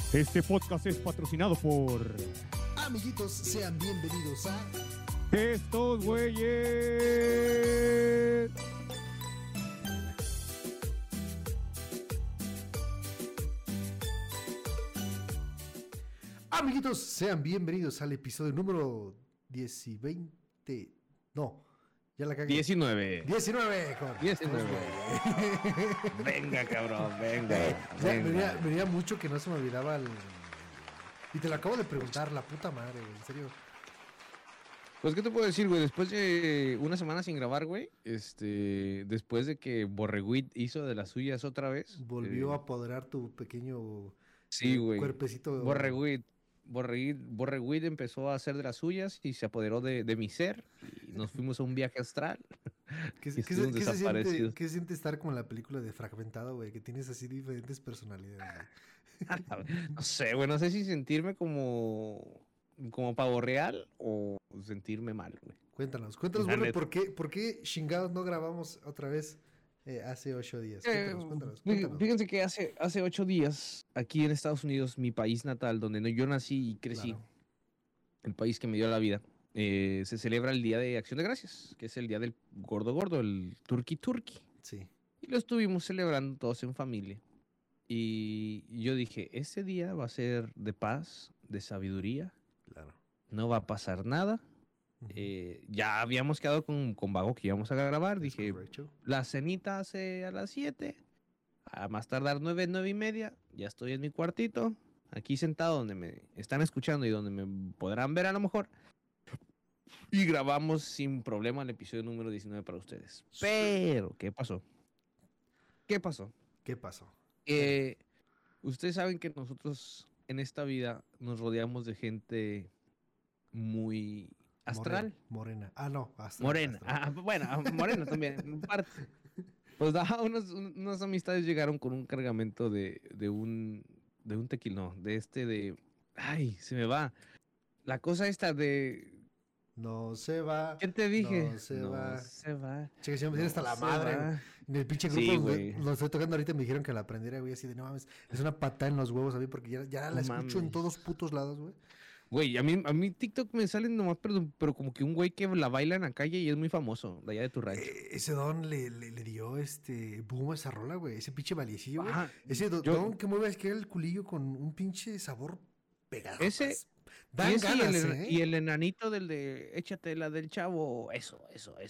Este podcast es patrocinado por Amiguitos, sean bienvenidos a estos güeyes. Amiguitos, sean bienvenidos al episodio número 10 y 20. No, ya la cagué. 19. 19, cabrón. 19. Venga, cabrón, venga. Me vería mucho que no se me olvidaba el... Y te lo acabo de preguntar, la puta madre, güey, en serio. Pues, ¿qué te puedo decir, güey? Después de una semana sin grabar, güey, después de que Borreguit hizo de las suyas otra vez. Volvió a apoderar tu pequeño Sí, güey. cuerpecito. Borreguit empezó a hacer de las suyas y se apoderó de mi ser y nos fuimos a un viaje astral. ¿Qué Y se estuvimos desaparecidos. siente estar como en la película de Fragmentado, güey? Que tienes así diferentes personalidades. No sé, güey, no sé si sentirme como pavo real o sentirme mal, güey. Cuéntanos, La Borre, neta. ¿por qué chingados no grabamos otra vez hace 8 días? Cuéntanos. Fíjense que hace 8 días, aquí en Estados Unidos, mi país natal, donde yo nací y crecí, Claro. el país que me dio la vida, se celebra el Día de Acción de Gracias, que es el día del gordo, el turkey. Sí, Y lo estuvimos celebrando todos en familia. Y yo dije, este día va a ser de paz, de sabiduría, claro. no va a pasar nada. Ujú. Ya habíamos quedado con Vago que íbamos a grabar. Es Dije, correcto. la cenita hace a las 7, a más tardar 9:30, ya estoy en mi cuartito, aquí sentado donde me están escuchando y donde me podrán ver a lo mejor. Y grabamos sin problema el episodio número 19 para ustedes. Sí. Pero, ¿qué pasó? ¿Qué pasó? Ustedes saben que nosotros en esta vida nos rodeamos de gente muy astral. Morena. Ah, no. Astral, Morena. astral. Bueno, morena también, en parte. Pues unas amistades llegaron con un cargamento de un tequila, no, ay, se me va. La cosa esta de, No se va. ¿qué te dije? No se No va. se va. Che, que si me tiene hasta No la se madre, va. güey. En el pinche Sí, grupo güey. lo estoy tocando ahorita y me dijeron que la aprendiera, güey, así de no mames. Es una patada en los huevos a mí porque ya la No escucho en mames. todos putos lados, güey. Güey, a mí TikTok me salen nomás, pero como que un güey que la baila en la calle y es muy famoso, de allá de tu rancho. Ese don le dio boom a esa rola, güey. Ese pinche valiecillo, güey. Ajá, Ese yo- don que mueve es que el culillo con un pinche sabor pegado. Ese- pues. Dan y ese ganas, y el enanito del de échate la del chavo, eso.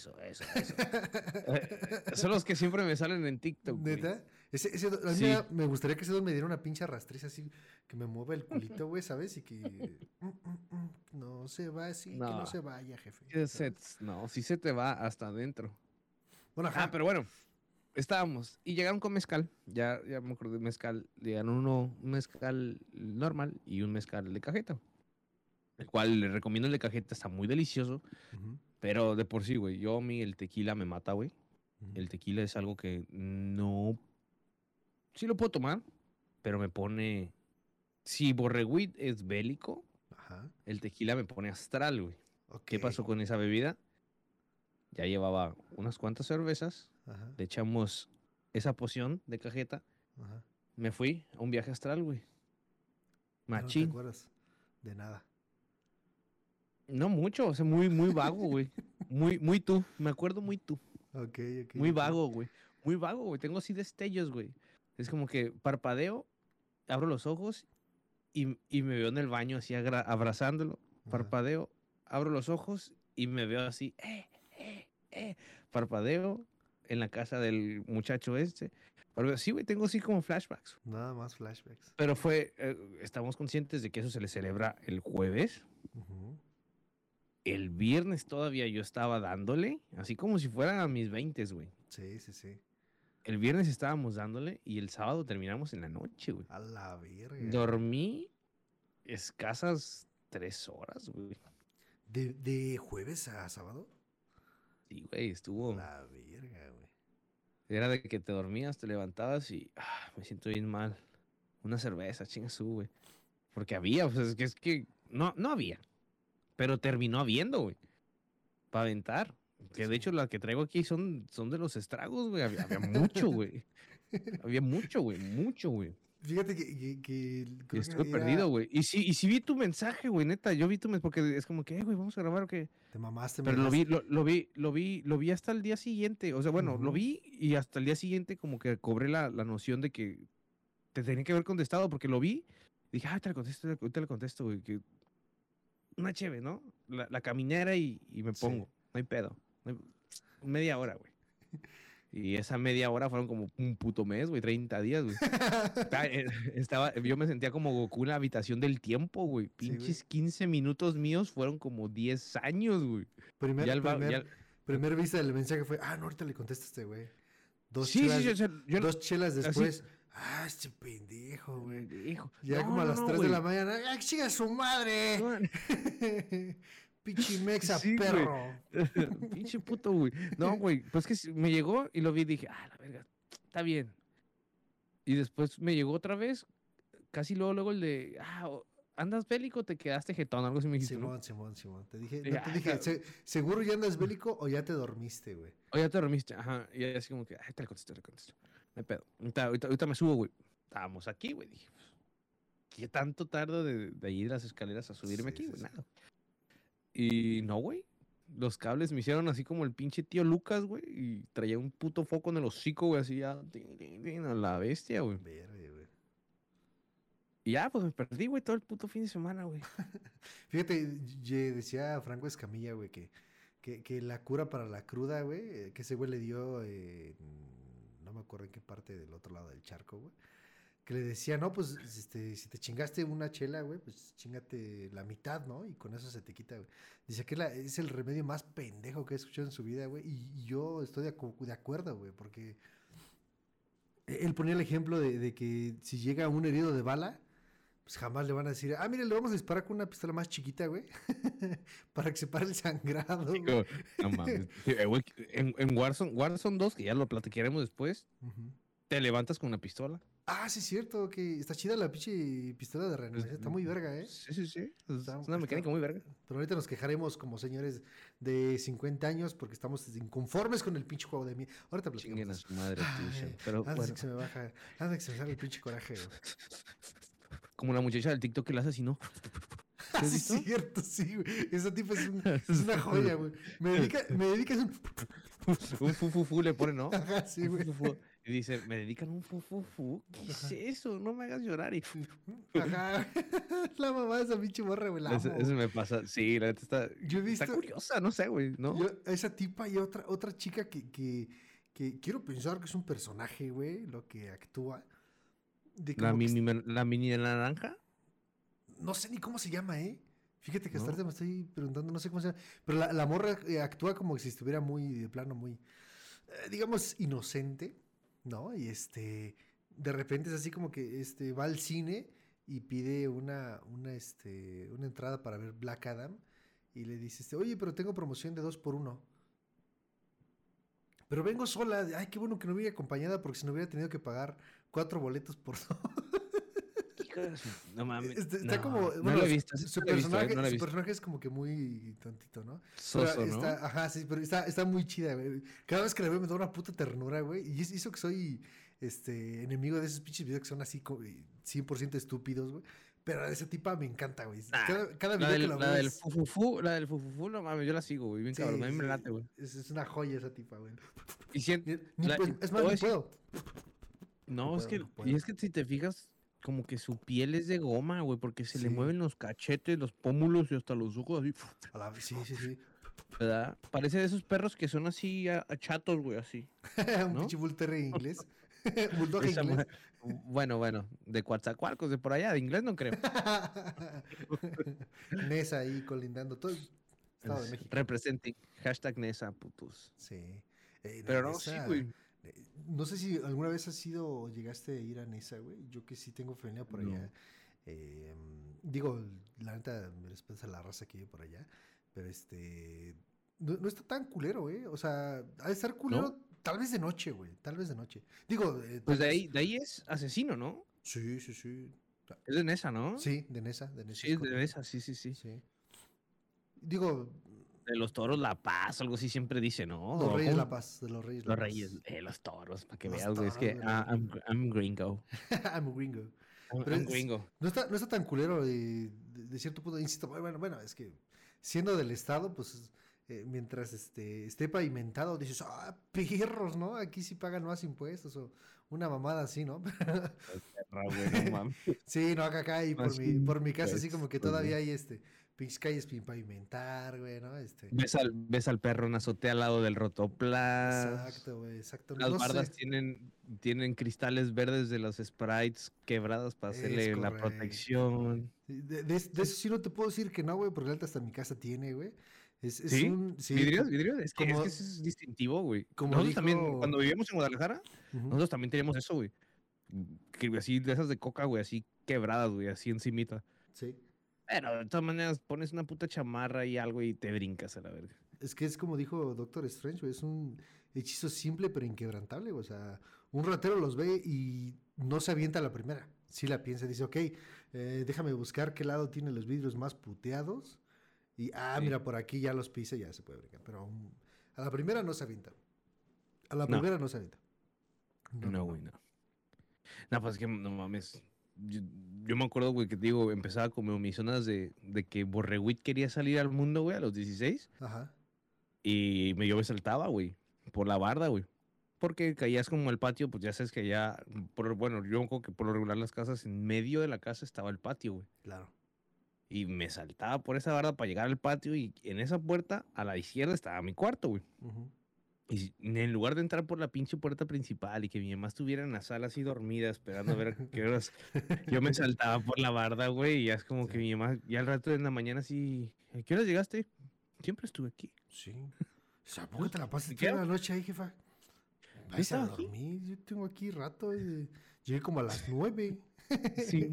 Son los que siempre me salen en TikTok, güey. ¿Neta? A mí Sí. me gustaría que ese don me diera una pinche rastriza así, que me mueva el culito, güey, ¿sabes? Y que no se va así, que no No. se vaya, jefe. Que ¿sabes? no, si se te va hasta adentro. Bueno, ajá. Pero bueno, estábamos y llegaron con mezcal. Ya me acordé de mezcal. Llegaron un mezcal normal y un mezcal de cajeta. El cual les recomiendo el de cajeta, está muy delicioso. Ujú, Pero de por sí, güey, el tequila me mata, güey. ujú. El tequila es algo que no... Sí lo puedo tomar, pero me pone... Si Borreguit es bélico, Ajá. el tequila me pone astral, güey. Ok. ¿Qué pasó con esa bebida? Ya llevaba unas cuantas cervezas, Ajá. le echamos esa poción de cajeta, Ajá. me fui a un viaje astral, güey. Ya no te Machín. acuerdas de nada. No mucho, o sea, muy vago, güey. Muy tú, me acuerdo muy tú. Ok, ok. Muy ok. vago, güey. Muy vago, güey. Tengo así destellos, güey. Es como que parpadeo, abro los ojos y me veo en el baño así abrazándolo. Ajá. Parpadeo, abro los ojos y me veo así. Parpadeo en la casa del muchacho este. Pero sí, güey, tengo así como flashbacks. Nada más flashbacks. Pero estamos conscientes de que eso se le celebra el jueves. Ujú. El viernes todavía yo estaba dándole, así como si fueran a mis 20, güey. Sí, sí, sí. El viernes estábamos dándole y el sábado terminamos en la noche, güey. A la verga. Dormí escasas 3 horas, güey. ¿De jueves a sábado? Sí, güey, estuvo. La verga, güey. Era de que te dormías, te levantabas y me siento bien mal. Una cerveza, chingas tú, güey. Porque había, pues es que no había. Pero terminó habiendo, güey. Para aventar. Que de Sí. hecho las que traigo aquí son de los estragos, güey. Había mucho, güey. Había mucho, güey. Mucho, güey. Fíjate que creo Estuve que era... perdido, güey. Y sí vi tu mensaje, güey, neta. Yo vi tu mensaje porque es como que, güey, vamos a grabar o qué. Te mamaste, Pero lo vi hasta el día siguiente. O sea, bueno, lo Ujú. vi y hasta el día siguiente como que cobré la noción de que te tenía que haber contestado porque lo vi. Dije, te le contesto, ahorita le contesto, güey. Que una cheve, ¿no? La caminera y me Sí. pongo. No hay pedo. No hay- Media hora, güey. Y esa media hora fueron como un puto mes, güey, 30 días, güey. Yo me sentía como Goku en la habitación del tiempo, güey. Sí, güey. Pinches 15 minutos míos fueron como 10 años, güey. Ya el va- ya- Primer vista del mensaje fue, no, ahorita le contestaste, güey. Dos Sí, chelas, sí, dos chelas así- después, este pendejo, güey. Hijo, Ya no, como a no, las no, 3 de güey. la mañana, chica su madre! No, Pinche mexa, Sí, güey. perro. Pinche puto, güey. No, güey, pues que me llegó y lo vi y dije, la verga, está bien. Y después me llegó otra vez, casi luego el de, ¿andas bélico? Te quedaste jetón, algo así me dijiste, ¿no? Simón. Te dije, Dije, no te dije, ¿seguro ya andas bélico o ya te dormiste, güey? O ya te dormiste, ajá. Y así como que, te le contesto. No hay pedo. Ahorita me subo, güey. Estábamos aquí, güey. Dije, pues, ¿qué tanto tardo de ir las escaleras a subirme aquí, Sí, güey? sí. Nada. Y no, güey. Los cables me hicieron así como el pinche tío Lucas, güey. Y traía un puto foco en el hocico, güey. Así ya, a la bestia, güey. Verde, güey. Y ya, pues me perdí, güey, todo el puto fin de semana, güey. Fíjate, decía Franco Escamilla, güey, que la cura para la cruda, güey, que ese güey le dio, no me acuerdo en qué parte del otro lado del charco, güey, que le decía, no, pues, si te chingaste una chela, güey, pues chingate la mitad, ¿no? Y con eso se te quita, güey. Dice que es el remedio más pendejo que ha escuchado en su vida, güey, y yo estoy de acuerdo, güey, porque él ponía el ejemplo de que si llega un herido de bala, pues jamás le van a decir, mire, le vamos a disparar con una pistola más chiquita, güey, para que se pare el sangrado, güey. Digo, no mames. Güey, en Warzone 2, que ya lo platicaremos después, Ujú. te levantas con una pistola. Sí, es cierto, que está chida la pinche pistola de reanimación, está muy verga, ¿eh? Sí. Es Está- una mecánica muy verga. Pero ahorita nos quejaremos como señores de 50 años porque estamos inconformes con el pinche juego de mí. Ahorita Chinguen a platicamos. su madre, Ay, Tuition. Pero antes de bueno, que se me baja, antes de que se me salga el pinche coraje, güey. como la muchacha del TikTok que la asesinó. ¿Has Sí, visto? es cierto, sí, güey. Esa tipa es una joya, güey. Me dedicas un... Un fufufu le pone, ¿no? Ajá, sí, güey. Fufufu. Y dice, me dedican un fufufu. ¿Qué es eso? No me hagas llorar. Y Ajá. La mamá de esa pinche morra, güey. La amo. eso me pasa. Sí, la neta está, Yo he visto... está curiosa, no sé, güey, ¿no? Esa tipa y otra chica que quiero pensar que es un personaje, güey, lo que actúa. De La como que mini de la naranja. no sé ni cómo se llama, ¿eh? Fíjate que ¿No? hasta ahorita me estoy preguntando, no sé cómo se llama. Pero la morra actúa como si estuviera muy, de plano, muy, digamos, inocente, ¿no? Y de repente es así como que va al cine y pide una entrada para ver Black Adam. Y le dice, oye, pero tengo promoción de 2 por 1. Pero vengo sola. Ay, qué bueno que no vine acompañada porque si no hubiera tenido que pagar 4 boletos por 2. No mames. Está no, como. no Bueno, lo he visto. su No lo he visto, personaje, no lo he su visto. personaje es como que muy tontito, ¿no? Soso, Pero ¿no? Ajá, sí, pero está muy chida, güey. Cada vez que la veo me da una puta ternura, güey. Y eso que soy enemigo de esos pinches videos que son así 100% estúpidos, güey. Pero esa tipa me encanta, güey. Cada video que la veo La del fufufu, no mames, yo la sigo, güey, bien sí, cabrón, a mí me sí, late, güey. es una joya esa tipa, güey. Y si, Es más, te voy a no decir- puedo. No, es puedo, que, no puedo. y es que si te fijas, como que su piel es de goma, güey, porque se le Sí. mueven los cachetes, los pómulos y hasta los ojos así, Sí. ¿verdad? Parece de esos perros que son así chatos, güey, así. Un ¿No? pinche bull terrier inglés. Bulldog Esa inglés. Bueno, de Coatzacoalcos, de por allá, de inglés no creo. Nesa ahí colindando todo el Estado de México. Representing, #Nesa, putos. Sí. Pero no, sí, Nesa, güey. No sé si alguna vez llegaste a ir a Nesa, güey. Yo que sí tengo familia por No. allá. Digo, la neta me respeto a la raza que vive por allá. Pero no está tan culero, güey. O sea, ha de estar culero ¿No? tal vez de noche, güey. Tal vez de noche. Digo, Pues tal de vez- ahí es asesino, ¿no? Sí. Es de Nesa, ¿no? Sí, de Nesa. Sí, es de correcto. Nesa, sí. Sí. Digo, de los toros La Paz, algo así siempre dice, ¿no? Los ¿O Reyes cómo? La Paz, de los Reyes La Los Paz. reyes, los toros, para que Los veas, güey. Es toros, que güey, los reyes. I'm gringo. I'm gringo. Pero I'm gringo. no está tan culero de cierto punto, insisto, bueno, es que siendo del estado, pues mientras esté pavimentado, dices, perros, ¿no? Aquí sí pagan más impuestos o una mamada así, ¿no? Perra, güey, no mames. Sí, no, acá y Más por mi casa así como que impuestos, todavía güey. hay pinches calles sin pavimentar, güey, ¿no? Ves al perro en azotea al lado del rotoplas. Exacto, güey, exacto. Las No bardas sé, tienen cristales verdes de los sprites quebrados para es hacerle la correcto. protección. Sí, de eso sí no te puedo decir que no, güey, porque la neta hasta mi casa tiene, güey. Es ¿Sí? sí, ¿Vidrios? ¿Vidrios? Es como, que eso es distintivo, güey. como Nosotros también, dijo, cuando vivíamos en Guadalajara, ujú, nosotros también teníamos eso, güey. Que así, de esas de coca, güey, así quebradas, güey, así encimita. sí, Pero de todas maneras, pones una puta chamarra y algo y te brincas a la verga. es que es como dijo Doctor Strange, güey, es un hechizo simple pero inquebrantable, güey, o sea, un ratero los ve y no se avienta a la primera, sí la piensa, dice, ok, déjame buscar qué lado tiene los vidrios más puteados y, Sí. mira, por aquí ya los pise, ya se puede brincar, pero a la primera no se avienta, a la No, primera no se avienta. no, güey, no. No, pues es que no mames. Yo me acuerdo, güey, que te digo, empezaba como mis zonas de que Borreguit quería salir al mundo, güey, a los 16. Ajá, Y yo me saltaba, güey, por la barda, güey. Porque caías como al patio, pues ya sabes que allá, bueno, yo creo que por lo regular las casas, en medio de la casa estaba el patio, güey. claro. Y me saltaba por esa barda para llegar al patio y en esa puerta, a la izquierda, estaba mi cuarto, güey. Ujú. Y en lugar de entrar por la pinche puerta principal y que mi mamá estuviera en la sala así dormida esperando a ver a qué horas, yo me saltaba por la barda, güey, y ya es como que Sí. mi mamá, ya al rato de la mañana así, ¿a qué horas llegaste? Siempre estuve aquí. Sí. O sea, ¿por qué te la pasas ¿Me toda quedo? la noche ahí, jefa? Yo Váyase a estaba aquí. dormir, yo tengo aquí rato. Llegué como a las 9. Sí,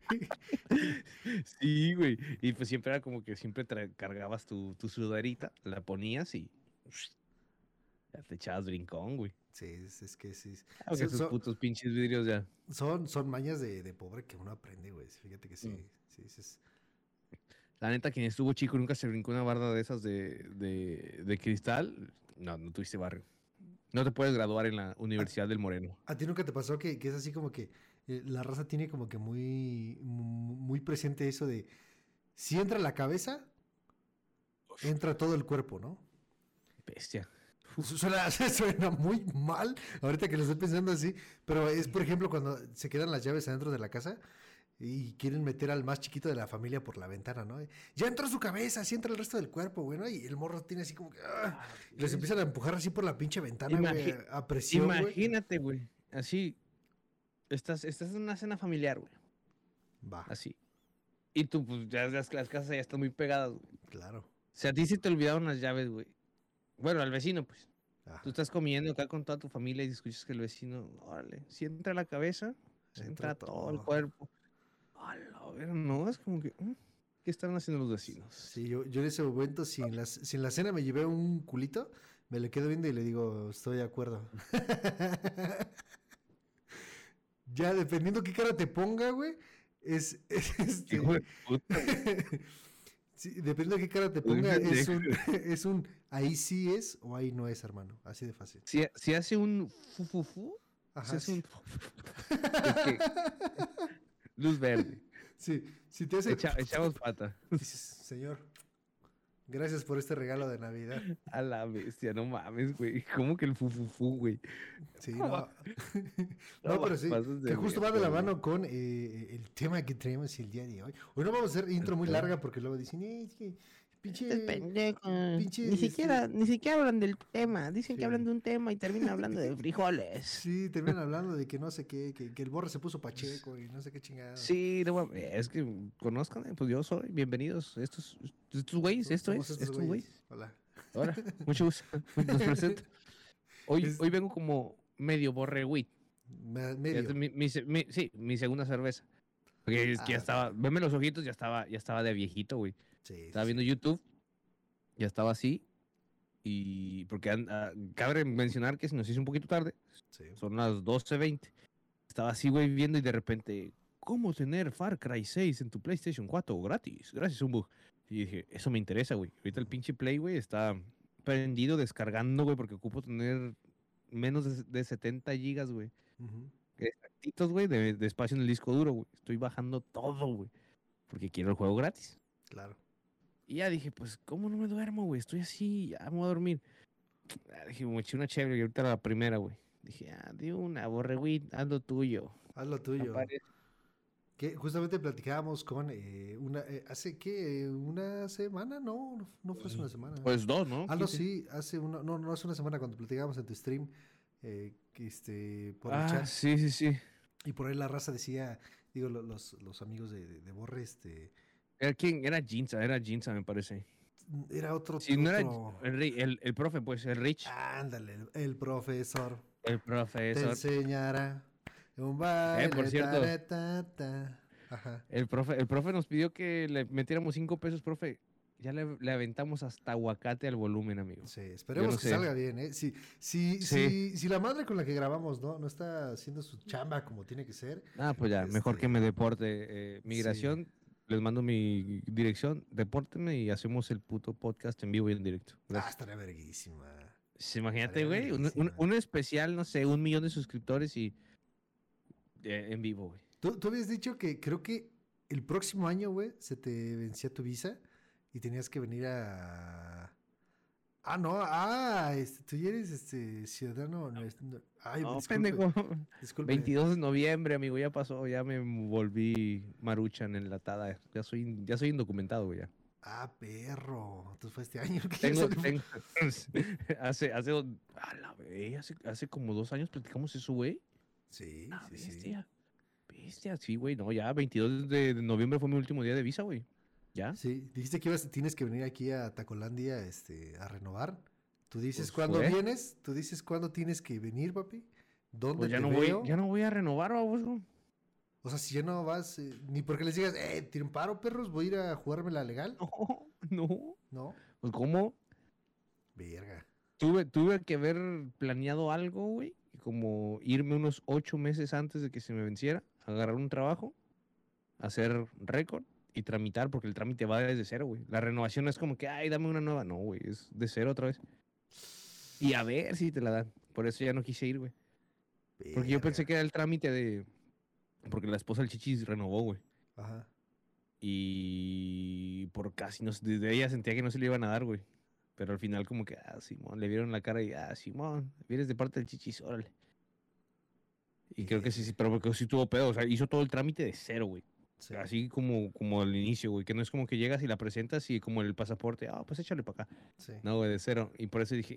sí, güey. Y pues siempre era como que siempre cargabas tu sudarita, la ponías y ya te echabas brincón, güey. Sí, es que sí. Porque esos Son, putos pinches vidrios ya. son mañas de pobre que uno aprende, güey. Fíjate que sí. Mm. Sí, La neta, quien estuvo chico y nunca se brincó una barda de esas de cristal, no tuviste barrio. No te puedes graduar en la Universidad del Moreno. ¿A ti nunca te pasó que es así como que la raza tiene como que muy presente eso de si entra la cabeza, entra todo el cuerpo, ¿no? Bestia. Suena muy mal ahorita que lo estoy pensando así, pero es por ejemplo cuando se quedan las llaves adentro de la casa y quieren meter al más chiquito de la familia por la ventana, ¿no? Ya entró su cabeza, así entra el resto del cuerpo, güey, ¿no? Y el morro tiene así como que... y los empiezan a empujar así por la pinche ventana, güey, a presión, güey. Imagínate, güey. Así, estás en una cena familiar, güey. Va, Así. Y tú, pues, ya las casas ya están muy pegadas, güey. claro. O sea, a ti se te olvidaron las llaves, güey. Bueno, al vecino, pues. Ajá. Tú estás comiendo acá con toda tu familia y escuchas que el vecino, órale, si entra la cabeza, se entra todo el cuerpo. A ver, no, es como que, ¿qué están haciendo los vecinos? Sí, yo en ese momento, si en la cena me llevé un culito, me le quedo viendo y le digo, estoy de acuerdo. Ya, dependiendo qué cara te ponga, güey, es Hijo de puta, güey. sí, dependiendo de qué cara te Muy ponga, pendejo. es un ahí sí es o ahí no es, hermano. Así de fácil. Si hace un fu, si Ajá. hace un es que, luz verde, Sí, si te hace. echamos pata. Dices, señor, gracias por este regalo de Navidad. A la bestia, no mames, güey. ¿Cómo que el fu, güey? Sí, No, no. No, pero sí, pasas de que justo va de la verga, mano con el tema que traemos el día de hoy. Hoy no vamos a hacer intro muy larga porque luego dicen, es que pinche. pinche, Ni siquiera hablan del tema. Dicen Sí. que hablan de un tema y terminan hablando de frijoles. Sí, terminan hablando de que no sé qué, que el borre se puso pacheco y no sé qué chingada. Sí, no mames, es que conozcan, pues yo soy, bienvenidos. Estos güeyes, Somos estos estos güeyes. Hola. Ahora, mucho gusto. Los presento. Hoy Es- vengo como medio borreguit. Medio. Sí, mi segunda cerveza. Porque es que ya Ah, estaba, veme los ojitos, ya estaba de viejito, güey. Sí, Estaba sí, viendo YouTube, ya estaba así. Y porque cabe mencionar que se nos hizo un poquito tarde, sí. son las 12:20. Estaba así, güey, viendo y de repente, ¿cómo tener Far Cry 6 en tu PlayStation 4 gratis? Gracias a un bug. Y dije, eso me interesa, güey. Ahorita el pinche Play, güey, está prendido descargando, güey, porque ocupo tener menos de 70 gigas, güey. Ujú, Exactitos, güey, de espacio en el disco duro, güey. Estoy bajando todo, güey, porque quiero el juego gratis. claro. Y ya dije, pues, ¿cómo no me duermo, güey? Estoy así, ya me voy a dormir. Dije, me eché una chévere y ahorita la primera, güey. Dije, de una, borregüit, haz lo tuyo. Haz lo tuyo. Apare- Que justamente platicábamos con hace qué, una semana, no fue hace una semana. Pues dos, ¿no? Ah, no, 15. sí, no hace una semana cuando platicábamos en tu stream, por el Ah, chat, sí, sí, sí. y por ahí la raza decía, digo, los amigos de Borre, ¿Era quién? Era Jinza, me parece. era otro, Si no era otro- el profe, pues, el Rich. ándale, el profesor El te profesor. enseñará un baile, por cierto. ta. Ajá. El profe nos pidió que le metiéramos 5 pesos, profe. Ya le aventamos hasta aguacate al volumen, amigo. Sí, esperemos no que sé. salga bien, ¿eh? Si Sí. la madre con la que grabamos no está haciendo su chamba como tiene que ser, Ah, pues ya, mejor que me deporte. Migración, les mando mi dirección, depórtenme y hacemos el puto podcast en vivo y en directo. Gracias. estaría verguísima. Sí, imagínate, estaría güey, verguísima. un especial, no sé, 1 millón de suscriptores y en vivo, güey. Tú habías dicho que creo que el próximo año, güey, se te vencía tu visa y tenías que venir a... Ah, no, tú ya eres ciudadano... Ay, No, disculpe, pendejo. disculpe. 22 de noviembre, amigo, ya pasó, ya me volví maruchan enlatada. Ya soy indocumentado, güey, ya. Ah, perro. Entonces fue este año que ya Tengo, se le fue. tengo, a la vez, hace como 2 años platicamos eso, güey. Sí, Ah, sí, sí. bestia, sí, güey, no, ya, 22 de noviembre fue mi último día de visa, güey. ¿Ya? Sí, dijiste que tienes que venir aquí a Tacolandia, a renovar. Tú dices Pues cuándo fue. vienes, tú dices cuándo tienes que venir, papi. ¿Dónde Pues te veo? ya no voy a renovar, baboso. O sea, si ya no vas, ni porque les digas, tiren paro, perros, voy a ir a jugarme la legal. No, no. No, Pues, ¿cómo? verga. Tuve que haber planeado algo, güey, y como irme unos 8 meses antes de que se me venciera, agarrar un trabajo, hacer récord y tramitar, porque el trámite va desde cero, güey. La renovación no es como que, ay, dame una nueva. No, güey, es de cero otra vez. Y a ver si te la dan. Por eso ya no quise ir, güey. Porque yo pensé Verga. que era el trámite de... Porque la esposa del Chichis renovó, güey. Ajá. Y por casi, no sé, desde ella sentía que no se le iban a dar, güey. Pero al final como que, Simón, le vieron la cara y, Simón, vienes de parte del Chichis, órale. Y creo que sí, pero porque sí tuvo pedo, o sea, hizo todo el trámite de cero, güey. Sí. Así como al inicio, güey, que no es como que llegas y la presentas y como el pasaporte, pues échale para acá. Sí. No, güey, de cero. Y por eso dije,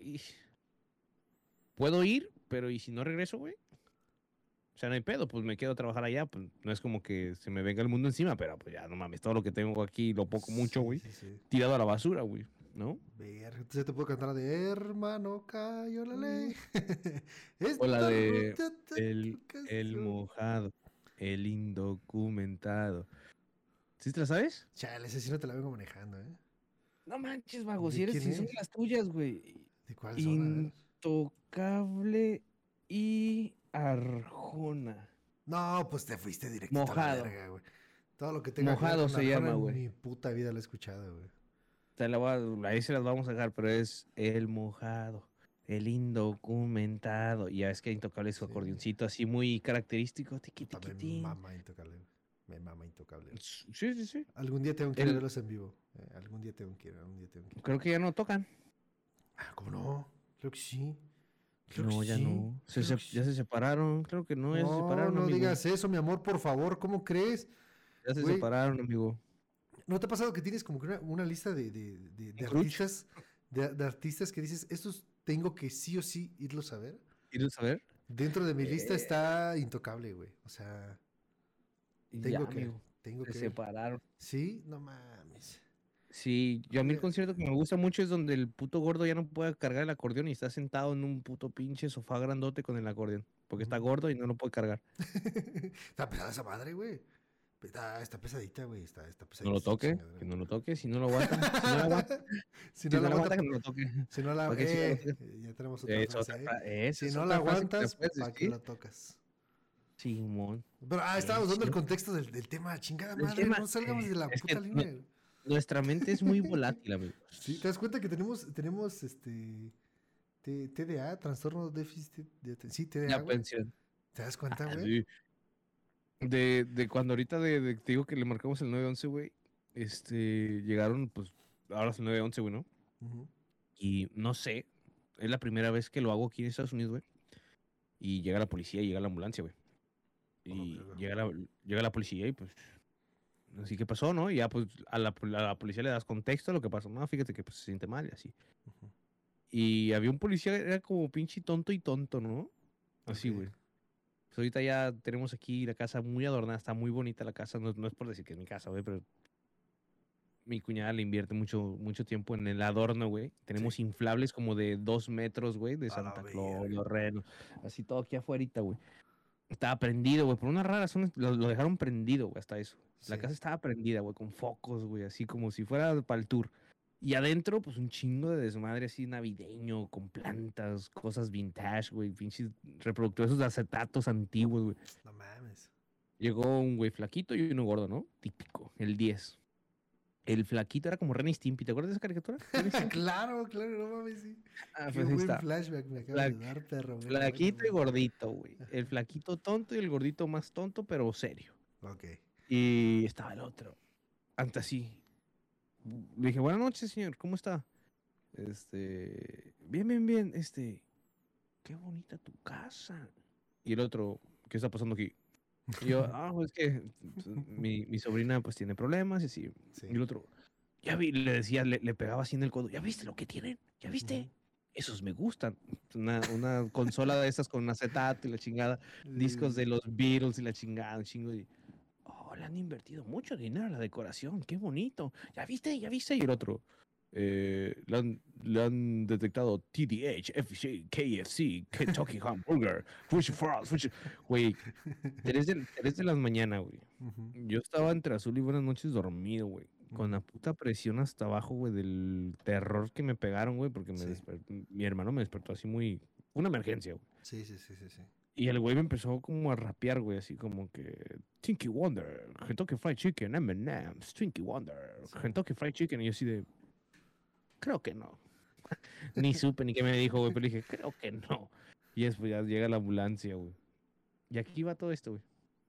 puedo ir, pero ¿y si no regreso, güey? O sea, no hay pedo, pues me quedo a trabajar allá, pues no es como que se me venga el mundo encima, pero pues ya, no mames, todo lo que tengo aquí, lo poco, mucho, Sí, güey, sí. tirado a la basura, güey, ¿no? Verga, entonces te puedo cantar la de Hermano, cayó la ley. O la Esta de ruta el casó. mojado, el indocumentado. ¿Sí te la sabes? Chale, ese sí no te la vengo manejando, ¿eh? No manches, vago, ¿De si quién son es? de las tuyas, güey. ¿De cuál son? A ver. Intocable y Arjona. No, pues te fuiste directito a Mojado. la verga, güey. Todo lo que tenga que ver Mojado con se Arjona llama, en güey. mi puta vida lo he escuchado, güey. Ahí se las vamos a dejar, pero es el mojado, el indocumentado. Y ya es que Intocable es su Sí. acordeoncito así muy característico. Tiqui, Puta, me tiquitín. mama Intocable, güey. Me mama Intocable. Sí, sí, sí. Algún día tengo que ir a El- verlos en vivo. Algún día tengo que ir. Creo que ya no tocan. ¿Cómo no? Creo que sí. Creo No, que ya sí. no. Creo que Ya se separaron. Creo que no, ya se separaron, no amigo. digas eso, mi amor, por favor. ¿Cómo crees? Ya se Güey. separaron, amigo. ¿No te ha pasado que tienes como que una lista de Crush. artistas, de artistas que dices, estos tengo que sí o sí irlos a ver? ¿Quieres saber? Dentro de mi lista está Intocable, güey. O sea, tengo que amigo. Se ir. separaron. ¿Sí? No mames. Sí, a mí el concierto que me gusta mucho es donde el puto gordo ya no puede cargar el acordeón y está sentado en un puto pinche sofá grandote con el acordeón. Porque está Ujú. gordo y no lo puede cargar. Está pesada esa madre, güey. Está pesadita, güey. Está pesadita. No lo esa toque, chingadera. que no lo toque, si no lo aguanta. Si no lo aguanta, Si si no no la lo aguanta, aguanta, que no lo toque. si no la ¿Para qué si no lo toque? ya tenemos otra Es frase, otra ¿eh? esa Si es no otra la frase que aguantas, puedes ¿para qué decir. la tocas? Simón. Pero estábamos dando el Sí. contexto del tema. Chingada Del madre, tema, no salgamos de la es que puta línea. Nuestra mente es muy volátil, amigos. Sí, ¿te das cuenta que tenemos TDA, trastorno déficit de sí, TDA, La güey? pensión. ¿Te das cuenta, güey? Sí. De cuando ahorita te digo que le marcamos el 911, güey, llegaron, pues, ahora es el 911, güey, ¿no? Ujú. Y no sé, es la primera vez que lo hago aquí en Estados Unidos, güey. Y llega la policía y llega la ambulancia, güey. Y verga. llega la policía y pues, así que pasó, ¿no? Y ya pues a la policía le das contexto a lo que pasó. No, fíjate que pues, se siente mal y así. Ujú. Y había un policía, era como pinche tonto y tonto, ¿no? Así, Ok. güey. Pues ahorita ya tenemos aquí la casa muy adornada, está muy bonita la casa. No, no es por decir que es mi casa, güey, pero mi cuñada le invierte mucho tiempo en el adorno, güey. Tenemos inflables como de 2 metros, güey, de A la Santa Claus, verga. los renos, así todo aquí afuera, güey. Estaba prendido, güey, por una rara razón lo dejaron prendido, güey, hasta eso. La Sí. casa estaba prendida, güey, con focos, güey, así como si fuera para el tour. Y adentro, pues un chingo de desmadre así navideño, con plantas, cosas vintage, güey, pinches reproductores de acetatos antiguos, güey. No mames. Llegó un güey flaquito y uno gordo, ¿no? Típico, el 10. El flaquito era como Ren y Stimpy, ¿te acuerdas de esa caricatura? Ren y Stimpy. Claro, no mames, sí. Ah, Qué pues ahí buen está. flashback me acabas de dar, perro. Bueno, Flaquito y bueno. gordito, güey. El flaquito tonto y el gordito más tonto, pero serio. Ok. Y estaba el otro. Ante así. Le dije, buenas noches, señor, ¿cómo está? Bien. Qué bonita tu casa. Y el otro, ¿qué está pasando aquí? Y yo, pues es que mi sobrina pues tiene problemas y así. Sí. Y el otro, ya vi, le decía, le pegaba así en el codo, ¿ya viste lo que tienen? ¿Ya viste? Ujú. Esos me gustan. Una consola de esas con acetato y la chingada, discos de los Beatles y la chingada, un chingo de... Oh, le han invertido mucho dinero a la decoración, qué bonito. ¿Ya viste? Y el otro, le han detectado TDH, FC, KFC, Kentucky Hamburger, Fushi Fries, Güey, 3 de las mañanas, güey. Ujú. Yo estaba entre azul y buenas noches dormido, güey. Con la Ujú. puta presión hasta abajo, güey, del terror que me pegaron, güey, porque Sí. mi hermano me despertó así muy... Una emergencia, güey. Sí. Y el güey me empezó como a rapear, güey, así como que... Tinky Wonder, Kentucky Fried Chicken, M&M's, Tinky Wonder, Sí. Kentucky Fried Chicken. Y yo así de... Creo que no. Ni supe ni qué me dijo, güey, pero dije, creo que no. Y después ya llega la ambulancia, güey. Y aquí va todo esto, güey.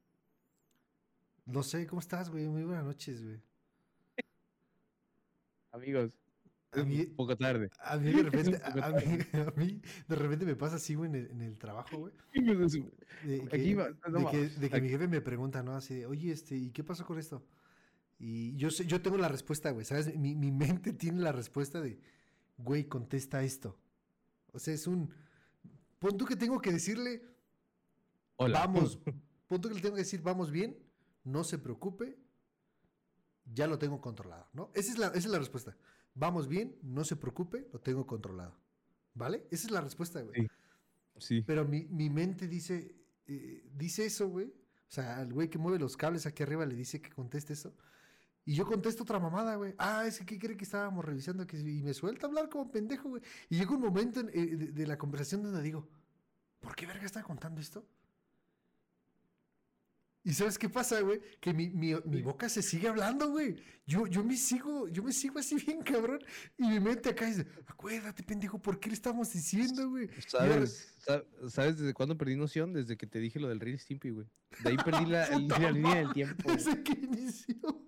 No sé, ¿cómo estás, güey? Muy buenas noches, güey. Amigos, A es mí, un poco tarde. a mí de repente, un poco a mí de repente me pasa así, güey, en el trabajo, güey. De Aquí va, no de que aquí- mi jefe me pregunta, ¿no? Así de, oye, ¿y qué pasó con esto? Y yo sé, yo tengo la respuesta, güey, ¿sabes? Mi mente tiene la respuesta de, güey, contesta esto. O sea, pon tú que tengo que decirle, Hola. vamos, pon tú que le tengo que decir, vamos bien, no se preocupe, ya lo tengo controlado, ¿no? Esa es la respuesta. Vamos bien, no se preocupe, lo tengo controlado. ¿Vale? Esa es la respuesta, güey. Sí. Sí. Pero mi mente dice eso, güey. O sea, al güey que mueve los cables aquí arriba le dice que conteste eso. Y yo contesto otra mamada, güey. Es que ¿qué cree que estábamos revisando? Y me suelta a hablar como pendejo, güey. Y llega un momento de la conversación donde digo, ¿por qué verga está contando esto? ¿Y sabes qué pasa, güey? Que mi boca se sigue hablando, güey. Yo me sigo así bien cabrón. Y mi mente acá dice, acuérdate, pendejo, ¿por qué le estamos diciendo, güey? ¿Sabes desde cuándo perdí noción? Desde que te dije lo del Ren y Stimpy, güey. De ahí perdí la Puta línea del madre, tiempo. Güey. desde que inició.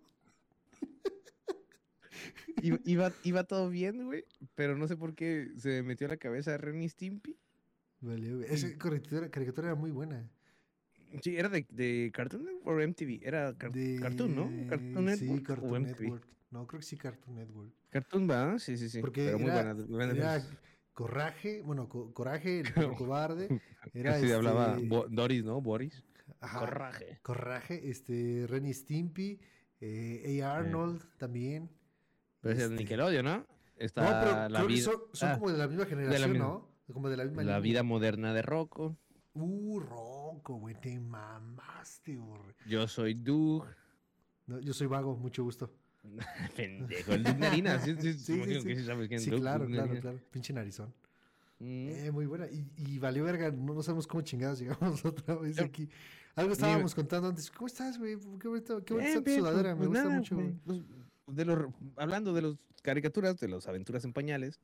Iba todo bien, güey, pero no sé por qué se me metió a la cabeza Ren y Stimpy. Vale, güey. Esa caricatura era muy buena. Sí, ¿era de Cartoon Network o MTV? Era Cartoon, ¿no? Cartoon Network Sí, o Cartoon MTV. Network. No, creo que sí, Cartoon Network. Cartoon, ¿va? Sí. Porque Pero muy era buena. Coraje, bueno, Coraje, el perro cobarde. Era Sí, hablaba Doris, ¿no? Boris. ajá, Coraje. Coraje, Ren y Stimpy, Arnold también. Pero es el Nickelodeon, ¿no? No, Está pero la creo que vida. son como de la misma generación, misma. ¿no? Como de la misma La línea. vida moderna de Rocco. Rocco, güey, te mamaste, güey. Yo soy Doug. No, yo soy Vago, mucho gusto. Pendejo, el Doug Narina. Sí, Sí, imagino sí. que sí sabes quién es Sí, Doug, claro, Doug claro, Narina. claro. Pinche narizón. Mm. Muy buena. Y valió verga, no sabemos cómo chingados llegamos otra vez Yo- aquí. Algo estábamos contando antes. ¿Cómo estás, güey? Qué bonita está tu Bien, sudadera, me pues gusta nada, mucho, güey. güey. Pues hablando de las caricaturas, de las aventuras en pañales,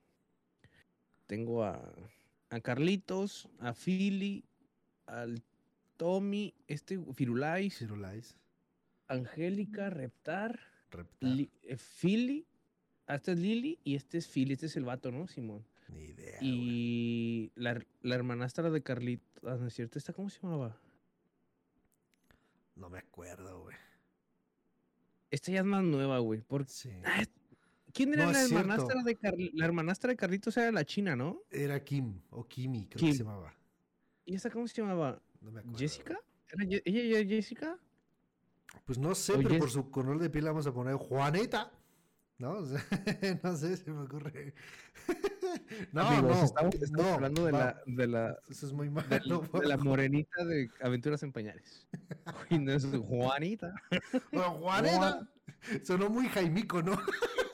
tengo a Carlitos, a Philly, al Tommy, Firulais, Firulais, Angélica, Reptar, Reptar. Philly, este es Lily y este es Philly, este es el vato, ¿no, Simón? Ni idea, güey. Y la hermanastra de Carlitos, ¿no es cierto? ¿Esta cómo se llamaba? No me acuerdo, güey. Esta ya es más nueva, güey. Sí. ¿Quién era No, la es hermanastra de La hermanastra de Carlitos era la china, ¿no? Era Kim o Kimi, creo Kim. que se llamaba. ¿Y esta cómo se llamaba? No me acuerdo. ¿Jessica? ¿Ella era Jessica? Pues no sé, pero por su color de piel le vamos a poner Juanita. ¿No? O sea, no sé, se me ocurre. No, Amigos, no. estamos hablando de la Eso es muy malo. de la morenita de Aventuras en Pañales. Y no es Juanita. Bueno, Juanita. Sonó muy Jaimico, ¿no?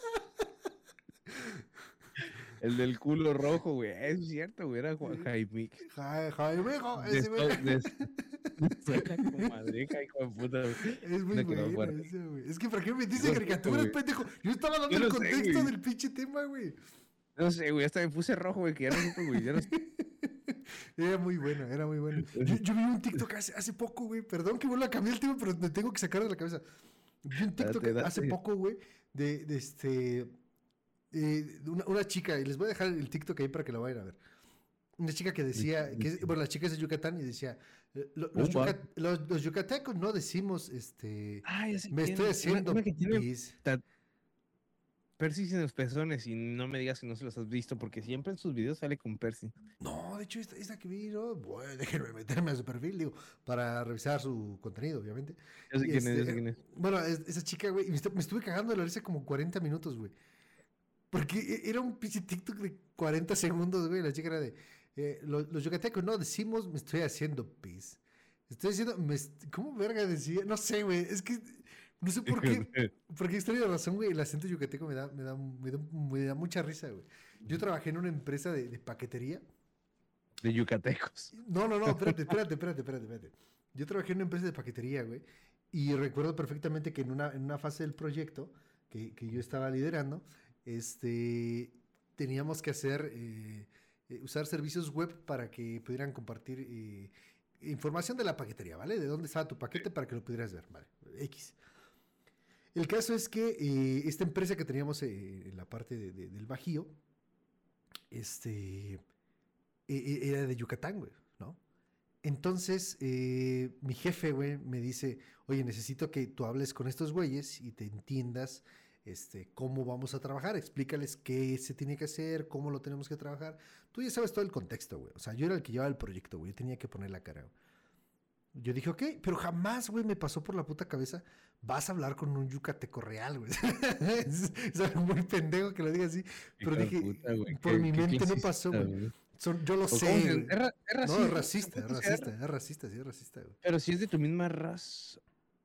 El del culo rojo, güey. Es cierto, güey. Era Jaimico. Jaimico, ese güey. Suena como madreja, hijo de puta, güey. Es muy bueno ese, güey. Es que ¿para qué me metiste caricaturas, pendejo? Yo estaba dando el contexto del pinche tema, güey. No sé, güey. Hasta me puse rojo, güey, que ya no supe, güey. Era muy bueno, era muy bueno. Yo vi un TikTok hace poco, güey. Perdón que vuelva a cambiar el tema, pero me tengo que sacar de la cabeza. Vi un TikTok hace poco, güey, de una chica, y les voy a dejar el TikTok ahí para que lo vayan a ver. Una chica que decía, bueno, la chica es de Yucatán y decía, los yucatecos no decimos, me estoy haciendo pis. Percy en los pezones y no me digas que no se los has visto porque siempre en sus videos sale con Percy. No, de hecho esta que vi, ¿no? Bueno, déjenme meterme a su perfil, digo, para revisar su contenido, obviamente. Yo sé quién es, yo sé quién es. Bueno, esa chica, güey, me estuve cagando de la risa como 40 minutos, güey. Porque era un pinche TikTok de 40 segundos, güey. La chica era de, los yucatecos no decimos, me estoy haciendo pis. Estoy haciendo, ¿cómo verga decía? No sé, güey, es que... No sé por qué. Porque historia de razón, güey. El acento yucateco me da mucha risa, güey. Yo trabajé en una empresa de paquetería. De yucatecos. No. Espérate. Yo trabajé en una empresa de paquetería, güey. Y recuerdo perfectamente que en una fase del proyecto que yo estaba liderando, teníamos que usar servicios web para que pudieran compartir información de la paquetería, ¿vale? De dónde estaba tu paquete para que lo pudieras ver, ¿vale? X. El caso es que esta empresa que teníamos en la parte del Bajío, era de Yucatán, güey, ¿no? Entonces, mi jefe, güey, me dice, oye, necesito que tú hables con estos güeyes y te entiendas cómo vamos a trabajar, explícales qué se tiene que hacer, cómo lo tenemos que trabajar. Tú ya sabes todo el contexto, güey. O sea, yo era el que llevaba el proyecto, güey. Yo tenía que poner la cara, güey. Yo dije, ok, pero jamás, güey, me pasó por la puta cabeza, vas a hablar con un yucateco real, güey. Es algo muy pendejo que lo diga así, pero dije, puta, por mi mente no pasó, güey. Yo lo sé, güey. No, es racista, sí es racista, güey. Pero si es de tu misma raza.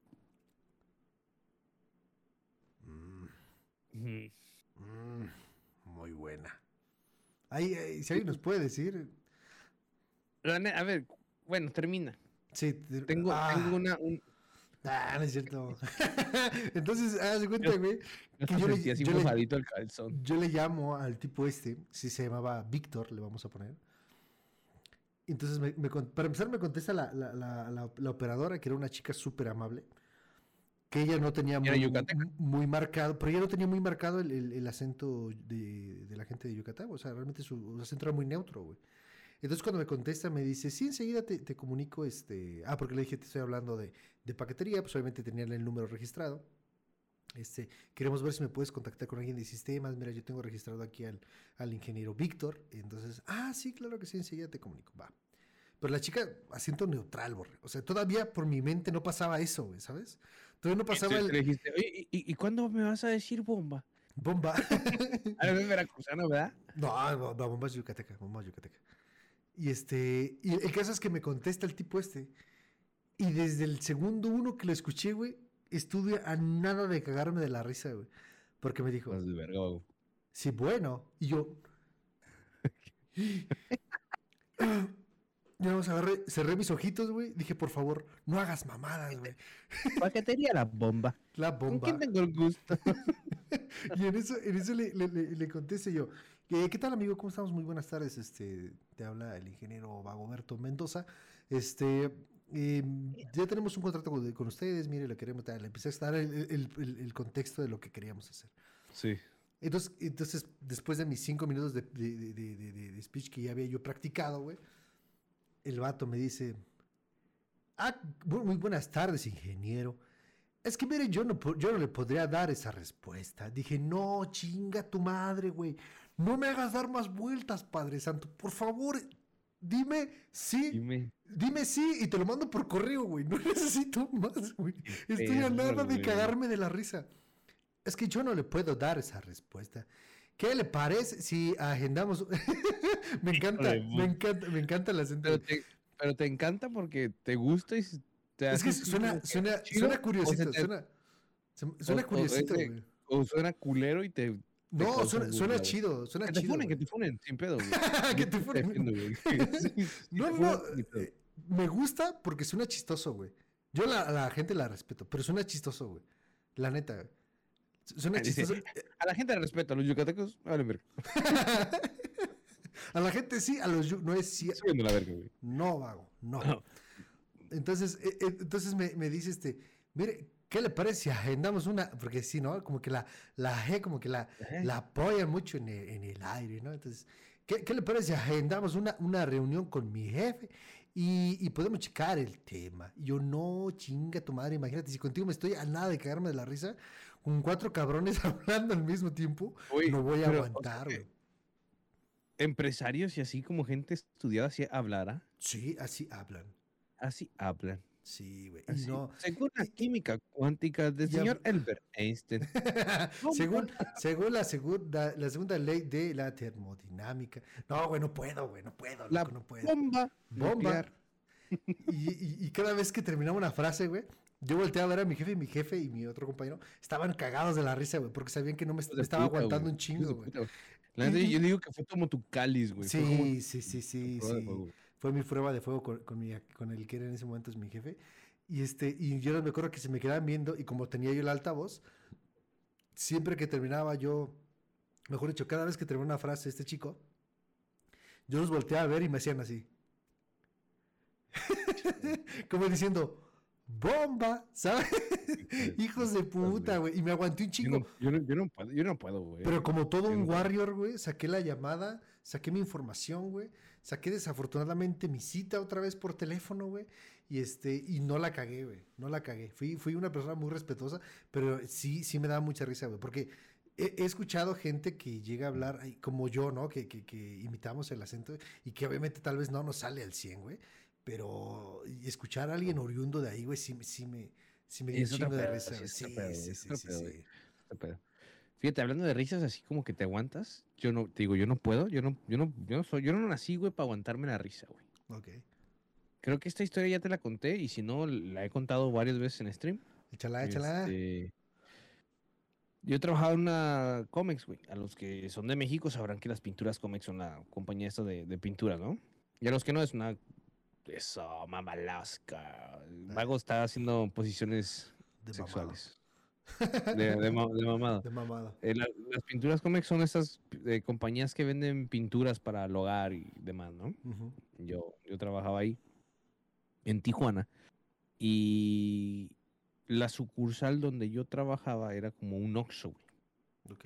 Muy buena. Ahí, si alguien nos puede decir. A ver, bueno, termina. Sí, tengo una. No es cierto. Entonces, haz de cuenta, güey. Que yo le llamo al tipo si se llamaba Víctor, le vamos a poner. Entonces, para empezar, me contesta la operadora, que era una chica súper amable. Que ella no tenía muy marcado, pero ella no tenía muy marcado el acento de la gente de Yucatán. O sea, realmente su acento era muy neutro, güey. Entonces cuando me contesta me dice, sí, enseguida te comunico porque le dije, te estoy hablando de paquetería, pues obviamente tenían el número registrado. Queremos ver si me puedes contactar con alguien de sistemas. Mira, yo tengo registrado aquí al ingeniero Víctor. Entonces, sí, claro que sí, enseguida te comunico. Va. Pero la chica, acento neutral, borre. O sea, todavía por mi mente no pasaba eso, güey, ¿sabes? Todavía no pasaba le dijiste, oye, ¿y cuándo me vas a decir bomba? Bomba. Es veracruzano, ¿verdad? No, bomba es yucateca, Y y el caso es que me contesta el tipo y desde el segundo uno que lo escuché, güey, estuve a nada de cagarme de la risa, güey. Porque me dijo, sí, bueno. Y yo, Yo nada más agarré, cerré mis ojitos, güey. Dije, por favor, no hagas mamadas, güey. Paquetería La Bomba. La ¿Con quién bomba. tengo el gusto? Y en eso le contesté yo. ¿Qué tal, amigo? ¿Cómo estamos? Muy buenas tardes. Te habla el ingeniero Vagoberto Mendoza. Ya tenemos un contrato con ustedes. Mire, le queremos dar. Le empecé a dar el contexto de lo que queríamos hacer. Sí. Entonces, después de mis 5 minutos de speech que ya había yo practicado, güey, el vato me dice, muy buenas tardes, ingeniero. Es que, mire, yo no le podría dar esa respuesta. Dije, no, chinga tu madre, güey. No me hagas dar más vueltas, Padre Santo. Por favor, dime sí. Dime sí y te lo mando por correo, güey. No necesito más, güey. Estoy a nada de cagarme de la risa. Es que yo no le puedo dar esa respuesta. ¿Qué le parece si agendamos? Me encanta el acento. Pero te encanta porque te gusta y te Es hace que chido, suena curiosito. Suena curiosito, güey. O suena culero y te No, causa burla, suena güey. chido, suena Que te chido. funen, que güey. te funen, sin pedo, güey. Que te Yo funen. defiendo, güey. Sí, No, te no, funan, ni pedo. me gusta porque suena chistoso, güey. Yo a la gente la respeto, pero suena chistoso, güey. La neta, güey. Suena Dice, chistoso. a la gente le respeto, a los yucatecos, vale, verga. A la gente sí, a los no es cierto. Subiendo la verga, güey. No, vago, no. No. Entonces me dice, mire, ¿qué le parece si agendamos una? Porque sí, ¿no? Como que la G, como que la apoyan mucho en el aire, ¿no? Entonces, ¿qué le parece si agendamos una reunión con mi jefe y podemos checar el tema? Y yo, no, chinga tu madre, imagínate, si contigo me estoy a nada de cagarme de la risa, con 4 cabrones hablando al mismo tiempo, Uy, no voy a pero, aguantar, o sea, güey. Empresarios y así como gente estudiada así hablará. Sí, así hablan. Así hablan. Sí, güey. Y Así. no. Según la química cuántica del Ya- señor Albert Einstein. según la segunda ley de la termodinámica. No, güey, no puedo, La loco, no puedo. bomba. Bomba. nuclear. Y cada vez que terminaba una frase, güey, yo volteaba a ver a mi jefe y mi otro compañero estaban cagados de la risa, güey, porque sabían que no me Hijos de estaba puta, aguantando güey. un chingo, Hijos de güey. puta, güey. La neta, yo digo que fue como tu cáliz, güey. Fue como Sí. prueba de fuego, güey. Fue mi prueba de fuego con el que era en ese momento es mi jefe. Y yo me acuerdo que se me quedaban viendo y como tenía yo el altavoz, siempre que terminaba yo, mejor dicho, cada vez que terminaba una frase este chico, yo los volteaba a ver y me hacían así. Como diciendo, bomba, ¿sabes? Hijos de puta, güey. Y me aguanté un chingo. Yo no puedo, güey. Pero como todo Yo un no puedo. warrior, güey, saqué la llamada, saqué mi información, güey. Saqué desafortunadamente mi cita otra vez por teléfono, güey. Y no la cagué, güey. No la cagué. Fui una persona muy respetuosa, pero sí me daba mucha risa, güey. Porque he escuchado gente que llega a hablar como yo, ¿no? Que imitamos el acento y que obviamente tal vez no nos sale al 100, güey. Pero escuchar a alguien oriundo de ahí, güey, sí me dio un Es otro chingo de pedo, risa, sí, güey. es otro Sí, pedo, sí, es sí, otro sí, pedo, sí. güey. Otro pedo. Fíjate, hablando de risas así como que te aguantas, yo no, te digo, yo no puedo, yo no nací, güey, para aguantarme la risa, güey. Ok. Creo que esta historia ya te la conté y si no, la he contado varias veces en stream. Échala. Yo he trabajado en una Comex, güey. A los que son de México sabrán que las pinturas Comex son la compañía esta de pintura, ¿no? Y a los que no, es una... Eso, mamalasca. Vago está haciendo posiciones De sexuales. De mamada. De mamada. Las pinturas Comex son estas compañías que venden pinturas para el hogar y demás, ¿no? Ujú. Yo trabajaba ahí, en Tijuana, y la sucursal donde yo trabajaba era como un Oxxo, güey. Ok.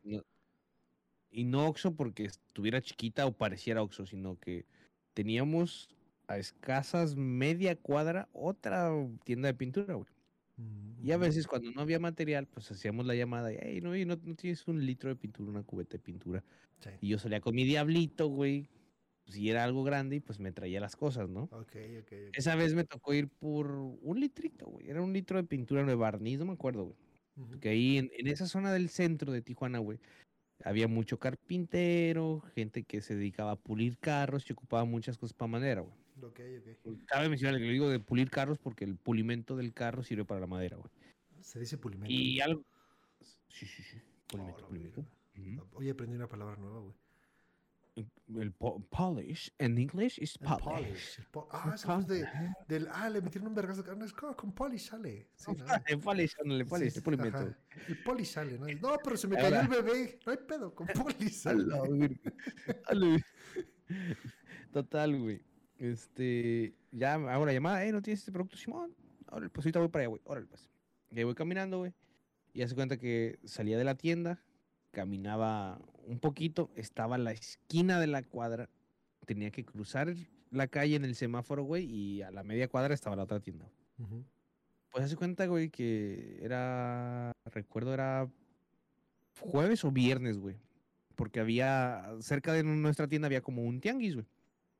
Y no Oxxo porque estuviera chiquita o pareciera Oxxo, sino que teníamos a escasas media cuadra otra tienda de pintura, güey. Y a veces cuando no había material, pues hacíamos la llamada y, hey, no tienes un litro de pintura, una cubeta de pintura. Sí. Y yo salía con mi diablito, güey. Si era algo grande, y pues me traía las cosas, ¿no? Ok. Esa vez me tocó ir por un litrito, güey. Era un litro de pintura de barniz, no me acuerdo, güey. Ujú. Porque ahí en esa zona del centro de Tijuana, güey, había mucho carpintero, gente que se dedicaba a pulir carros y ocupaba muchas cosas para madera, güey. Ok. Cabe mencionar que lo digo de pulir carros porque el pulimento del carro sirve para la madera, güey. Se dice pulimento. Y algo... Sí. Oh, la Pulimento. verga. Ujú. Hoy aprendí una palabra nueva, güey. polish, en English is El polish. polish. Ese pues le metieron un vergazo. No, es como con polish sale. Sí, ¿no? El polish, ándale, Sí, polish, sí, el polimento. ajá. El polish sale, ¿no? No, pero se me Ahora- cayó el bebé. No hay pedo, con polish A sale. la verga. A la- Total, güey. Ya hago la llamada, ¿no tienes este producto, Simón? Órale, pues ahorita voy para allá, güey. Órale, pues. Y ahí voy caminando, güey. Y hace cuenta que salía de la tienda, caminaba un poquito, estaba a la esquina de la cuadra, tenía que cruzar la calle en el semáforo, güey, y a la media cuadra estaba la otra tienda. Ujú. Pues hace cuenta, güey, que recuerdo, era jueves o viernes, güey. Porque cerca de nuestra tienda había como un tianguis, güey.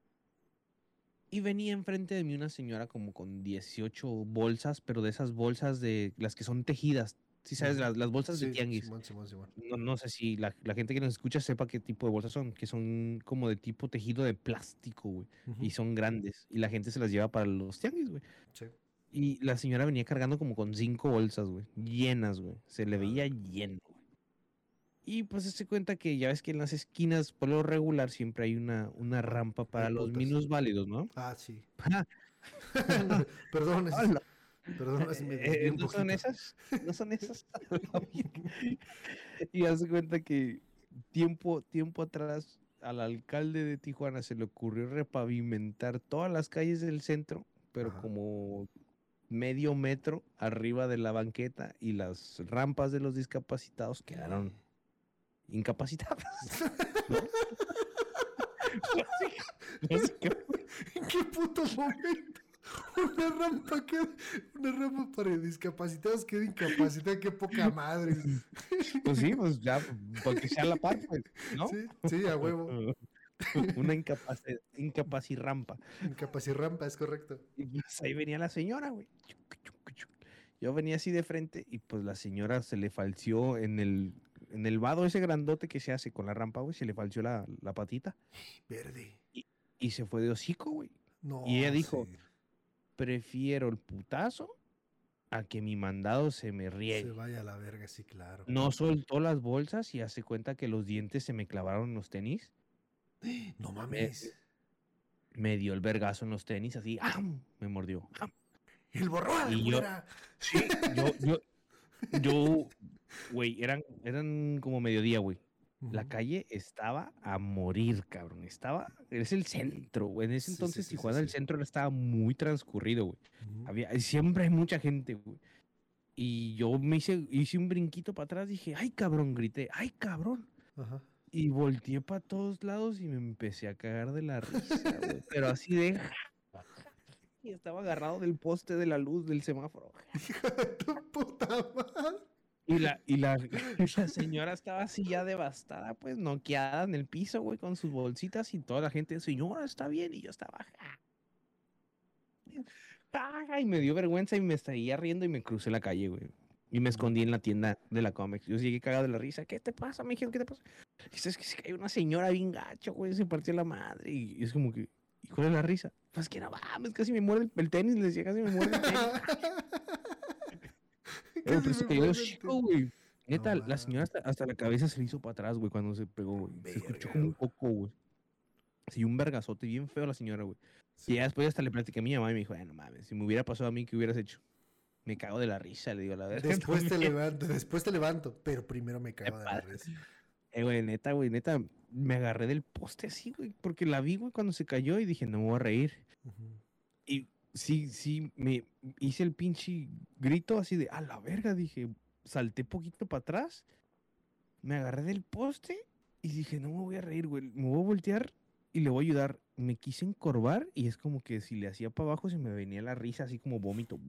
Y venía enfrente de mí una señora como con 18 bolsas, pero de esas bolsas de las que son tejidas. Sí, sabes, Ujú. las bolsas de Sí, tianguis. Simón. No sé si la gente que nos escucha sepa qué tipo de bolsas son, que son como de tipo tejido de plástico, güey. Ujú. Y son grandes. Y la gente se las lleva para los tianguis, güey. Sí. Y la señora venía cargando como con 5 bolsas, güey. Llenas, güey. Se le veía lleno, güey. Y pues se cuenta que ya ves que en las esquinas, por lo regular, siempre hay una rampa para Hay los putas. minusválidos, ¿no? Ah, sí. Ajá. Perdón, Hola. perdón, me desvié un ¿No son poquito. esas? ¿No son esas? Y hace cuenta que tiempo atrás al alcalde de Tijuana se le ocurrió repavimentar todas las calles del centro, pero Ajá. como medio metro arriba de la banqueta, y las rampas de los discapacitados quedaron incapacitadas, ¿no? ¿En qué puto momento? Una rampa para discapacitados queda incapacitada, qué poca madre. Pues sí, pues ya, porque sea la par, pues, ¿no? Sí, a huevo. Una incapacirrampa. Incapacirrampa, es correcto. Y pues ahí venía la señora, güey. Yo venía así de frente y pues la señora se le falció en el vado ese grandote que se hace con la rampa, güey, se le falció la patita Verde. y se fue de hocico, güey. No, Y ella dijo, sí. prefiero el putazo a que mi mandado se me Se riegue. vaya a la verga, sí, claro. No soltó las bolsas y hace cuenta que los dientes se me clavaron en los tenis. No mames. Me dio el vergazo en los tenis, así, ¡am! Me mordió. ¡am! El borrón, Y yo, sí, güey, eran como mediodía, güey. La calle estaba a morir, cabrón. Es el centro, güey. En ese Sí, entonces sí, sí, Tijuana, el sí. centro estaba muy transcurrido, güey. Siempre hay mucha gente, güey. Y yo hice un brinquito para atrás, dije, ¡ay, cabrón! Grité, ¡ay, cabrón! Ajá. Y volteé para todos lados y me empecé a cagar de la risa, güey. Pero así de... Y estaba agarrado del poste de la luz del semáforo. Hija de tu puta madre. Y la señora estaba así ya devastada, pues noqueada en el piso, güey, con sus bolsitas, y toda la gente, señora, está bien, y yo estaba... Y me dio vergüenza y me estaría riendo y me crucé la calle, güey. Y me escondí en la tienda de la Comex. Yo llegué cagado de la risa. ¿Qué te pasa, mijo? ¿Qué te pasa? Dice, es que se cayó una señora bien gacho, güey, se partió la madre. Y es como que, ¿y cuál es la risa? Pues que no mames, casi me muerde el tenis, le decía, casi me muerde el tenis. Pero se cayó de hocico, güey. Neta, No la señora hasta la cabeza se le hizo para atrás, güey, cuando se pegó, güey. Se escuchó Verga, como un güey. coco, güey. Sí, un vergazote bien feo a la señora, güey. Sí. Y ya después hasta le platiqué a mi mamá y me dijo, no mames, si me hubiera pasado a mí, ¿qué hubieras hecho? Me cago de la risa, le digo, la verdad. Después te levanto, pero primero me cago de la risa. Güey, neta, me agarré del poste así, güey, porque la vi, güey, cuando se cayó y dije, no me voy a reír. Y sí, me hice el pinche grito así de, a la verga, dije, salté poquito para atrás, me agarré del poste y dije, no me voy a reír, güey, me voy a voltear y le voy a ayudar. Me quise encorvar y es como que si le hacía para abajo se me venía la risa así como vómito.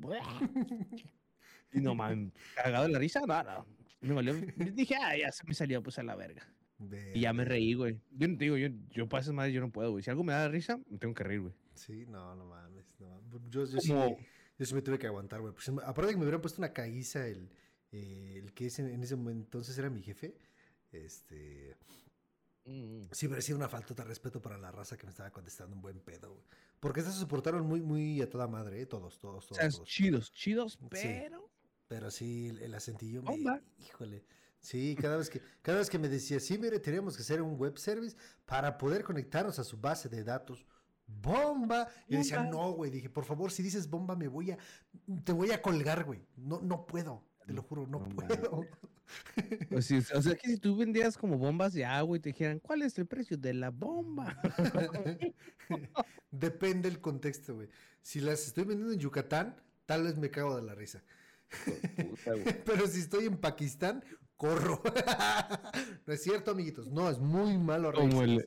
Y no mames, cagado de la risa, no. Me valió. Dije, ya se me salió pues a la verga. Y ya me reí, güey. Yo no te digo, yo para esas madres yo no puedo, güey. Si algo me da risa, me tengo que reír, güey. Sí, no mames. Yo sí me tuve que aguantar, güey. Pues, aparte de que me hubieran puesto una caguiza el que en ese momento entonces era mi jefe, sí hubiera sido una falta de respeto para la raza que me estaba contestando un buen pedo, güey. Porque estos se soportaron muy, muy a toda madre, todos. O sea, Todos. chidos, Sí. pero... Pero sí, el acentillo Bomba. híjole. Sí, cada vez que me decía, sí, mire, tenemos que hacer un web service para poder conectarnos a su base de datos. ¡Bomba! Yo decía, Bomba. no, güey. Dije, por favor, si dices bomba, te voy a colgar, güey. No, no puedo. Te lo juro, no No puedo. O sea que si tú vendías como bombas de agua y te dijeran, ¿cuál es el precio de la bomba? Depende el contexto, güey. Si las estoy vendiendo en Yucatán, tal vez me cago de la risa. Puta, güey. Pero si estoy en Pakistán, corro. No es cierto, amiguitos. No, es muy malo Como reírse.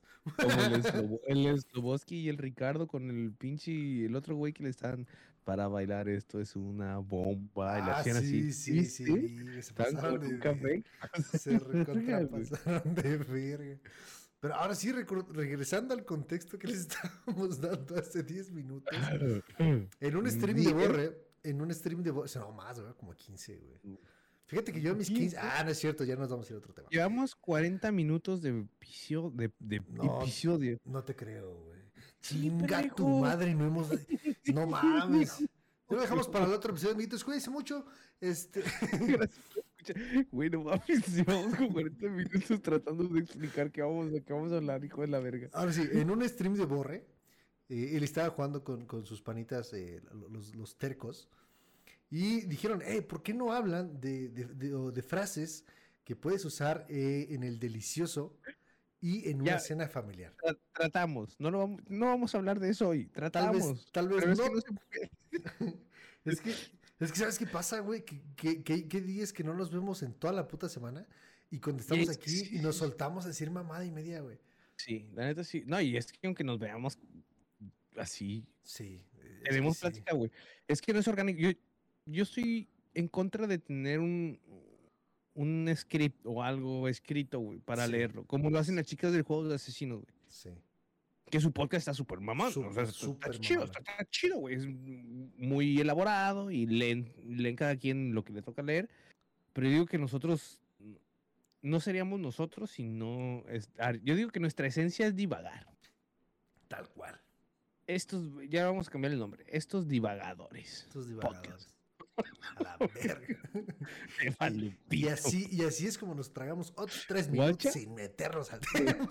el Sloboski y el Ricardo con el pinche, el otro güey que le están para bailar esto es una bomba y le Ah, hacían así. sí, sí, ¿Viste? sí. Se Estaban pasaron con de un café. Se Verga, güey. recontrapasaron de verga. Pero ahora sí, regresando al contexto que les estábamos dando hace 10 minutos. En un stream de Borre, no más, güey, como 15, güey. Fíjate que yo a mis 15, no es cierto, ya nos vamos a ir a otro tema. Llevamos 40 minutos de episodio. No te creo, güey. Sí, Chinga tu pendejo. madre, no mames. Ya lo dejamos para el otro episodio, amiguitos. Cuídense mucho. Gracias por escuchar. Güey, no mames, llevamos como 40 minutos tratando de explicar qué vamos a hablar, hijo de la verga. Ahora sí, en un stream de Borre, él estaba jugando con sus panitas, los tercos, y dijeron, ¿por qué no hablan de frases que puedes usar en el delicioso y en una Ya. cena familiar? Tratamos, no vamos a hablar de eso hoy, tratamos. Tal vez pero no. es que no se puede. Es que ¿sabes qué pasa, güey? ¿Qué días que no nos vemos en toda la puta semana? Y cuando estamos es- aquí y nos soltamos a decir mamada y media, güey. Sí, la neta sí. No, y es que aunque nos veamos así, Sí. tenemos sí. plática, güey. Es que no es orgánico. Yo estoy en contra de tener un script o algo escrito, güey, para Sí. leerlo. Como lo hacen las chicas del juego de asesinos, güey. Sí. Que su podcast está súper mamón. O sea, Súper está chido, mamón. está chido, güey. Es muy elaborado y leen cada quien lo que le toca leer. Pero yo digo que nosotros no seríamos nosotros si no. Yo digo que nuestra esencia es divagar. Tal cual. Ya vamos a cambiar el nombre. Estos divagadores. Estos divagadores. A la verga. Me vale Y pito. así es como nos tragamos otros 3 ¿Guacha? minutos sin meternos al tema.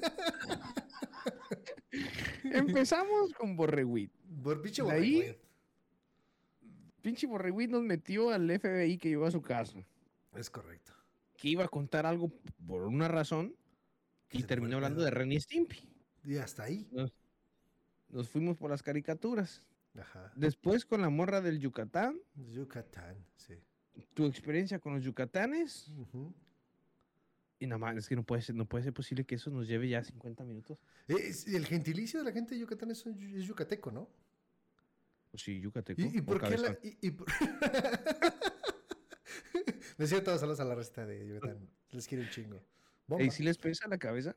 Empezamos con Borreguit. Por pinche De borrego, ahí- güey. Pinche Borreguit nos metió al FBI que llegó a su casa. Es correcto. Que iba a contar algo por una razón. Que Y se te fue terminó el hablando pedo. de Ren y Stimpy. Y hasta ahí. Nos fuimos por las caricaturas. Ajá. Después con la morra del Yucatán. Yucatán, sí. Tu experiencia con los yucatanes. Ujú. Y nada más, es que no puede ser posible que eso nos lleve ya 50 minutos. El gentilicio de la gente de Yucatán es yucateco, ¿no? Pues sí, yucateco. ¿Y o por qué cabezón. No es cierto, saludos a la resta de Yucatán. Les quiero un chingo. Bomba. ¿Y si les pesa la cabeza?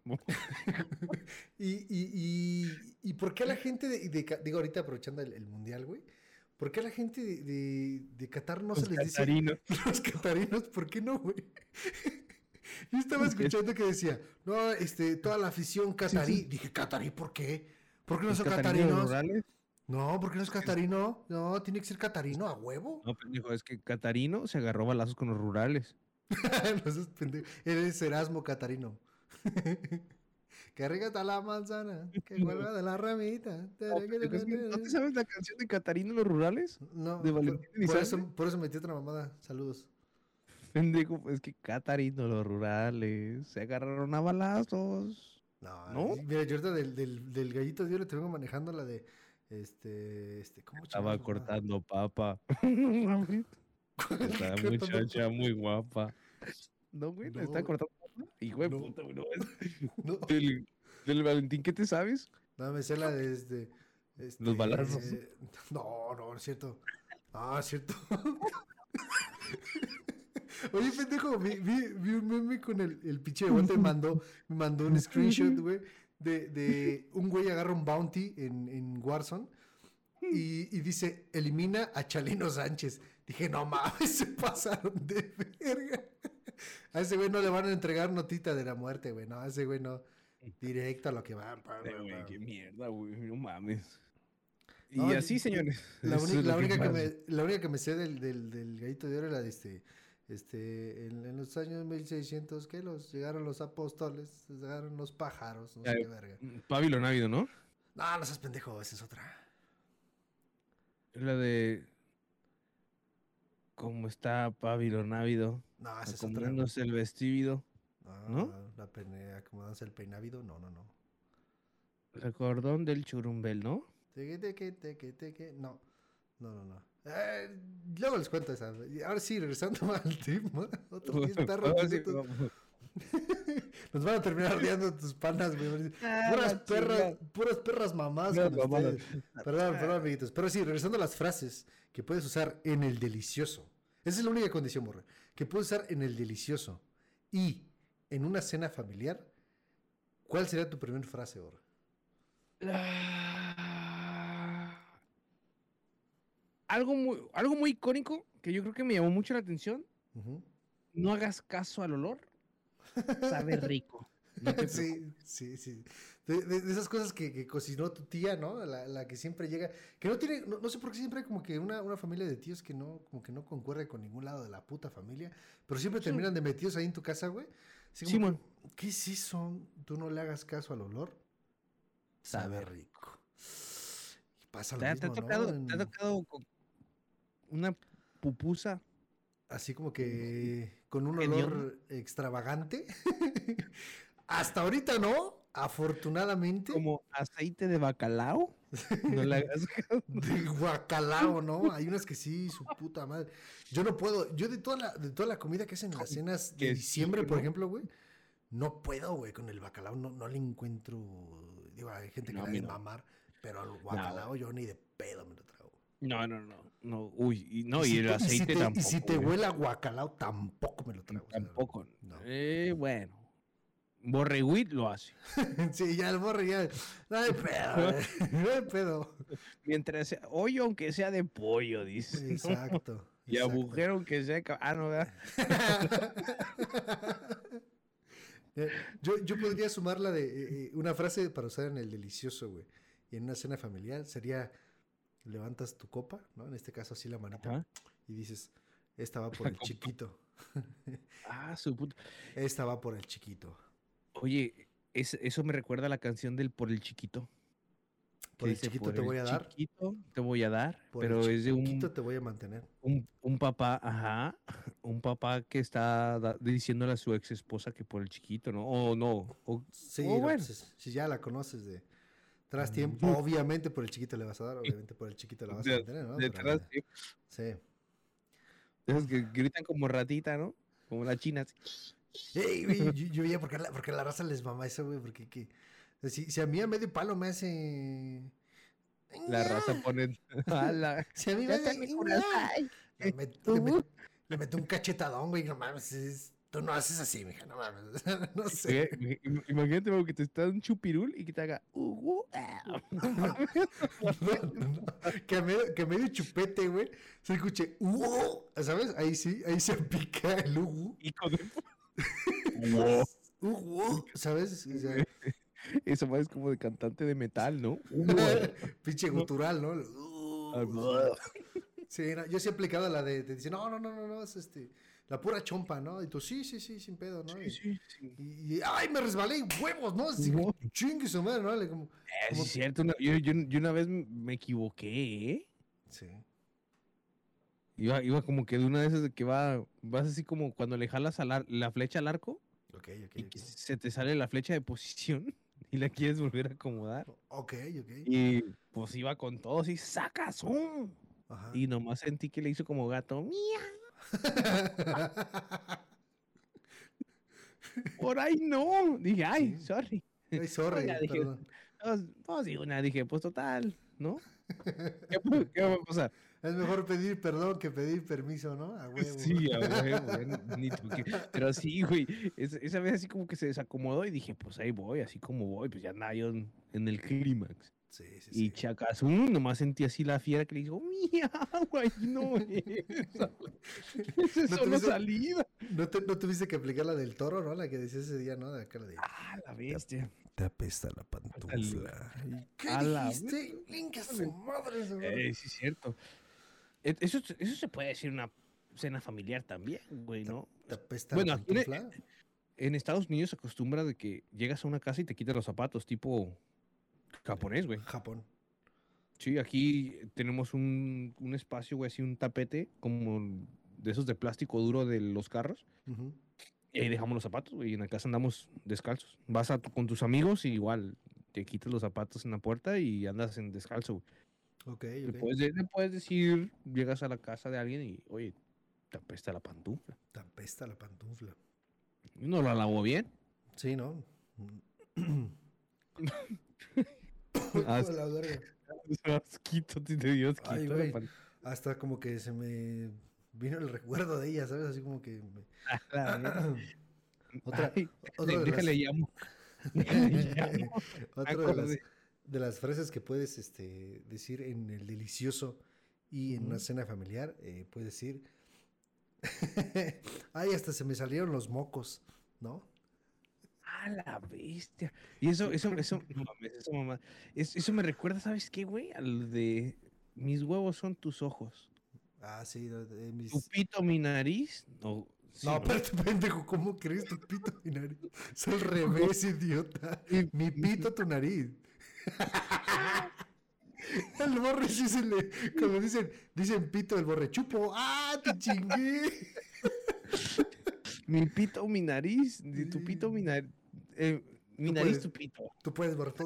¿Y por qué a la gente digo, ahorita aprovechando el mundial, güey? ¿Por qué a la gente de Qatar no se les dice Catarinos. los catarinos? ¿Por qué no, güey? Yo estaba escuchando que decía, no, toda la afición catarí. Sí. Dije, ¿catarí por qué? ¿Por qué no ¿Los son catarinos catarinos? rurales? No, ¿por qué no es catarino? No, tiene que ser catarino a huevo. No, pendejo, es que Catarino se agarró balazos con los rurales. No seas pendejo. Eres Erasmo catarino. Que rica está la manzana, que vuelva de la ramita. No, pendejo, es que ¿no te sabes la canción de Catarino y los rurales? No, de Valentín Elizalde. por eso metí otra mamada. Saludos. Pendejo, es que Catarino, los rurales, se agarraron a balazos. No, ¿No? Mira, yo ahorita del gallito de oro te vengo manejando la de ¿cómo Estaba chingados, mamá? cortando papa. Esta Cortando muchacha muy guapa. No, güey, No. le está cortando papa. Hijo de No. puta, güey. No, No, del Valentín, ¿qué te sabes? no, me sé la de Los balazos. No es cierto. Ah, es cierto. Oye, pendejo, vi un meme con el pinche de Walter, me mandó un screenshot, güey, de un güey agarra un bounty en Warzone y dice, elimina a Chalino Sánchez. Dije, no mames, se pasaron de verga. A ese güey no le van a entregar notita de la muerte, güey, no, a ese güey no. Directo a lo que van. Güey, qué mierda, güey, no mames. Y No, así, señores. La eso es única, lo que pasa. la única que me sé del gallito de oro es la de En los años 1600, ¿qué? Llegaron los apóstoles, llegaron los pájaros, no sé qué verga. Pabilo Návido, ¿no? No, no seas pendejo, esa es otra. Es la de... ¿Cómo está Pabilo Návido? No, esa es otra. Acomodándose el vestido, ¿no? Acomodándose el peinávido, no. El cordón del churumbel, ¿no? No. Luego les cuento esa. Ahora sí, regresando al tema. Otros 10 perros. Ahora sí, minutos. vamos. Nos van a terminar odiando tus panas, güey. Puras perras mamás Puras con mamadas. ustedes. Perdón, amiguitos. Pero sí, regresando a las frases que puedes usar en el delicioso. Esa es la única condición, Borre. Que puedes usar en el delicioso. Y en una cena familiar, ¿cuál sería tu primera frase, Borre? Algo muy icónico que yo creo que me llamó mucho la atención. Ujú. No hagas caso al olor. Sabe rico. No te preocupes. Sí. De esas cosas que cocinó tu tía, ¿no? La que siempre llega. Que no tiene. No sé por qué siempre hay como que una familia de tíos que no, como que no concuerda con ningún lado de la puta familia. Pero siempre Sí. terminan de metidos ahí en tu casa, güey. Así Sí, como man. que, ¿qué es eso? Tú no le hagas caso al olor. Sabe rico. Y pasa lo ¿Te ha mismo, tocado, ¿no? te ha tocado con una pupusa? Así como que con un ¿Hediondo? olor extravagante. Hasta ahorita no, afortunadamente. Como aceite de bacalao. No le hagas caso. De guacalao, ¿no? Hay unas que sí, su puta madre. Yo no puedo. Yo de toda la comida que hacen en las cenas de Que diciembre, sí, por ¿no? ejemplo, güey, no puedo, güey, con el bacalao. No le encuentro. Digo, hay gente que No, le a mí ha de no. mamar, pero al guacalao yo ni de pedo me lo trago. No. Uy, y no, y si el te- aceite y tampoco. si te güey. huele a guacalao, tampoco me lo trago. o sea, Tampoco. no. Bueno. Borreguit lo hace. Sí, ya el borre ya. No hay pedo, güey, no hay pedo. Mientras sea hoyo, aunque sea de pollo, dice. ¿no? Exacto. Y exacto. agujero, aunque sea. No, ¿verdad? Yo podría sumar la de una frase para usar en el delicioso, güey. Y en una cena familiar sería: levantas tu copa, ¿no? En este caso así la manita. Ajá. Y dices: esta va por el chiquito. Su puta. Esta va por el chiquito. Oye, eso me recuerda a la canción del Por el Chiquito. que Por el dice, chiquito "Por te el voy a dar. chiquito te voy a dar", Por pero el es de chiquito te voy a mantener. un papá, ajá, un papá que está diciéndole a su ex esposa que por el chiquito, ¿no? O no, Sí, o bueno. pues, si ya la conoces de tras tiempo, obviamente por el chiquito le vas a dar, obviamente por el chiquito la vas a mantener, ¿no? Pero, Detrás, sí, sí. esos que gritan como ratita, ¿no? Como la china. Así. Ey, güey, yo veía porque la raza les mama eso, güey, porque si a mí a medio palo me hace... La raza pone. ¡Hala! Si a mí me Ya hace... está mi corazón. Le meto un cachetadón, güey, no mames, tú no haces así, mija, no mames, no sé. Oye, imagínate como que te está un chupirul y que te haga. Que a medio chupete, güey, se escuche, ¿sabes? Ahí se pica el Y con ¿sabes? O sea, eso más es como de cantante de metal, ¿no? pinche gutural, ¿no? Sí, yo sí he aplicado la de decir, no, es la pura chompa, ¿no? Y tú, sí, sin pedo, ¿no? Sí. ¡ay, me resbalé! ¡Huevos, no! Así, chingue su madre, ¿no? Como, Sí, es cierto. Yo una vez me equivoqué, ¿eh? sí. Iba como que de una de esas de que vas así como cuando le jalas a la flecha al arco Ok. y que se te sale la flecha de posición y la quieres volver a acomodar. Ok. Y pues iba con todo así, ¡sacas! Ajá. Y nomás sentí que le hizo como gato. ¡Mía! Por ahí no. Dije, ay, Sí. sorry. Ay, sorry, Ya dije, perdón. pues sí, dije, pues total, ¿no? ¿Qué va a pasar? Es mejor pedir perdón que pedir permiso, ¿no? A huevo. Sí, a huevo, ni toqué. Pero sí, güey, esa vez así como que se desacomodó y dije, pues ahí voy, así como voy, pues ya andaba yo en el clímax. Sí. Y Chacazún, nomás sentí así la fiera que le dijo, ¡mía, güey! No, esa es ¿No solo tuviste- salida. ¿No tuviste que aplicar la del toro, no? La que decía ese día, ¿no? De acá la de... Ah, la bestia. Te apesta la pantufla. ¿Qué A la dijiste? Linka su madre. Sí, es cierto. Eso se puede decir una cena familiar también, güey, ¿no? ¿Te apesta Bueno, la aquí pantufla? en Estados Unidos se acostumbra de que llegas a una casa y te quitas los zapatos, tipo japonés, güey. Japón. Sí, aquí tenemos un espacio, güey, así un tapete como de esos de plástico duro de los carros. Ujú. Y ahí dejamos los zapatos, güey, y en la casa andamos descalzos. Vas con tus amigos y igual te quitas los zapatos en la puerta y andas en descalzo, güey. Ok, Le ok. puedes decir, llegas a la casa de alguien y, oye, te apesta la pantufla. Te apesta la pantufla. Y no la lavó bien. Sí, ¿no? As- La verga. Asquito, te dio Ay, asquito la güey. pantufla. Hasta como que se me vino el recuerdo de ella, ¿sabes? Así como que... La verga. Otra, Ay, otra de déjale las... llamo. Déjale llamo. Otra Acordé. de las frases que puedes decir en el delicioso y en una Ujú. cena familiar, puedes decir... Ay, hasta se me salieron los mocos, ¿no? A la bestia. Y no mames, eso, mamá. Eso me recuerda, ¿sabes qué, güey? Al de mis huevos son tus ojos. Ah, sí, de Tu mis... pito, mi nariz. No, sí, No, ¿no? espérate, pendejo, ¿cómo crees tu pito mi nariz? Es al revés, idiota. Mi- Mi pito tu nariz. El borre sí se le... Como dicen pito el borre, chupo. ¡Ah, te chingué! Mi pito, mi nariz. Tu pito, mi nariz. Mi Tú nariz, puedes, tu pito. tú puedes, borre,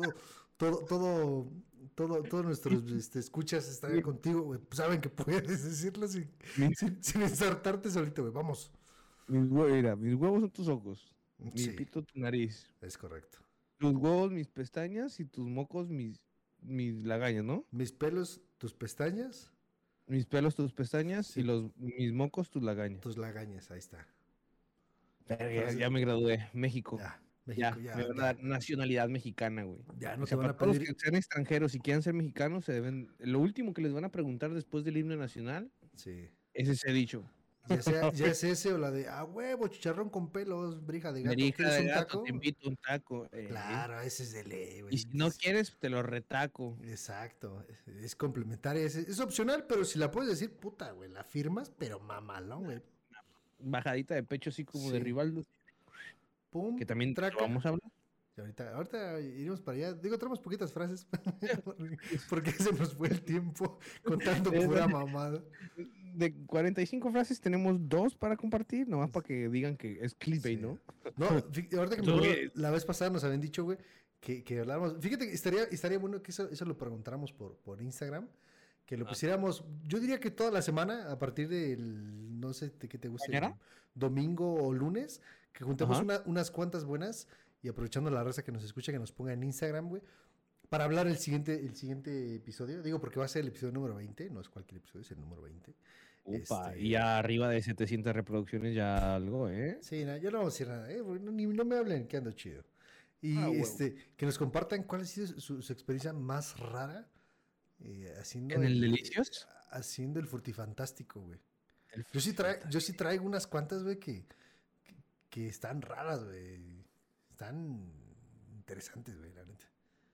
todos nuestros escuchas están contigo, güey. Saben que puedes decirlo Mi- sin ensartarte solito, güey. Vamos. Mira, mis huevos son tus ojos. Mi Sí, pito, tu nariz. es correcto. Tus huevos, mis pestañas y tus mocos, mis lagañas, ¿no? Mis pelos, tus pestañas, Mis pelos, tus pestañas Sí. y mis mocos, tus lagañas. tus lagañas. Ahí está. Verga, ya, Frase- ya me gradué. México. Ya, Ya, México, me van a dar nacionalidad mexicana, güey. ya O no te sea, van para a todos los pedir. que sean extranjeros y quieran ser mexicanos, se deben. Lo último que les van a preguntar después del himno nacional Sí. es ese dicho. Ya es ese o la de, ah, huevo, chicharrón con pelos, brija de gato. Merija ¿Quieres de un gato, taco? te invito a un taco. Claro, ese es de ley, güey. Y si no quieres, te lo retaco. Exacto, es complementaria, es opcional, pero si la puedes decir, puta, güey, la firmas, pero mamalón, güey. Bajadita de pecho, así como de Sí. Rivaldo, Pum, que también lo traca. vamos a hablar. Y ahorita iremos para allá. Digo, tenemos poquitas frases, porque se nos fue el tiempo contando pura mamada. De 45 frases tenemos 2 para compartir, nomás para que digan que es clickbait, Sí. ¿no? No, ahorita que me Tú acuerdo, que- la vez pasada nos habían dicho, güey, que habláramos. Fíjate que estaría bueno que eso lo preguntáramos por Instagram, que lo pusiéramos, yo diría que toda la semana, a partir del, no sé, de qué te guste, ¿Mañana? domingo o lunes, que juntemos Ajá. unas cuantas buenas y aprovechando la raza que nos escucha, que nos ponga en Instagram, güey, para hablar el siguiente episodio. Digo, porque va a ser el episodio número 20, no es cualquier episodio, es el número 20. Upa, y ya arriba de 700 reproducciones ya algo, ¿eh? Sí, no, yo no voy a decir nada, güey, no me hablen, que ando chido. Y Huevo. que nos compartan cuál ha sido su experiencia más rara haciendo ¿En el Delicios? haciendo el furtifantástico, güey. El Yo sí traigo unas cuantas, güey, que están raras, güey. Están interesantes, güey, la neta.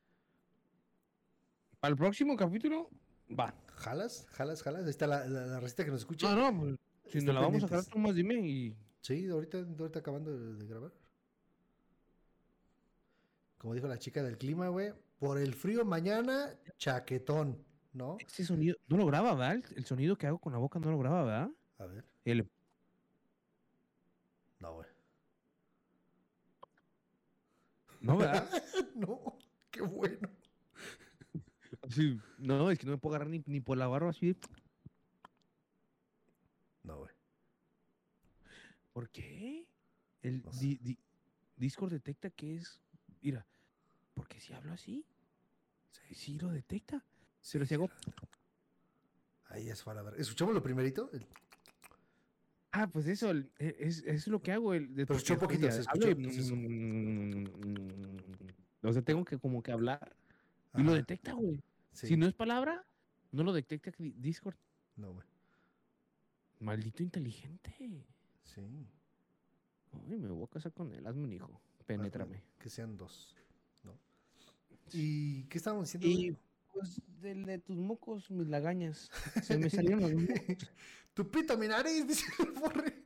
Para el próximo capítulo, va. ¿Jalas? Ahí está la receta que nos escucha. No, pues, si Estén nos la vamos a pendientes. sacar, tú más dime y... Sí, ahorita acabando de grabar. Como dijo la chica del clima, güey. Por el frío mañana, chaquetón, ¿no? Este sonido, no lo graba, ¿verdad? El sonido que hago con la boca no lo graba, ¿verdad? A ver. El... No, güey. No, ¿verdad? No, qué bueno. Sí, no, es que no me puedo agarrar ni por la barba así. No, güey. ¿Por qué? El No sé. Discord detecta que es... Mira, porque si hablo así, sí lo detecta. Pero si hago... Ahí es para ver. ¿Escuchamos lo primerito? Ah, pues eso, es lo que hago. Pero escuchó un poquito, se hablo escuchó. y... Entonces, O sea, tengo que como que hablar. Y lo ajá, detecta, güey. sí. Si no es palabra, no lo detecta Discord. No, güey. Maldito inteligente. Sí. Ay, me voy a casar con él. Hazme un hijo. Penétrame. Que sean dos, ¿no? ¿Y qué estábamos diciendo, Y güey? Pues del de tus mocos, mis lagañas. Se me salieron los mocos. Tu pito, mi nariz, dice el borre.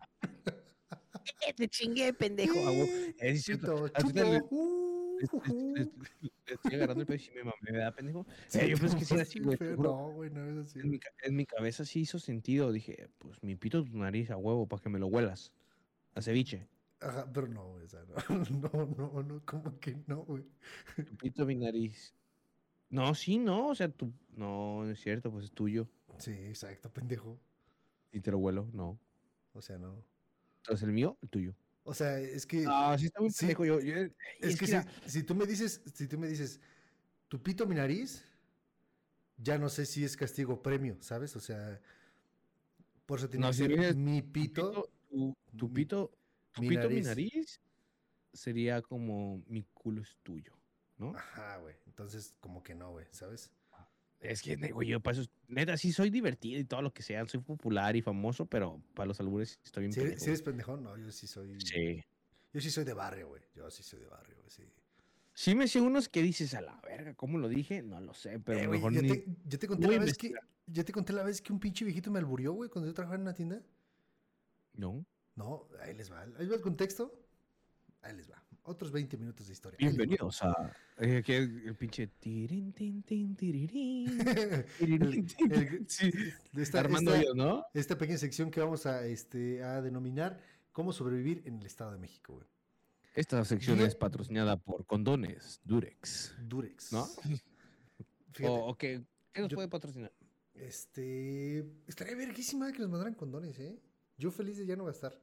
Te chingué, pendejo. Es cierto. Pito, Ahorita chupo. le estoy agarrando el pecho y me mamé, ¿verdad, pendejo? Sí, Yo pensé que sí era sí, así, güey. te feo. juro. No, güey, no es así. En mi cabeza sí hizo sentido. Dije, pues mi pito, tu nariz a huevo para que me lo huelas. A ceviche. Ajá, pero no, güey, o sea, no, no, ¿cómo que no, güey? Tu pito, mi nariz. No, sí, no. O sea, tú. No, no es cierto, pues es tuyo. Sí, exacto, pendejo. Y te lo huelo, no. O sea, no. Entonces el mío, el tuyo. O sea, es que, Ah, sí está muy sí, pendejo. es que mira, si tú me dices, tu pito, mi nariz, ya no sé si es castigo o premio, ¿sabes? O sea, por eso tiene no, que si ser me dices mi pito, tu mi- pito, tu mi pito, mi nariz. nariz, sería como mi culo es tuyo, ¿no? Ajá, güey. Entonces, como que no, güey, ¿sabes? Es que, güey, yo para eso, neta, sí soy divertido y todo lo que sea, soy popular y famoso, pero para los albures estoy bien Si eres, pendejo. si eres pendejón, no, yo sí soy. Sí. Yo sí soy de barrio, güey. Yo sí soy de barrio, güey, sí. Sí me sé unos que dices a la verga, ¿cómo lo dije? No lo sé, pero Güey, mejor yo ni... yo te conté voy a la vez que. investigar. Ya te conté la vez que un pinche viejito me alburió, güey, cuando yo trabajaba en una tienda. No. No, ahí les va. Ahí va el contexto. Ahí les va. Otros 20 minutos de historia. Ahí les va. Bienvenidos a... que el pinche... tirin, tin, tin, tirirín, El- tirirín, tin, el- sí, esta, Armando esta- yo, ¿no? esta pequeña sección que vamos a denominar cómo sobrevivir en el Estado de México, güey. Esta sección Día- es patrocinada por Condones Durex, Durex. ¿no? Fíjate, O qué nos yo- puede patrocinar. estaría verguísima que nos mandaran condones, ¿eh? Yo feliz de ya no gastar.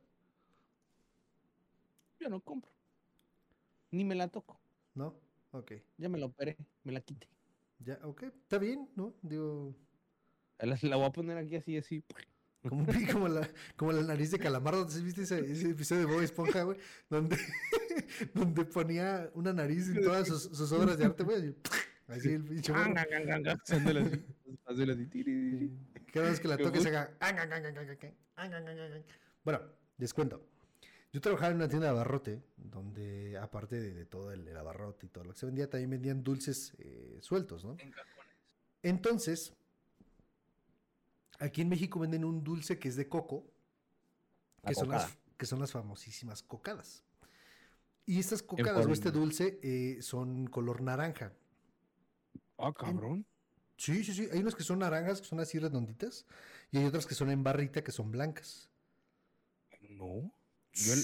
Yo no compro. Ni me la toco. ¿No? Ok. Ya me la operé, me la quité. Ya, ok. Está bien, ¿no? Digo, La voy a poner aquí así. como, como la nariz de Calamardo. ¿Sí viste ese episodio de Bob Esponja, güey? Donde, donde ponía una nariz en todas sus obras de arte, güey. Así el pinche morro. Haciéndole así. Haciéndole así. tiri. Sí. Cada vez que la Qué toque se gusto. haga. Bueno, les cuento. Yo trabajaba en una tienda de abarrote, donde aparte de todo el abarrote y todo lo que se vendía, también vendían dulces sueltos, ¿no? Entonces, aquí en México venden un dulce que es de coco, La cocada. que son las famosísimas cocadas. Y estas cocadas o este dulce son color naranja. Ah, cabrón. Sí, sí, sí. Hay unas que son naranjas, que son así redonditas, y hay otras que son en barrita, que son blancas. No. Sí.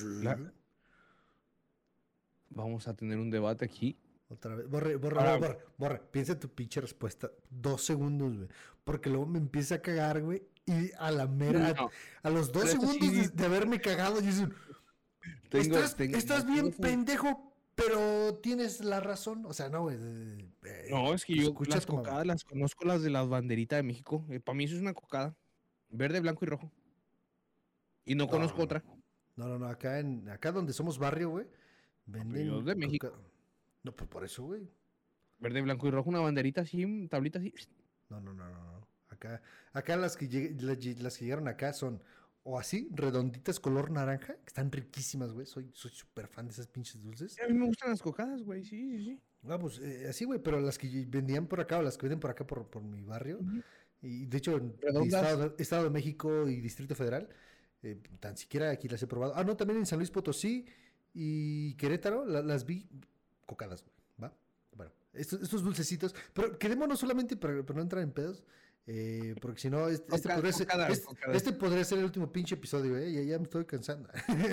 Vamos a tener un debate aquí. Otra vez. Borre. Piensa tu pinche respuesta. 2 segundos, güey. Porque luego me empieza a cagar, güey. Y a la mera. No. A los 2 Pero esto segundos sí- de haberme cagado, yo digo, estás bien tengo- pendejo, pero tienes la razón. O sea, no, güey. No, es que pues yo escucha las tu mamá. cocadas las conozco, las de la banderita de México. Para mí eso es una cocada. Verde, blanco y rojo. Y no conozco otra. No. Acá donde somos barrio, güey. Venden. yo de México. No, pues por eso, güey. Verde, blanco y rojo, una banderita así, tablita así. No. Acá las que llegaron acá son o así, redonditas color naranja, que están riquísimas, güey. Soy súper fan de esas pinches dulces. A mí me gustan las cocadas, güey, sí. Ah, pues así, güey, pero las que vendían por acá o las que venden por acá por mi barrio. Ujú. Y de hecho, en Redondas. Estado de México y Distrito Federal, tan siquiera aquí las he probado. Ah, no, también en San Luis Potosí y Querétaro las vi cocadas, güey, ¿va? Bueno, estos dulcecitos, pero quedémonos solamente para no entrar en pedos. Porque si no, este podría ser el último pinche episodio, ya me estoy cansando.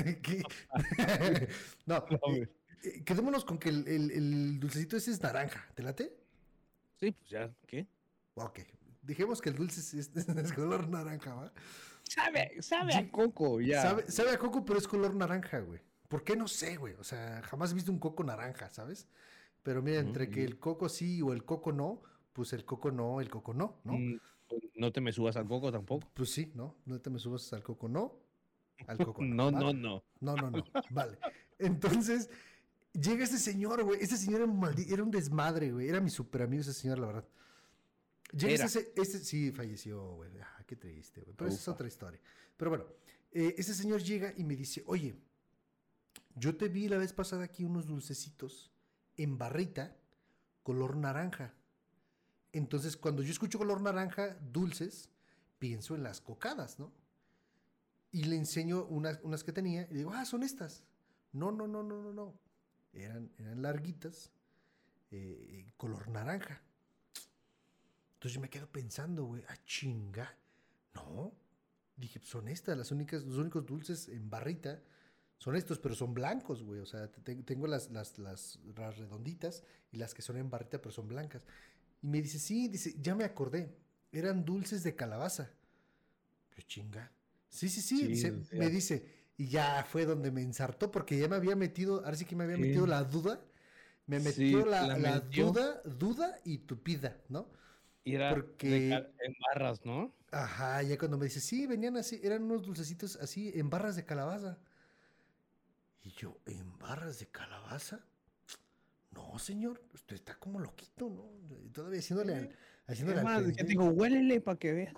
No, quedémonos con que el dulcecito ese es naranja, ¿te late? Sí, pues ya, ¿qué? Ok, dijimos que el dulce es color naranja, ¿va? Sabe a coco, ya. Sabe a coco, pero es color naranja, güey. ¿Por qué? No sé, güey. O sea, jamás he visto un coco naranja, ¿sabes? Pero mira, entre que el coco sí o el coco no, pues el coco no, ¿no? Pues no te me subas al coco tampoco. Pues sí, ¿no? No te me subas al coco no, al coco No, ¿va? no. No. Vale. Entonces, llega este señor, güey. Este señor era un desmadre, güey. Era mi super amigo ese señor, la verdad. Llega sí, falleció, güey. Ah, qué triste, güey. Pero esa es otra historia. Pero bueno, ese señor llega y me dice, oye, yo te vi la vez pasada aquí unos dulcecitos en barrita, color naranja. Entonces, cuando yo escucho color naranja, dulces, pienso en las cocadas, ¿no? Y le enseño unas que tenía y digo, son estas. No, no, no, no, no, no. Eran larguitas, color naranja. Entonces yo me quedo pensando, güey, chinga. No. Dije, son estas, los únicos dulces en barrita son estos, pero son blancos, güey. O sea, tengo las redonditas y las que son en barrita, pero son blancas. Y me dice, sí, dice, ya me acordé. Eran dulces de calabaza. Pues chinga. Sí, sí, sí. Me dice, y ya fue donde me ensartó, porque ya me había metido, ahora sí que me había metido la duda. Me metió la duda y tupida, ¿no? Y era en barras, ¿no? Ajá, ya cuando me dice, sí, venían así, eran unos dulcecitos así, en barras de calabaza. Y yo, ¿en barras de calabaza? No, señor, usted está como loquito, ¿no? Y todavía haciéndole al te digo, huélele para que veas.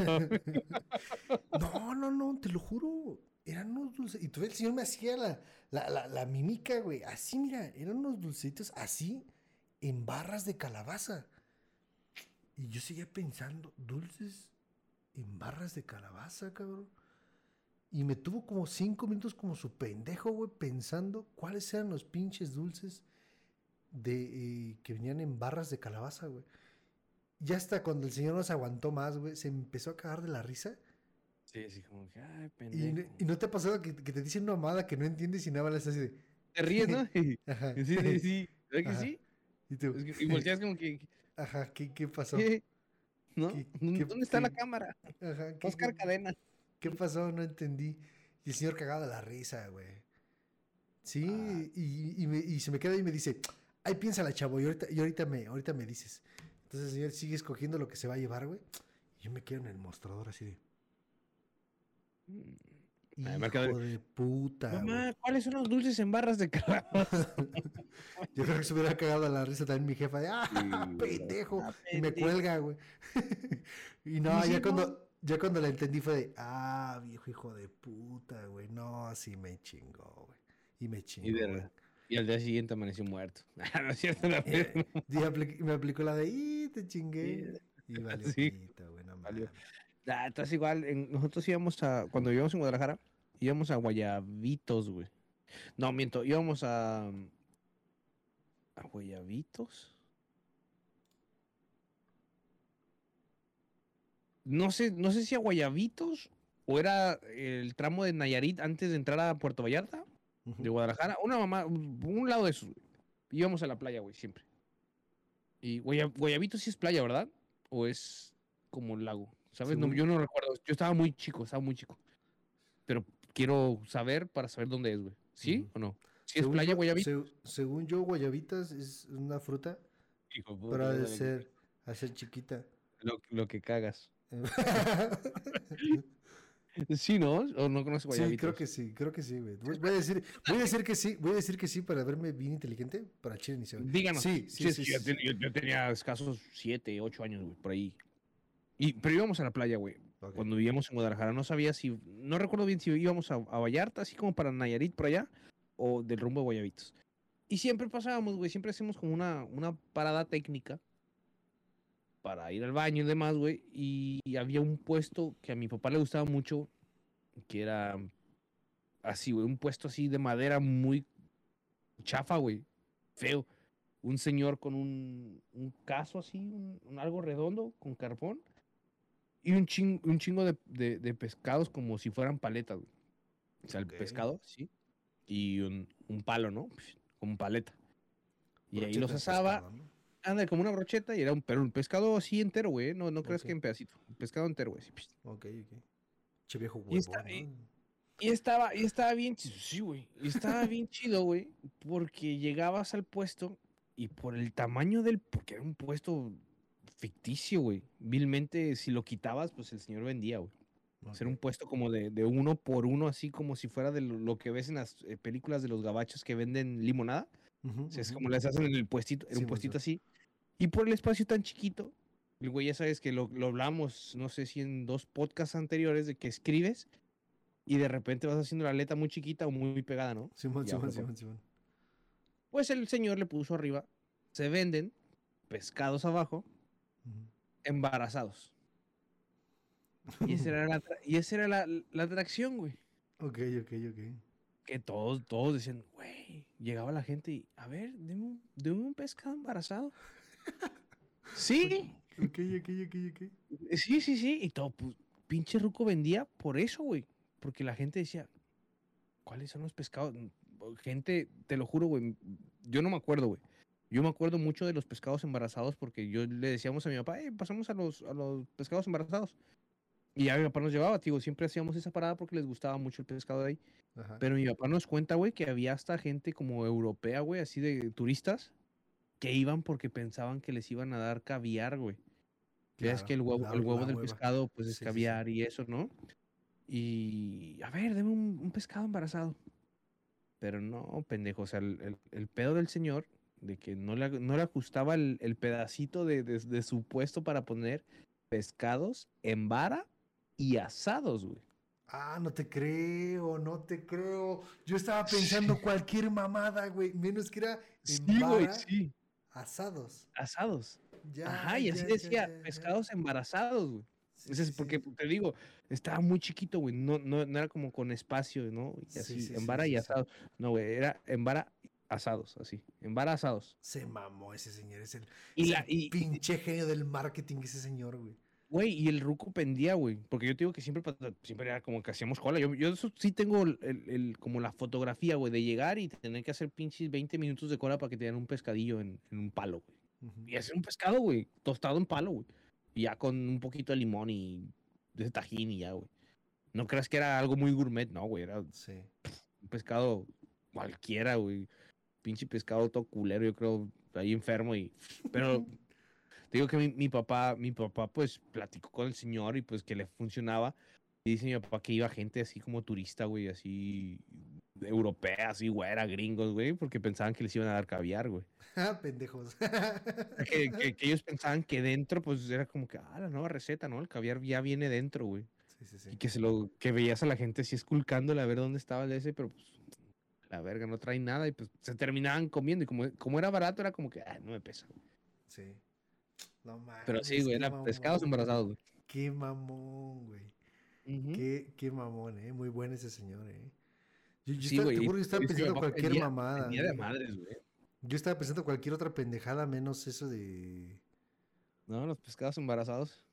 No, te lo juro. Eran unos dulces. Y todavía el señor me hacía la mímica, güey. Así, mira, eran unos dulcecitos así, en barras de calabaza. Y yo seguía pensando, dulces en barras de calabaza, cabrón. Y me tuvo como 5 minutos como su pendejo, güey, pensando cuáles eran los pinches dulces que venían en barras de calabaza, güey. Ya hasta cuando el señor no se aguantó más, güey, se empezó a cagar de la risa. Sí, sí, como que, ay, pendejo. ¿Y no te ha pasado que te dicen una mamada que no entiendes y nada más le estás así de... Te ríes, ¿no? Ajá. Sí, sí, sí. ¿Verdad que sí? ¿Y tú? Y volteas como que... Ajá, ¿qué pasó? ¿Qué? ¿No? ¿Dónde está la cámara? Ajá, Oscar Cadena. ¿Qué pasó? No entendí. Y el señor cagado de la risa, güey. Sí, y se me queda y me dice, ay, piénsala, chavo, y ahorita me dices. Entonces el señor sigue escogiendo lo que se va a llevar, güey. Y yo me quedo en el mostrador así de... Hijo de puta, Mamá, güey. ¿cuáles son los dulces en barras de calabaza? Yo creo que se hubiera cagado a la risa también mi jefa de, pendejo. Y me cuelga, güey. Y no, ya cuando la entendí fue de, viejo hijo de puta, güey. No, así me chingó, güey. Y me chingó, güey. Y al día siguiente amaneció muerto. No es cierto, me aplicó la de, te chingué. Y valió pita, güey, no mames. Entonces igual, nosotros íbamos cuando vivíamos en Guadalajara, íbamos a Guayabitos, güey. No, miento, íbamos a Guayabitos. No sé si a Guayabitos o era el tramo de Nayarit antes de entrar a Puerto Vallarta, de Guadalajara. Un lado de eso, güey. Íbamos a la playa, güey, siempre. Y Guayabitos sí es playa, ¿verdad? ¿O es como un lago? ¿Sabes? No, yo no recuerdo. Yo estaba muy chico. Pero quiero saber para saber dónde es, güey. ¿Sí o no? ¿Sí es playa Guayabitos? Según yo, Guayabitas es una fruta, pero ha de ser chiquita. Lo que cagas. Sí, ¿no? ¿O no conoces Guayabitos? Sí, creo que sí, güey. Voy a decir que sí para verme bien inteligente, para chile ni se ve. Díganos. Sí. Yo tenía escasos 7, 8 años, güey, por ahí. Pero íbamos a la playa, güey. Okay. Cuando vivíamos en Guadalajara, no recuerdo bien si íbamos a Vallarta, así como para Nayarit, por allá, o del rumbo de Guayabitos. Y siempre pasábamos, güey, siempre hacíamos como una parada técnica para ir al baño y demás, güey. Y había un puesto que a mi papá le gustaba mucho, que era así, güey, un puesto así de madera muy chafa, güey, feo. Un señor con un caso así, algo redondo, con carbón. Y un chingo de pescados como si fueran paletas, güey. O sea, el pescado, sí. Y un palo, ¿no? Como paleta. Y ahí los asaba. Pescado, ¿no? Anda, como una brocheta y era un pescado así entero, güey. No creas que en pedacito. Un pescado entero, güey. Sí. Ok. Che viejo huevo, ¿no? Y estaba bien, sí, güey. Y estaba bien chido, güey. Porque llegabas al puesto y por el tamaño porque era un puesto ficticio, güey. Vilmente, si lo quitabas, pues el señor vendía, güey. Okay. Ser un puesto como de 1 por 1, así como si fuera de lo que ves en las películas de los gabachos que venden limonada. O sea, es como les hacen en el puestito, en un puestito así. Y por el espacio tan chiquito, el güey ya sabes que lo hablamos, no sé si en 2 podcasts anteriores, de que escribes y de repente vas haciendo la letra muy chiquita o muy pegada, ¿no? Simón. Pues el señor le puso arriba, se venden pescados abajo Ujú. embarazados. Y esa era la atracción, güey. Ok. Que todos decían, güey, llegaba la gente y, a ver, deme un pescado embarazado. Sí, Ok. sí, y todo, pues, pinche ruco vendía por eso, güey. Porque la gente decía, ¿cuáles son los pescados? Gente, te lo juro, güey, yo no me acuerdo, güey. Yo me acuerdo mucho de los pescados embarazados porque yo le decíamos a mi papá, pasamos a los pescados embarazados. Y ya mi papá nos llevaba, tío, siempre hacíamos esa parada porque les gustaba mucho el pescado de ahí. Ajá. Pero mi papá nos cuenta, güey, que había hasta gente como europea, güey, así de turistas, que iban porque pensaban que les iban a dar caviar, güey. Ya es Claro, que el la huevo del hueva. pescado, pues es Sí. caviar y eso, ¿no? Y, a ver, deme un pescado embarazado. Pero no, pendejo, o sea, el pedo del señor, de que no le ajustaba el pedacito de su puesto para poner pescados en vara y asados, güey. Ah, no te creo. Yo estaba pensando cualquier mamada, güey. Menos que era en Sí, güey, vara, sí. asados. Asados. Ya, Ajá, y así decía, ya. pescados embarazados, güey. Sí, Ese es porque, te digo, estaba muy chiquito, güey. No era como con espacio, ¿no? Y así, en vara y Sí. asado. No, güey, era en vara asados, así. En vara asados. Se mamó ese señor. Es Y el pinche genio del marketing ese señor, güey. güey, y el ruco pendía, güey. Porque yo te digo que siempre era como que hacíamos cola. Yo eso sí tengo como la fotografía, güey, de llegar y tener que hacer pinches 20 minutos de cola para que te den un pescadillo en un palo, güey. Ujú. Y hacer un pescado, güey, tostado en palo, güey. Y ya con un poquito de limón y de tajín y ya, güey. No creas que era algo muy gourmet, no, güey. Era un Sí. pescado cualquiera, güey. Pinche pescado todo culero, yo creo, ahí enfermo y... Pero te digo que mi papá, pues platicó con el señor y pues que le funcionaba. Y dice mi papá que iba gente así como turista, güey, así europea, así güera, gringos, güey, porque pensaban que les iban a dar caviar, güey. Pendejos. Que ellos pensaban que dentro, pues era como que, la nueva receta, ¿no? El caviar ya viene dentro, güey. Sí. Y que veías a la gente así esculcándole a ver dónde estaba el ese, pero pues la verga no trae nada y pues se terminaban comiendo. Y como era barato, era como que, no me pesa. Sí. No mames. Pero sí, güey, qué era pescados mamón, embarazados, güey. Qué mamón, güey. Ujú. Qué mamón, Muy bueno ese señor, Sí, Te güey. juro que estaba Y mi pensando papá cualquier mamada. vendía de madres, güey. Yo estaba pensando cualquier otra pendejada menos eso de No, los pescados embarazados.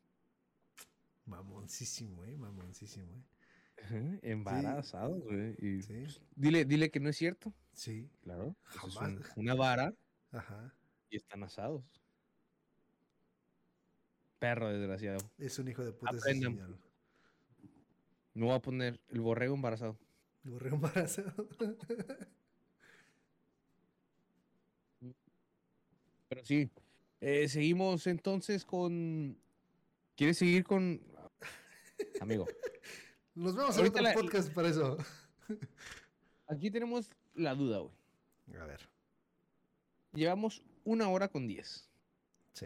mamoncísimo, mamoncísimo, Ajá, Sí, embarazados, güey. Y sí, pues, dile que no es cierto. sí. Claro. Pues es Jamás. una vara Ajá. y están asados. Perro desgraciado. Es un hijo de puta ese Aprendan. señor. Me voy a poner el borrego embarazado. El borrego embarazado. Pero sí. Seguimos entonces con. ¿Quieres seguir con. Amigo. Nos vamos a Ahorita otro podcast para eso. aquí tenemos la duda, güey. A ver. Llevamos 1 hora con 10. Sí.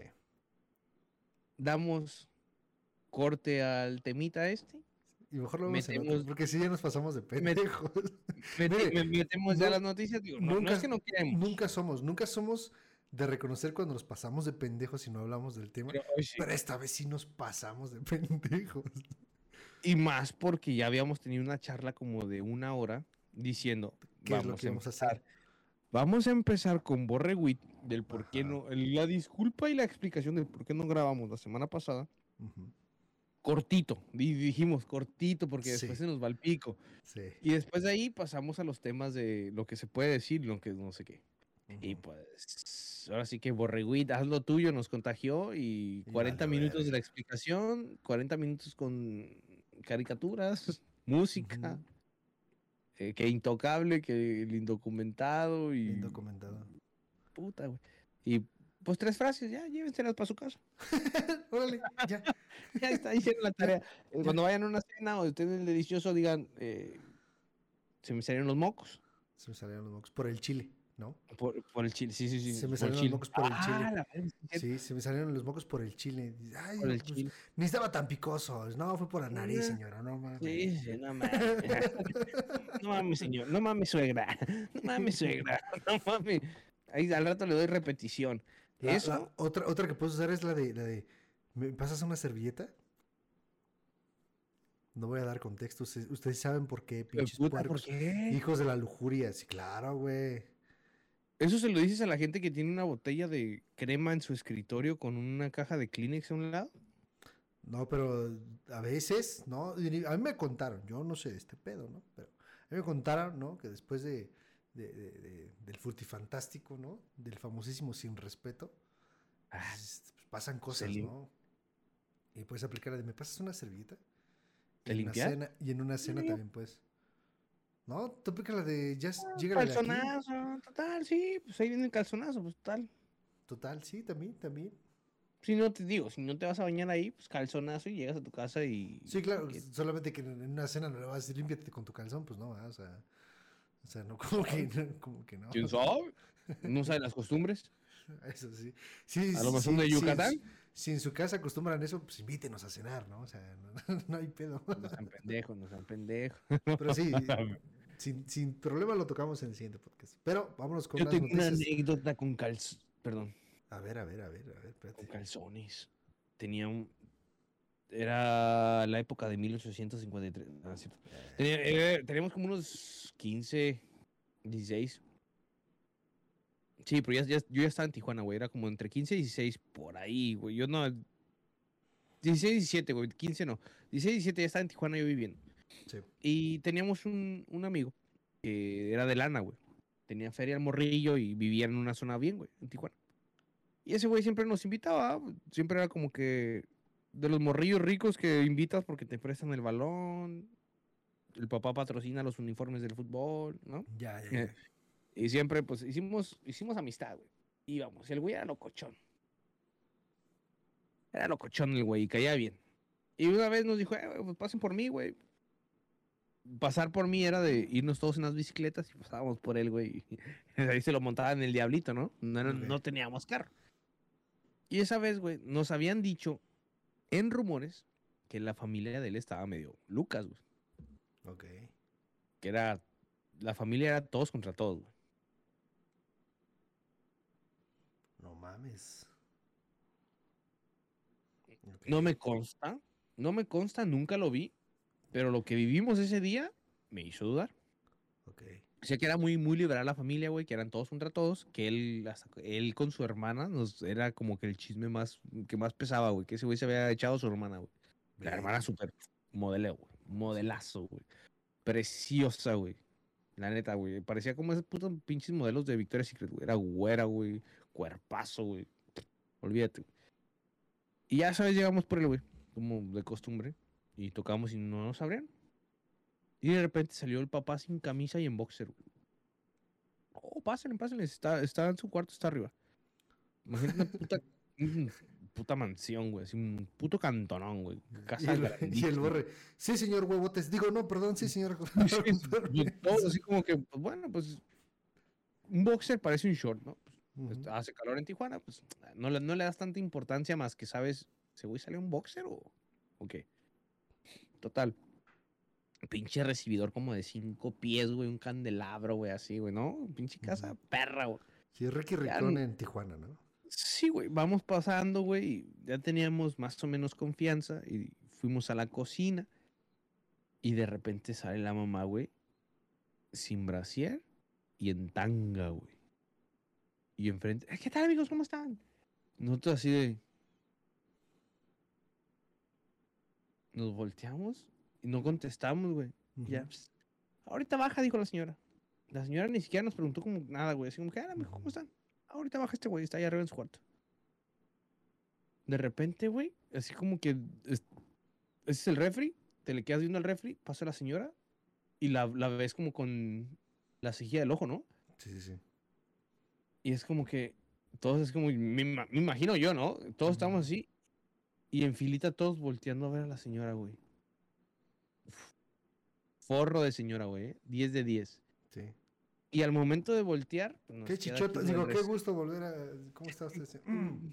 Damos corte al temita este. Y mejor lo vemos en otro, Metemos, porque si ya nos pasamos de pendejos. metemos ya no- las noticias. Digo, no es que no queremos. Nunca somos de reconocer cuando nos pasamos de pendejos y no hablamos del tema. Pero hoy sí. Pero esta vez sí nos pasamos de pendejos. Y más porque ya habíamos tenido una charla como de 1 hora diciendo, ¿Qué es lo que vamos a hacer? Vamos a empezar con Borreguit del por qué Ajá. no, la disculpa y la explicación del por qué no grabamos la semana pasada. Ujú. Cortito, dijimos cortito porque Sí. después se nos va el pico. Sí. Y después de ahí pasamos a los temas de lo que se puede decir y lo que no sé qué. Y Ujú. pues ahora sí que Borreguit, haz lo tuyo, nos contagió y 40 valió minutos de verga. la explicación, 40 minutos con caricaturas, música, Ujú. que Intocable, que el Indocumentado y Bien documentado. puta, güey. Y pues 3 frases, ya, llévenselas para su casa. Órale, ya. Ya está, hicieron la tarea. Cuando vayan a una cena o estén en el delicioso, digan, se me salieron los mocos. Se me salieron los mocos por el chile, ¿no? Por el chile, sí, Se me por el salieron los chile. mocos por el chile. La verga, sí, Sí, se me salieron los mocos por el chile. Ay, por el pues, chile. ni estaba tan picosos. No, fue por la nariz, señora. No mames. Sí, no mames. No mames, señor. No mames, suegra. No mames, suegra. No mames. Ahí al rato le doy repetición. Eso. Otra que puedes usar es la de ¿me pasas una servilleta? No voy a dar contexto. Ustedes saben por qué, pinches Puta, ¿por puercos. qué? Hijos de la lujuria. Sí, claro, güey. Eso se lo dices a la gente que tiene una botella de crema en su escritorio con una caja de Kleenex a un lado. No, pero a veces, ¿no? Y a mí me contaron, yo no sé de este pedo, ¿no? Pero a mí me contaron, ¿no? Que después del Furtifantástico, ¿no? Del famosísimo Sin Respeto, Ah, pues, pasan cosas, lim- ¿no? Y puedes aplicar la de, ¿me pasas una servilleta? ¿De limpiar? Y en una cena Sí, también, pues. ¿No? Tú aplicas la de, ya, llégale de aquí. calzonazo, total, sí, pues ahí viene el calzonazo, pues total. Total, sí, también, también. Si no te digo, si no te vas a bañar ahí, pues calzonazo y llegas a tu casa Sí, claro, que- solamente que en una cena no le vas a decir, límpiate con tu calzón, pues no, ¿verdad? O sea, no, como que, como que no. ¿Quién sabe? No sabe las costumbres. Eso sí. Sí, A lo mejor son de sí, Yucatán. si en su casa acostumbran eso, pues invítenos a cenar, ¿no? O sea, no hay pedo. No sean pendejos, no sean pendejos. Pero sí, sin problema lo tocamos en el siguiente podcast. Pero vámonos con Yo las tengo una noticias. anécdota con perdón, A ver, con espérate. calzones. Tenía un... Era la época de 1853. No, es cierto. Teníamos como unos 15, 16. Sí, pero yo ya estaba en Tijuana, güey. Era como entre 15 y 16 por ahí, güey. Yo no... 16, 17, güey. 15 no. 16, 17 ya estaba en Tijuana yo viviendo. Sí. Y teníamos un amigo que era de lana, güey. Tenía feria al morrillo y vivía en una zona bien, güey, en Tijuana. Y ese güey siempre nos invitaba. Siempre era como que de los morrillos ricos que invitas porque te prestan el balón. El papá patrocina los uniformes del fútbol, ¿no? Ya. Y siempre, pues, hicimos amistad, güey. Íbamos. Y el güey era locochón. Era locochón el güey y caía bien. Y una vez nos dijo, güey, pues pasen por mí, güey. Pasar por mí era de irnos todos en las bicicletas y pasábamos por él, güey. Ahí se lo montaba en el diablito, ¿no? No Ok. teníamos carro. Y esa vez, güey, nos habían dicho en rumores que la familia de él estaba medio Lucas, güey. Ok. Que era, la familia era todos contra todos, güey. No mames. Ok. No me consta, nunca lo vi, pero lo que vivimos ese día me hizo dudar. Ok. O sea que era muy, muy liberal la familia, güey, que eran todos contra todos, que él con su hermana era como que el chisme que más pesaba, güey, que ese güey se había echado a su hermana, güey. La hermana Verga. súper modelo, güey, modelazo, güey. Preciosa, güey. La neta, güey. Parecía como esos putos pinches modelos de Victoria's Secret, güey. Era güera, güey. Cuerpazo, güey. Olvídate, güey. Y ya sabes, llegamos por él, güey. Como de costumbre. Y tocamos y no nos abrían. Y de repente salió el papá sin camisa y en boxer, güey. Oh, pásenle, pásenle. Está en su cuarto, está arriba. Imagínate una puta mansión, güey. Así un puto cantonón, güey. Y Casa y el grandísima. borre. Sí, señor Huevotes. Digo, no, perdón, sí, señor. Todo así como que, pues bueno, pues un boxer parece un short, ¿no? Pues, Ujú. hace calor en Tijuana, pues no le das tanta importancia más que sabes, ¿ese güey sale un boxer o qué? Total. Pinche recibidor como de 5 pies, güey, un candelabro, güey, así, güey, ¿no? Pinche casa Ujú. perra, güey. Sí, Ricky Ya, Ricón en Tijuana, ¿no? sí, güey, vamos pasando, güey, y ya teníamos más o menos confianza y fuimos a la cocina y de repente sale la mamá, güey, sin brasier y en tanga, güey. Y enfrente, ¿qué tal, amigos? ¿Cómo están? Nosotros así de, nos volteamos y no contestamos, güey. Y ya, Ujú. pues, ahorita baja, dijo la señora. La señora ni siquiera nos preguntó como nada, güey. Así como que, mijo, ¿cómo Ujú. están? Ahorita baja este güey, está allá arriba en su cuarto. De repente, güey, así como que ese es el refri, te le quedas viendo al refri, pasa la señora y la ves como con la cejilla del ojo, ¿no? Sí, sí, sí. Y es como que todos es como, me imagino yo, ¿no? Todos Ujú. estamos así y en filita todos volteando a ver a la señora, güey. Forro de señora, güey. 10 de 10. Sí. Y al momento de voltear, pues Qué nos queda aquí chichota. lo del Digo, qué gusto volver a. ¿Cómo está usted? Sí.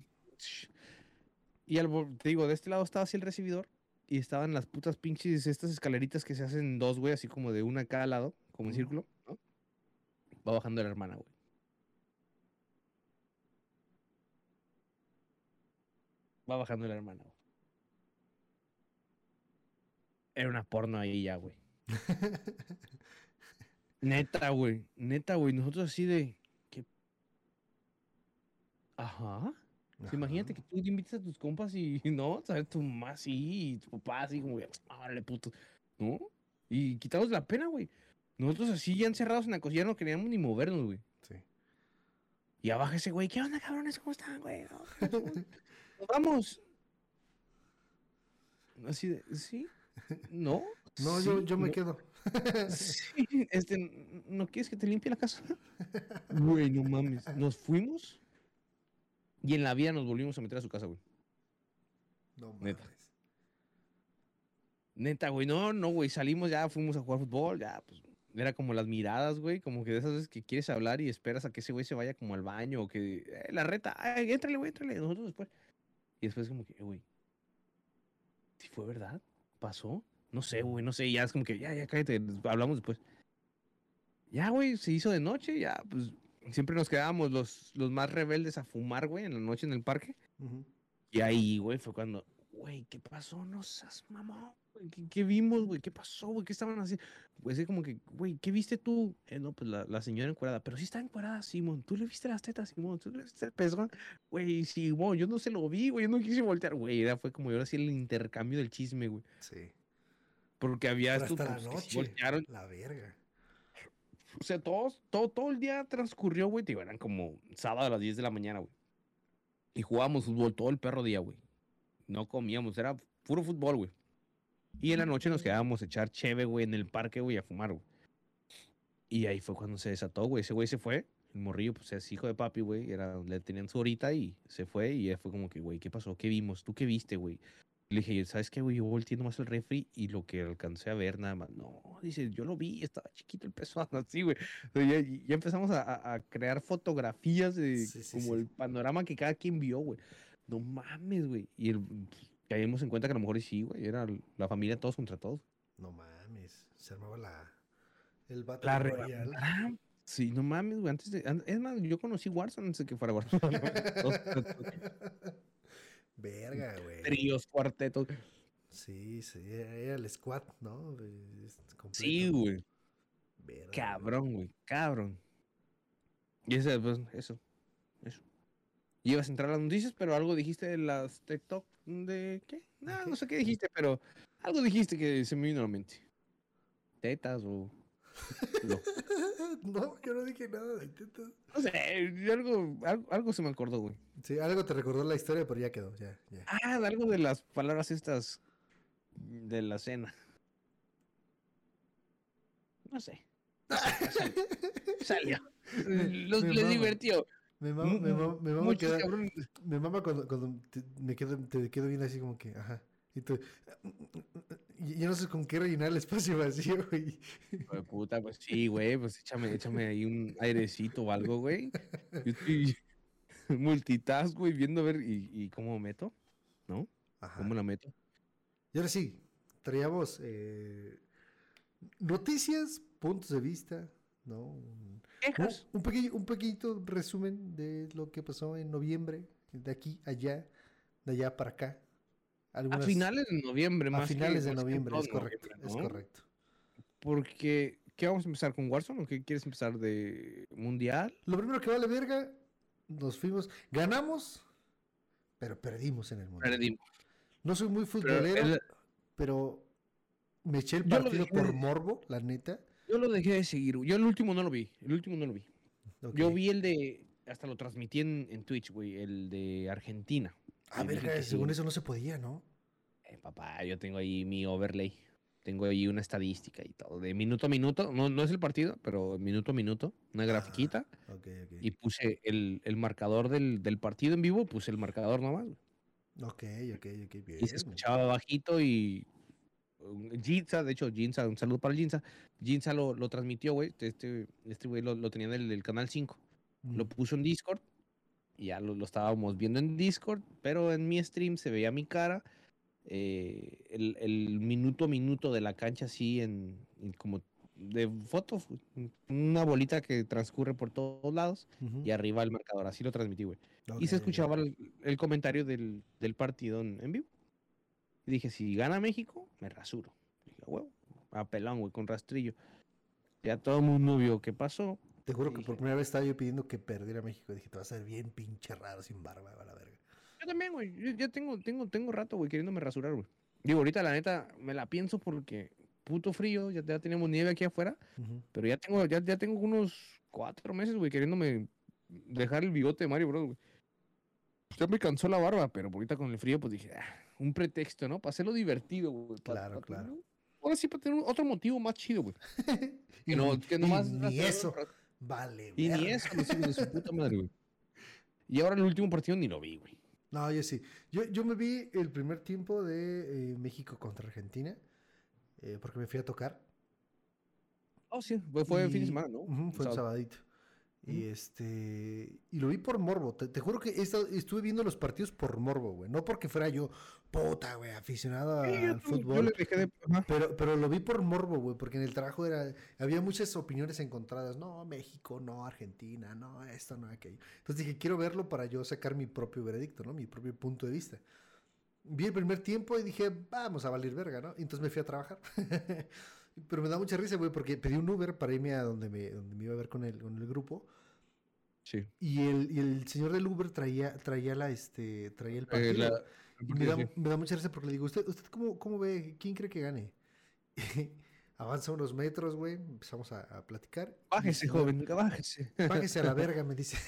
Y te digo, de este lado estaba así el recibidor y estaban las putas pinches estas escaleritas que se hacen dos, güey, así como de una a cada lado, como en Ujú. círculo, ¿no? Va bajando la hermana, güey. Va bajando la hermana, güey. Era una porno ahí ya, güey. Neta, güey. Neta, güey. Nosotros así de... ¿qué? Ajá. O sea, imagínate que tú invitas a tus compas y no, sabes, tu mamá así, y tu papá así como, órale, puto, ¿no? Y quitamos la pena, güey. Nosotros así ya encerrados en la cocina no queríamos ni movernos, güey. Sí. Y abajo ese güey, ¿qué onda, cabrones? ¿Cómo están, güey? No, nos vamos. Así de, ¿sí? ¿No? No, ¿Sí? yo me ¿No? quedo. Sí, ¿no quieres que te limpie la casa? Güey, no mames. Nos fuimos y en la vida nos volvimos a meter a su casa, güey. No Neta. mames. Neta, güey, no, güey, salimos ya, fuimos a jugar fútbol, ya, pues, era como las miradas, güey, como que de esas veces que quieres hablar y esperas a que ese güey se vaya como al baño o que, la reta, ay, éntrale, güey, éntrale, nosotros después. Y después como que, güey, ¿sí fue verdad? ¿Pasó? No sé, güey, no sé, ya es como que, ya, cállate, hablamos después. Ya, güey, se hizo de noche, ya, pues, siempre nos quedábamos los más rebeldes a fumar, güey, en la noche en el parque. Ujú. Y ahí, güey, fue cuando, güey, ¿qué pasó? No seas mamón, güey, ¿qué vimos, güey? ¿Qué pasó, güey? ¿Qué estaban haciendo? Pues es como que, güey, ¿qué viste tú? No, pues la señora encuerada, pero sí está encuerada, Simón. ¿Tú le viste las tetas, Simón? ¿Tú le viste el pezón? Güey, Simón, yo no se lo vi, güey, yo no quise voltear, güey. Fue como ahora sí el intercambio del chisme, güey. Sí. Porque había Pero estos, hasta la pues, que sí noche. voltearon. La verga. O sea, todo el día transcurrió, güey, te digo, eran como sábado a las 10 de la mañana, güey. Y jugábamos fútbol todo el perro día, güey. No comíamos, era puro fútbol, güey. Y en la noche nos quedábamos a echar cheve, güey, en el parque, güey, a fumar, güey. Y ahí fue cuando se desató, güey. Ese güey se fue. El morrillo, pues es hijo de papi, güey. Le tenían su horita y se fue. Y fue como que, güey, ¿qué pasó? ¿Qué vimos? ¿Tú qué viste, güey? Le dije, ¿sabes qué, güey? Yo volteé nomás el refri y lo que alcancé a ver nada más. No, dice, yo lo vi, estaba chiquito el pezón, así, güey. O sea, ya empezamos a crear fotografías de Sí, sí, como sí. el panorama que cada quien vio, güey. No mames, güey. Y caímos en cuenta que a lo mejor y sí, güey. Era la familia todos contra todos. No mames. Se armaba el Battle La Royale. rebanada. Sí, no mames, güey. Es más, yo conocí Warzone antes de que fuera Warzone. Verga, güey. Tríos, cuartetos. Sí, sí. Era el squad, ¿no? Completo. Sí, güey. Verga, güey. Cabrón, güey. Cabrón. Y ese, pues, eso. Y ibas a entrar a las noticias, pero algo dijiste de las TikTok de qué? No, qué? no sé qué dijiste, pero algo dijiste que se me vino a la mente. Tetas o lo. No, yo no dije nada de tetas. No sé, algo se me acordó, güey. Sí, algo te recordó la historia, pero ya quedó, ya. Algo de las palabras estas de la cena. No sé. Salió. Me Les mama. divirtió. Me mama Muchos cabrones. me mama cuando te quedo bien así como que, ajá. Y tú, ya no sé con qué rellenar el espacio vacío, güey. Hijo de puta, pues sí, güey, pues échame ahí un airecito o algo, güey. Yo estoy multitask, güey, viendo a ver y cómo meto, ¿no? Ajá. ¿Cómo la meto? Y ahora sí, traíamos noticias, puntos de vista, ¿no? Quejas. Un pequeñito resumen de lo que pasó en noviembre, de aquí allá, de allá para acá. A finales de noviembre, a más finales que, de más que noviembre, todo es correcto, noviembre, es ¿no? correcto. Porque, ¿qué vamos a empezar con Warzone o qué quieres empezar de Mundial? Lo primero que vale verga, nos fuimos, ganamos, pero perdimos en el mundial. Perdimos. No soy muy futbolero, pero me eché el Yo lo partido dejé por de- morbo, la neta. Yo lo dejé de seguir, güey. Yo el último no lo vi. Ok. Yo vi el de, hasta lo transmití en Twitch, güey, el de Argentina. Ah, Y dije verga, que según sí. eso no se podía, ¿no? Papá, yo tengo ahí mi overlay. Tengo ahí una estadística y todo. De minuto a minuto. No es el partido, pero minuto a minuto. Una grafiquita. Ok. Y puse el marcador del partido en vivo. Puse el marcador nomás. Ok, bien. Y se escuchaba bajito y... Ginza, de hecho, Ginza, un saludo para el Ginza. Ginza lo transmitió, güey. Este güey lo tenía en el canal 5. Lo puso en Discord. Y ya lo estábamos viendo en Discord. Pero en mi stream se veía mi cara. El minuto a minuto de la cancha así en como de foto, una bolita que transcurre por todos lados Ujú. y arriba el marcador, así lo transmití, güey. Ok, Y se ok. escuchaba el comentario del partido en vivo. Y dije, si gana México, me rasuro. Dije, huevo, a pelón, güey, con rastrillo. Ya todo el mundo vio qué pasó. Te juro Y que dije, por primera vez estaba yo pidiendo que perdiera México. Dije, te vas a ver bien pinche raro sin barba, a la verga. yo también, güey, yo ya tengo rato, güey, queriéndome rasurar, güey. Digo, ahorita la neta me la pienso porque puto frío, ya tenemos nieve aquí afuera, Ujú. pero ya tengo unos 4 meses, güey, queriéndome dejar el bigote de Mario Bros, güey. Ya me cansó la barba, pero ahorita con el frío, pues dije, un pretexto, ¿no? Para hacerlo divertido, güey. Claro, claro. Ahora sí, para tener otro motivo más chido, güey. Y, Que y nomás ni rasurarme un eso. rato. Vale, Y ni verga. eso, los hijos de su puta madre, güey. Y ahora el último partido ni lo vi, güey. No, yo sí. Yo me vi el primer tiempo de México contra Argentina. Porque me fui a tocar. Oh, sí, fue el fin de Y semana, ¿no? ujú, fue el Sábado. sabadito. Ujú. Y lo vi por morbo. Te juro que estuve viendo los partidos por morbo, güey. No porque fuera yo, puta, güey, aficionado Sí, al yo le fútbol. dejé de... Ajá. Pero lo vi por morbo, güey, porque en el trabajo había muchas opiniones encontradas. No, México, no, Argentina, no, esto, no, aquello. Entonces dije, quiero verlo para yo sacar mi propio veredicto, ¿no? Mi propio punto de vista. Vi el primer tiempo y dije, vamos a valer verga, ¿no? Entonces me fui a trabajar. Pero me da mucha risa, güey, porque pedí un Uber para irme a donde me iba a ver con el grupo. Sí. Y el señor del Uber traía el partido. El Y me partido, da, sí. me da mucha risa porque le digo, ¿usted cómo ve? ¿Quién cree que gane? Avanza unos metros, güey. Empezamos a platicar. Y el Bájese, señor, joven, bájese. bájese a la verga, me dice.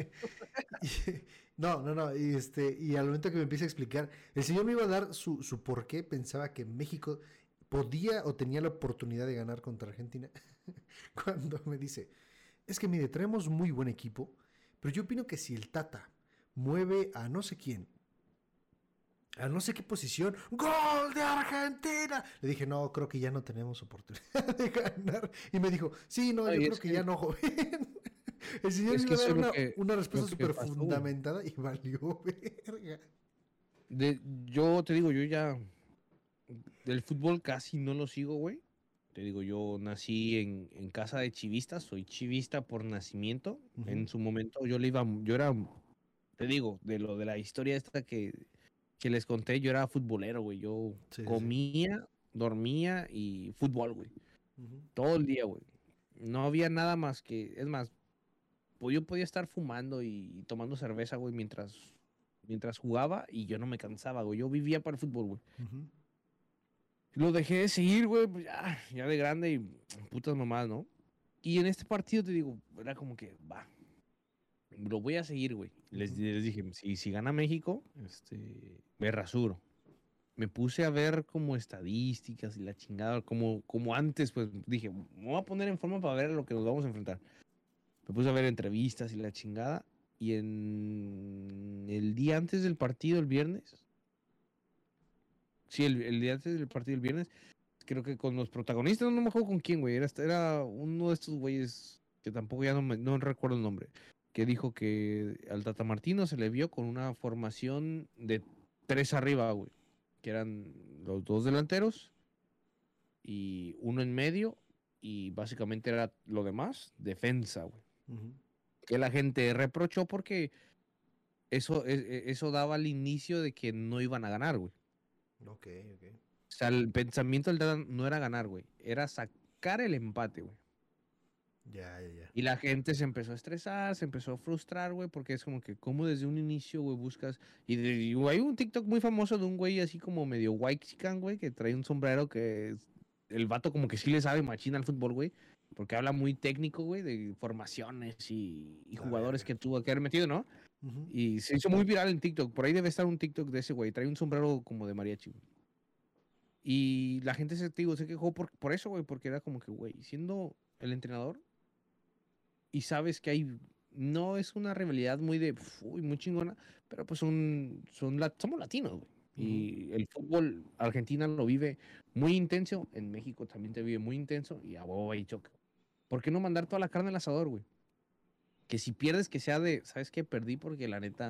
No. Y al momento que me empieza a explicar, el señor me iba a dar su por qué pensaba que México podía o tenía la oportunidad de ganar contra Argentina. Cuando me dice, es que mire, traemos muy buen equipo, pero yo opino que si el Tata mueve a no sé quién, a no sé qué posición, ¡gol de Argentina! Le dije, no, creo que ya no tenemos oportunidad de ganar. Y me dijo, sí, no, yo Ay, creo que ya no, joven. El señor es me que iba a eso dar es una lo respuesta que súper pasó, güey. fundamentada y valió verga. Yo te digo, yo ya del fútbol casi no lo sigo, güey. Te digo, yo nací en casa de chivistas, soy chivista por nacimiento. Ujú. En su momento yo era, te digo, de la historia esta que les conté, yo era futbolero, güey. Yo Sí, sí, sí. comía, dormía y fútbol, güey. Ujú. Todo el día, güey. No había nada más que, es más, pues yo podía estar fumando y tomando cerveza, güey, mientras jugaba y yo no me cansaba, güey. Yo vivía para el fútbol, güey. Ujú. Lo dejé de seguir, güey, pues ya de grande y putas mamás, ¿no? Y en este partido te digo, era como que, va, lo voy a seguir, güey. Ujú. Les dije, si gana México, me rasuro. Me puse a ver como estadísticas y la chingada, como antes, pues dije, me voy a poner en forma para ver a lo que nos vamos a enfrentar. Me puse a ver entrevistas y la chingada. Y en el día antes del partido, el viernes, sí, el día antes del partido, el viernes, creo que con los protagonistas, no me acuerdo con quién, güey. Era uno de estos güeyes que tampoco ya no recuerdo el nombre. Que dijo que al Tata Martino se le vio con una formación de 3 arriba, güey. Que eran los 2 delanteros y uno en medio. Y básicamente era lo demás, defensa, güey. Ujú. Que la gente reprochó porque eso daba el inicio de que no iban a ganar, güey. Ok, ok. O sea, el pensamiento del Tata no era ganar, güey. Era sacar el empate, güey. Ya, ya, ya. Y la gente se empezó a estresar, se empezó a frustrar, güey, porque es como que, como desde un inicio, güey, buscas. Y hay un TikTok muy famoso de un güey así como medio white chican, güey, que trae un sombrero el vato como que sí le sabe machina al fútbol, güey, porque habla muy técnico, güey, de formaciones y La jugadores verga. que tuvo que haber metido, ¿no? Ujú. Y se hizo muy viral en TikTok. Por ahí debe estar un TikTok de ese güey. Trae un sombrero como de mariachi, güey. Y la gente se quejó por eso, güey, porque era como que, güey, siendo el entrenador y sabes que no es una rivalidad muy uy, muy chingona, pero pues somos latinos, güey. Ujú. Y el fútbol Argentina lo vive muy intenso, en México también te vive muy intenso y a huevo hay choque. ¿Por qué no mandar toda la carne al asador, güey? Que si pierdes, que sea ¿sabes qué? Perdí porque la neta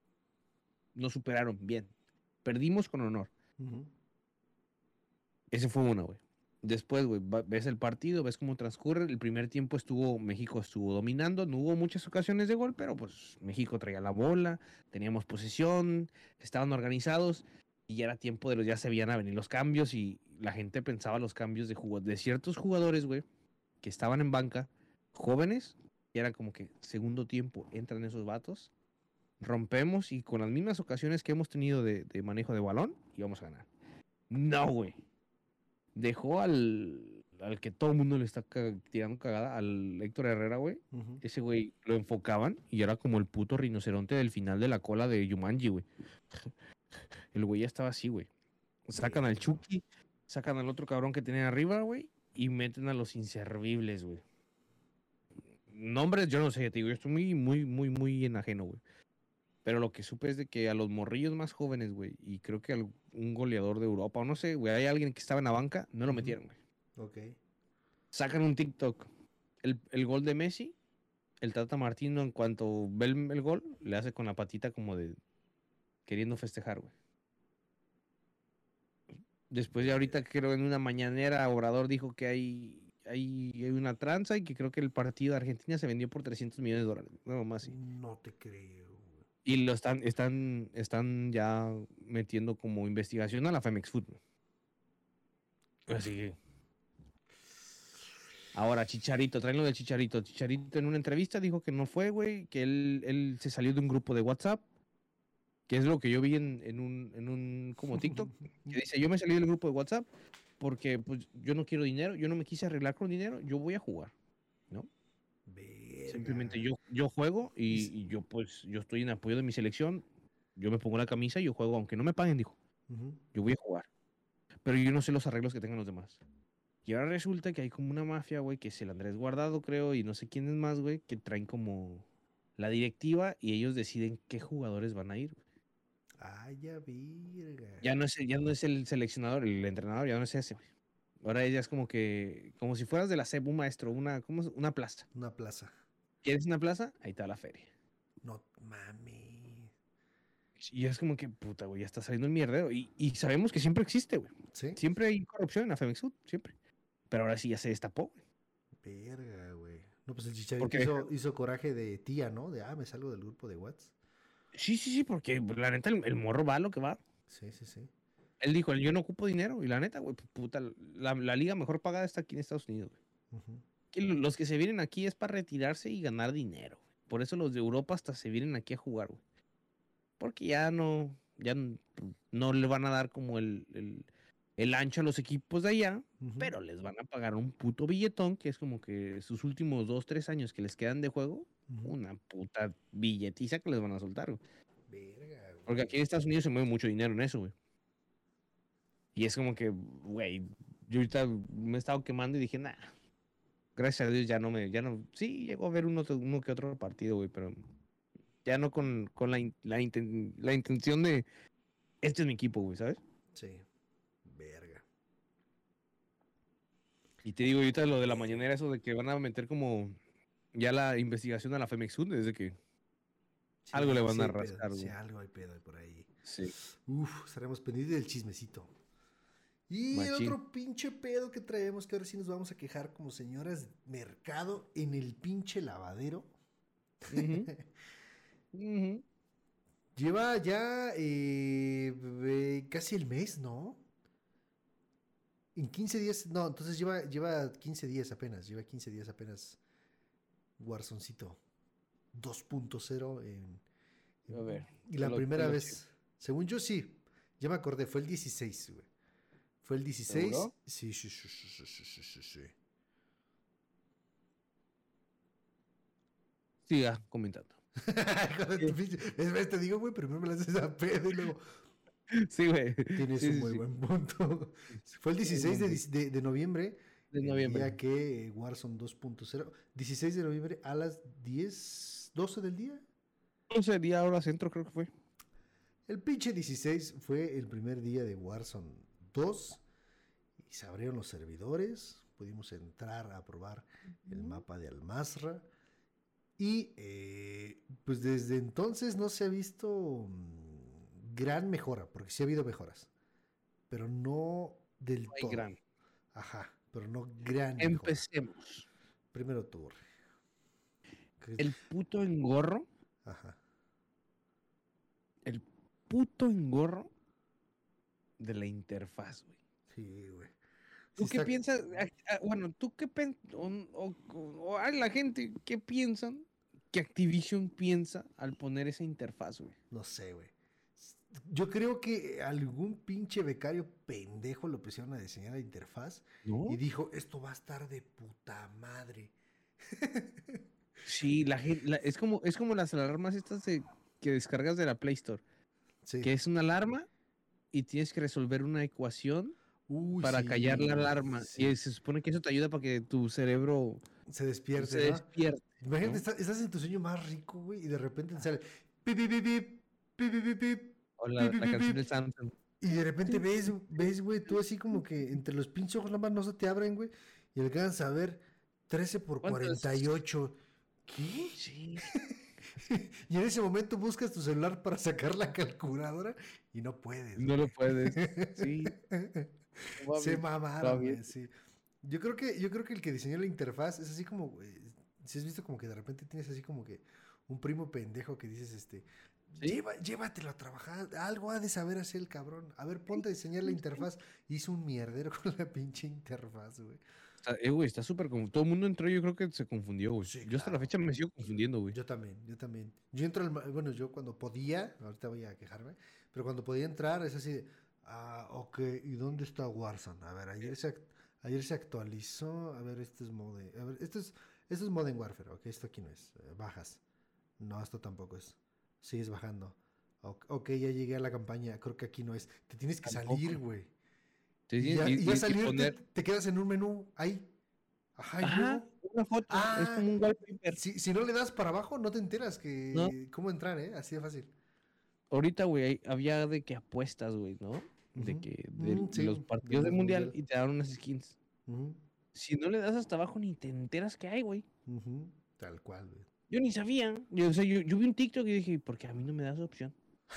nos superaron bien. Perdimos con honor. Ujú. Ese fue uno, güey. Después, güey, ves el partido, ves cómo transcurre. El primer tiempo México estuvo dominando. No hubo muchas ocasiones de gol, pero pues México traía la bola, teníamos posesión, estaban organizados y ya era tiempo ya se veían a venir los cambios y la gente pensaba los cambios de ciertos jugadores, güey, que estaban en banca, jóvenes, y era como que segundo tiempo entran esos vatos, rompemos y con las mismas ocasiones que hemos tenido de manejo de balón, íbamos a ganar. No, güey. Dejó al que todo el mundo le está tirando cagada, al Héctor Herrera, güey. Ujú. Ese güey lo enfocaban y era como el puto rinoceronte del final de la cola de Jumanji, güey. El güey ya estaba así, güey. Sacan al Chucky, sacan al otro cabrón que tenían arriba, güey, y meten a los inservibles, güey. Nombres, yo no sé, te digo, yo estoy muy enajeno, güey. Pero lo que supe es de que a los morrillos más jóvenes, güey, y creo que un goleador de Europa, o no sé, güey, hay alguien que estaba en la banca, no lo Ujú. metieron, güey. Ok. Sacan un TikTok. El gol de Messi, el Tata Martino, en cuanto ve el gol, le hace con la patita como de queriendo festejar, güey. Después de ahorita, creo en una mañanera, Obrador dijo que hay una tranza y que creo que el partido de Argentina se vendió por $300 millones. No, más sí. No te creo, güey. Y lo están ya metiendo como investigación a la Femex Food. Así que. Ahora, Chicharito, traen lo del Chicharito. Chicharito en una entrevista dijo que no fue, güey, que él se salió de un grupo de WhatsApp, que es lo que yo vi en un como TikTok, que dice, yo me salí del grupo de WhatsApp porque pues yo no quiero dinero, yo no me quise arreglar con dinero, yo voy a jugar, ¿no? Simplemente Verga. yo juego Y y yo pues yo estoy en apoyo de mi selección, yo me pongo la camisa y yo juego, aunque no me paguen, dijo, ujú. yo voy a jugar, pero yo no sé los arreglos que tengan los demás. Y ahora resulta que hay como una mafia, güey, que es el Andrés Guardado, creo, y no sé quién es más, güey, que traen como la directiva y ellos deciden qué jugadores van a ir, güey. Ay, ya, verga. Ya no es el seleccionador, el entrenador, ya no es ese, güey. Ahora ella es como que, como si fueras de la SEP, un maestro, una plaza. Una plaza. ¿Quieres una plaza? Ahí está la feria. No mames. Y es como que, puta, güey, ya está saliendo el mierdero. Y sabemos que siempre existe, güey. ¿Sí? Siempre hay corrupción en la Femex Sud, siempre. Pero ahora sí ya se destapó, güey. Verga, güey. No, pues el Chicharito Porque hizo coraje de tía, ¿no? De, me salgo del grupo de Whats. sí, porque pues, la neta el morro va a lo que va. Sí, sí, sí. Él dijo, yo no ocupo dinero. Y la neta, güey, pues, puta, la liga mejor pagada está aquí en Estados Unidos, güey. Ujú. Que los que se vienen aquí es para retirarse y ganar dinero, güey. Por eso los de Europa hasta se vienen aquí a jugar, güey. Porque ya no le van a dar como el ancho a los equipos de allá, Ujú. pero les van a pagar un puto billetón, que es como que sus últimos 2, 3 años que les quedan de juego, Ujú. una puta billetiza que les van a soltar, güey. Verga, Porque güey. aquí en Estados Unidos se mueve mucho dinero en eso, güey. Y es como que, güey, yo ahorita me he estado quemando y dije, nah, gracias a Dios sí, llego a ver uno que otro partido, güey, pero ya no con la intención de, este es mi equipo, güey, ¿sabes? Sí. Verga. Y te digo ahorita lo de la mañanera, eso de que van a meter como ya la investigación a la Femex Sud, desde que algo le Sí, van sí a hay pedo. rascar, Sí, güey. algo hay pedo por ahí. Sí, Uf, estaremos pendientes del chismecito. Y el machín. otro pinche pedo que traemos, que ahora sí nos vamos a quejar como señoras de mercado en el pinche lavadero. Ujú, ujú. Lleva ya casi el mes, ¿no? En 15 días, no, entonces lleva 15 días apenas, Warzoncito 2.0 A ver, y te la lo, te primera lo checo. vez, según yo sí, ya me acordé, fue el 16, güey. Fue el 16, ¿Seguro? sí, sí, sí, sí, sí, sí, sí, sí, sí. Siga comentando. Hijo de tu pinche- Es más, te digo, güey, primero me lanzas a pedo y luego Sí, güey. tienes Sí, un sí, muy sí. buen punto. Fue el Tienes 16 buen punto. de noviembre, De el noviembre. día que Warzone 2.0, 16 de noviembre a las 10, 12 del día. 11 día hora centro, creo que fue. El pinche 16 fue el primer día de Warzone 2 y se abrieron los servidores, pudimos entrar a probar el mapa de Al-Mazrah y pues desde entonces no se ha visto gran mejora, porque sí ha habido mejoras, pero no del No hay todo. gran. Ajá, pero no gran mejora. Empecemos. Primero tú, Borre. El puto engorro. Ajá. El puto engorro de la interfaz, güey. Sí, güey. ¿Tú Sí qué está- piensas? Bueno, ¿tú qué piensas? O a la gente, ¿qué piensan que Activision piensa al poner esa interfaz, güey? No sé, güey. Yo creo que algún pinche becario pendejo lo pusieron a diseñar la interfaz ¿No? y dijo, esto va a estar de puta madre. Sí, la gente, es como las alarmas estas que descargas de la Play Store, Sí. que es una alarma y tienes que resolver una ecuación Uy, para callar la sí, alarma. sí. Y se supone que eso te ayuda para que tu cerebro Se despierte, se ¿no? despierte. Imagínate, ¿no? estás en tu sueño más rico, güey, y de repente te sale pip, pip, pip, pip, pip, pip, pip, pip, O pip, pip, la pip, canción pip. del Samsung. Y de repente ves, güey, tú así como que entre los pinches ojos nada más no se te abren, güey, y alcanzas a ver 13 por ¿Cuántos? 48. ¿Qué? Sí. Y en ese momento buscas tu celular para sacar la calculadora y no puedes. No lo güey. puedes. Sí. Va Se bien, va mamaron, bien. güey, sí. Yo creo que el que diseñó la interfaz es así como, güey, si has visto como que de repente tienes así como que un primo pendejo que dices, ¿Sí? llévatelo a trabajar, algo ha de saber hacer el cabrón. A ver, ponte a diseñar la interfaz. Hizo un mierdero con la pinche interfaz, güey. Güey, está súper confuso. Todo el mundo entró, yo creo que se confundió, güey. Sí, Yo hasta la claro. fecha me sigo confundiendo, güey. Yo también, yo también. Yo entro bueno, yo cuando podía, ahorita voy a quejarme, pero cuando podía entrar es así de, ok, ¿y dónde está Warzone? A ver, ayer se actualizó, a ver, a ver, esto es Modern Warfare, ok, esto aquí no es, bajas. No, esto tampoco es. Sigues bajando. Ok, ya llegué a la campaña, creo que aquí no es. Te tienes que Tampoco. salir, güey. Sí, Y ya, y salirte, poner. te quedas en un menú, ahí. Ajá, y Ajá, luego... una foto. Es como un wallpaper. Si no le das para abajo, no te enteras ¿No? cómo entrar, ¿eh? Así de fácil. Ahorita, güey, había de que apuestas, güey, ¿no? De Ujú. que de Sí, los partidos del del mundial y te daban unas skins. Ujú, Si no le das hasta abajo, ni te enteras que hay, güey. ujú. Tal cual, güey. Yo ni sabía. O sea, yo vi un TikTok y dije, ¿por qué a mí no me das opción?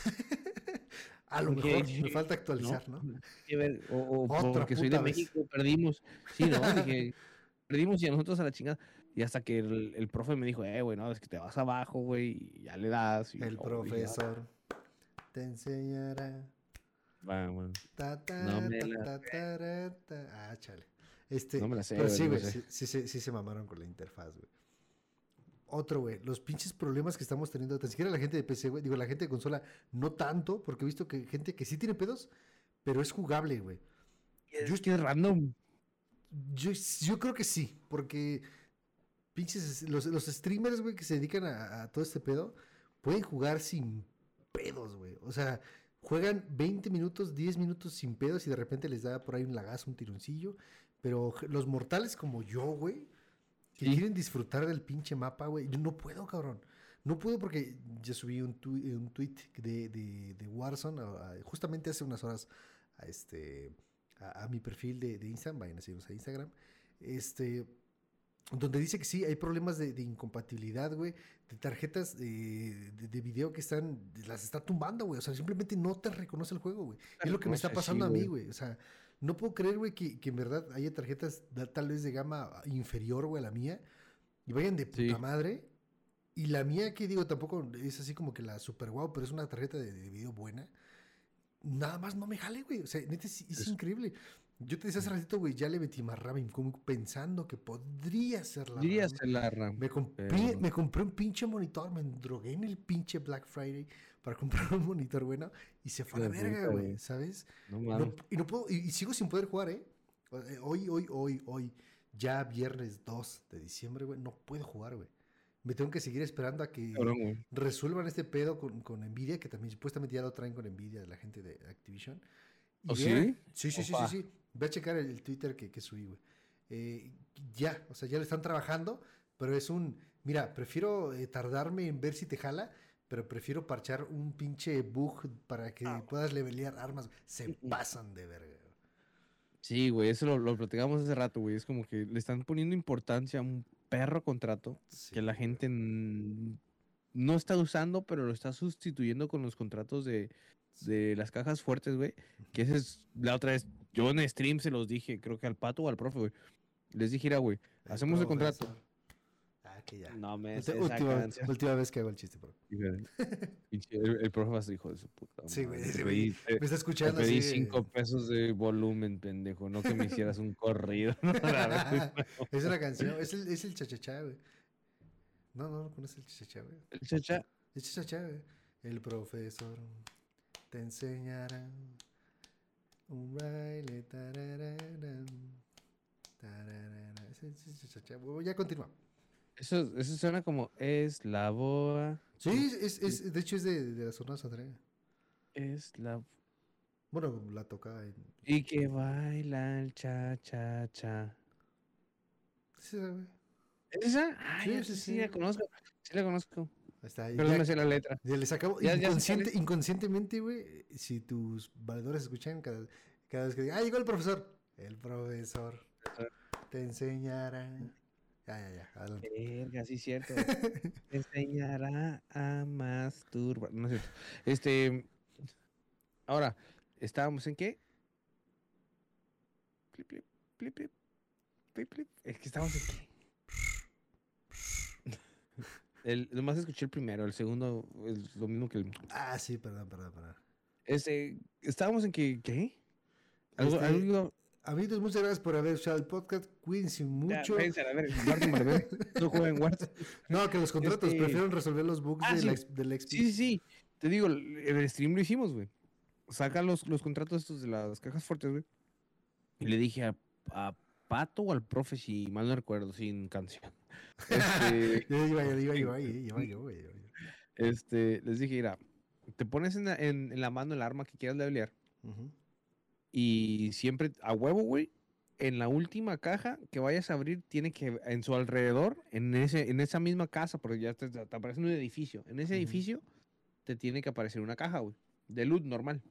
A lo Porque mejor me falta actualizar, ¿no? que ver, o Otra porque soy puta de vez. México, perdimos. Sí, ¿no? Dije, perdimos y a nosotros a la chingada. Y hasta que el profe me dijo, güey, no, es que te vas abajo, güey, y ya le das. Y El luego dije, profesor te enseñará. Vamos. Ta, ta, No me ta, la ta, tara, ta. Chale. No me la sé, Pero güey, sí, no me güey, la sé. sí se mamaron con la interfaz, güey. Otro, güey, los pinches problemas que estamos teniendo, tan siquiera la gente de PC, güey, digo, la gente de consola, no tanto, porque he visto que gente que sí tiene pedos, pero es jugable, güey. Yo, Es que es random. yo creo que sí, porque pinches, los streamers, güey, que se dedican a todo este pedo, pueden jugar sin pedos, güey. O sea, juegan 20 minutos, 10 minutos sin pedos y de repente les da por ahí un lagazo, un tironcillo. Pero los mortales como yo, güey, que Sí. quieren disfrutar del pinche mapa, güey, yo no puedo, cabrón. No puedo porque ya subí un tweet de Warzone justamente hace unas horas a, a mi perfil de Instagram, vayan a seguirnos a Instagram, donde dice que sí, hay problemas de incompatibilidad, güey, de tarjetas de video que las está tumbando, güey, o sea, simplemente no te reconoce el juego, güey. Es lo que me está pasando a mí, güey, o sea, no puedo creer, güey, que en verdad haya tarjetas tal vez de gama inferior, güey, a la mía, y vayan de puta Sí. madre, y la mía, que digo, tampoco es así como que la super guau, pero es una tarjeta de video buena, nada más no me jale, güey, o sea, neta, es increíble. Yo te decía hace ratito, güey, ya le metí más RAM como pensando que podría ser la Diría RAM. ser la RAM. Pero no. Me compré un pinche monitor, me drogué en el pinche Black Friday para comprar un monitor bueno y se fue a la Hijo de verga, puta, güey, güey. ¿sabes? No mames. Y no puedo, y sigo sin poder jugar, ¿eh? Hoy, ya viernes 2 de diciembre, güey, no puedo jugar, güey. Me tengo que seguir esperando a que Cabrón, güey. resuelvan este pedo con Nvidia, que también supuestamente ya lo traen con Nvidia de la gente de Activision. Y ¿O vean, sí? sí. Opa. Ve a checar el Twitter que subí, güey. Ya, o sea, ya le están trabajando, pero mira, prefiero tardarme en ver si te jala, pero prefiero parchar un pinche bug para que puedas levelear armas. Se pasan de verga. Sí, güey, eso lo platicamos hace rato, güey. Es como que le están poniendo importancia a un perro contrato Sí, que la güey. gente no está usando, pero lo está sustituyendo con los contratos de las cajas fuertes, güey. Que esa es la otra vez. yo en stream se los dije, creo que al Pato o al profe, güey. Les dije, mira, güey, hacemos el contrato. Ah, que ya. No me sé esa Última, canción. última vez que hago el chiste, bro. El profe va a ser hijo de su puta Sí, madre. güey. Te Me está te escuchando pedí así. 5 pesos de volumen, pendejo. No que me hicieras un corrido. La vez. Es una canción. Es el chachachá, güey. No conoces el chachachá, güey. El chacha. El chachachá, güey. El profesor te enseñará un baile. Tarararán, tararara. Es el chachachá. Bueno, ya continúa. Eso suena como es la boa. Sí, de hecho es de la Sonora Santanera. Es la. Bueno, la toca en... Y que baila el cha-cha-cha. Sí, güey. ¿Es esa? Ah, Sí, ya sí, sí, sí. la conozco. Sí la conozco. Ahí está. Pero no me sé la letra. Ya les acabo. Ya sé cuál es. Inconscientemente, güey, si tus valedores escuchan cada vez que digan, llegó el profesor. El profesor te enseñará. Ya, adelante. Verga, sí, cierto. Te enseñará a masturbar. No es cierto. Ahora, ¿estábamos en qué? Plip, plip, plip, plip, plip, plip. Es que estábamos en qué. Nomás escuché el primero, el segundo es lo mismo que el. Ah, sí, perdón. Estábamos en que, ¿qué? Algo. Amigos, muchas gracias por haber escuchado el podcast. Cuídense mucho. Váyanse a ver, Warzone, vale, ver. No jueguen Warzone. No, que los contratos. Prefieren resolver los bugs del XP. Sí. Te digo, el stream lo hicimos, güey. Saca los contratos estos de las cajas fuertes, güey. Y le dije a Pato o al profe, si mal no recuerdo, sin canción. Yo iba yo, güey. Les dije, mira, te pones en la mano el arma que quieras levelear. Ujú. Y siempre, a huevo, güey, en la última caja que vayas a abrir, tiene que, en su alrededor, en esa misma casa, porque ya te aparece un edificio. En ese Ujú. edificio te tiene que aparecer una caja, güey, de loot normal.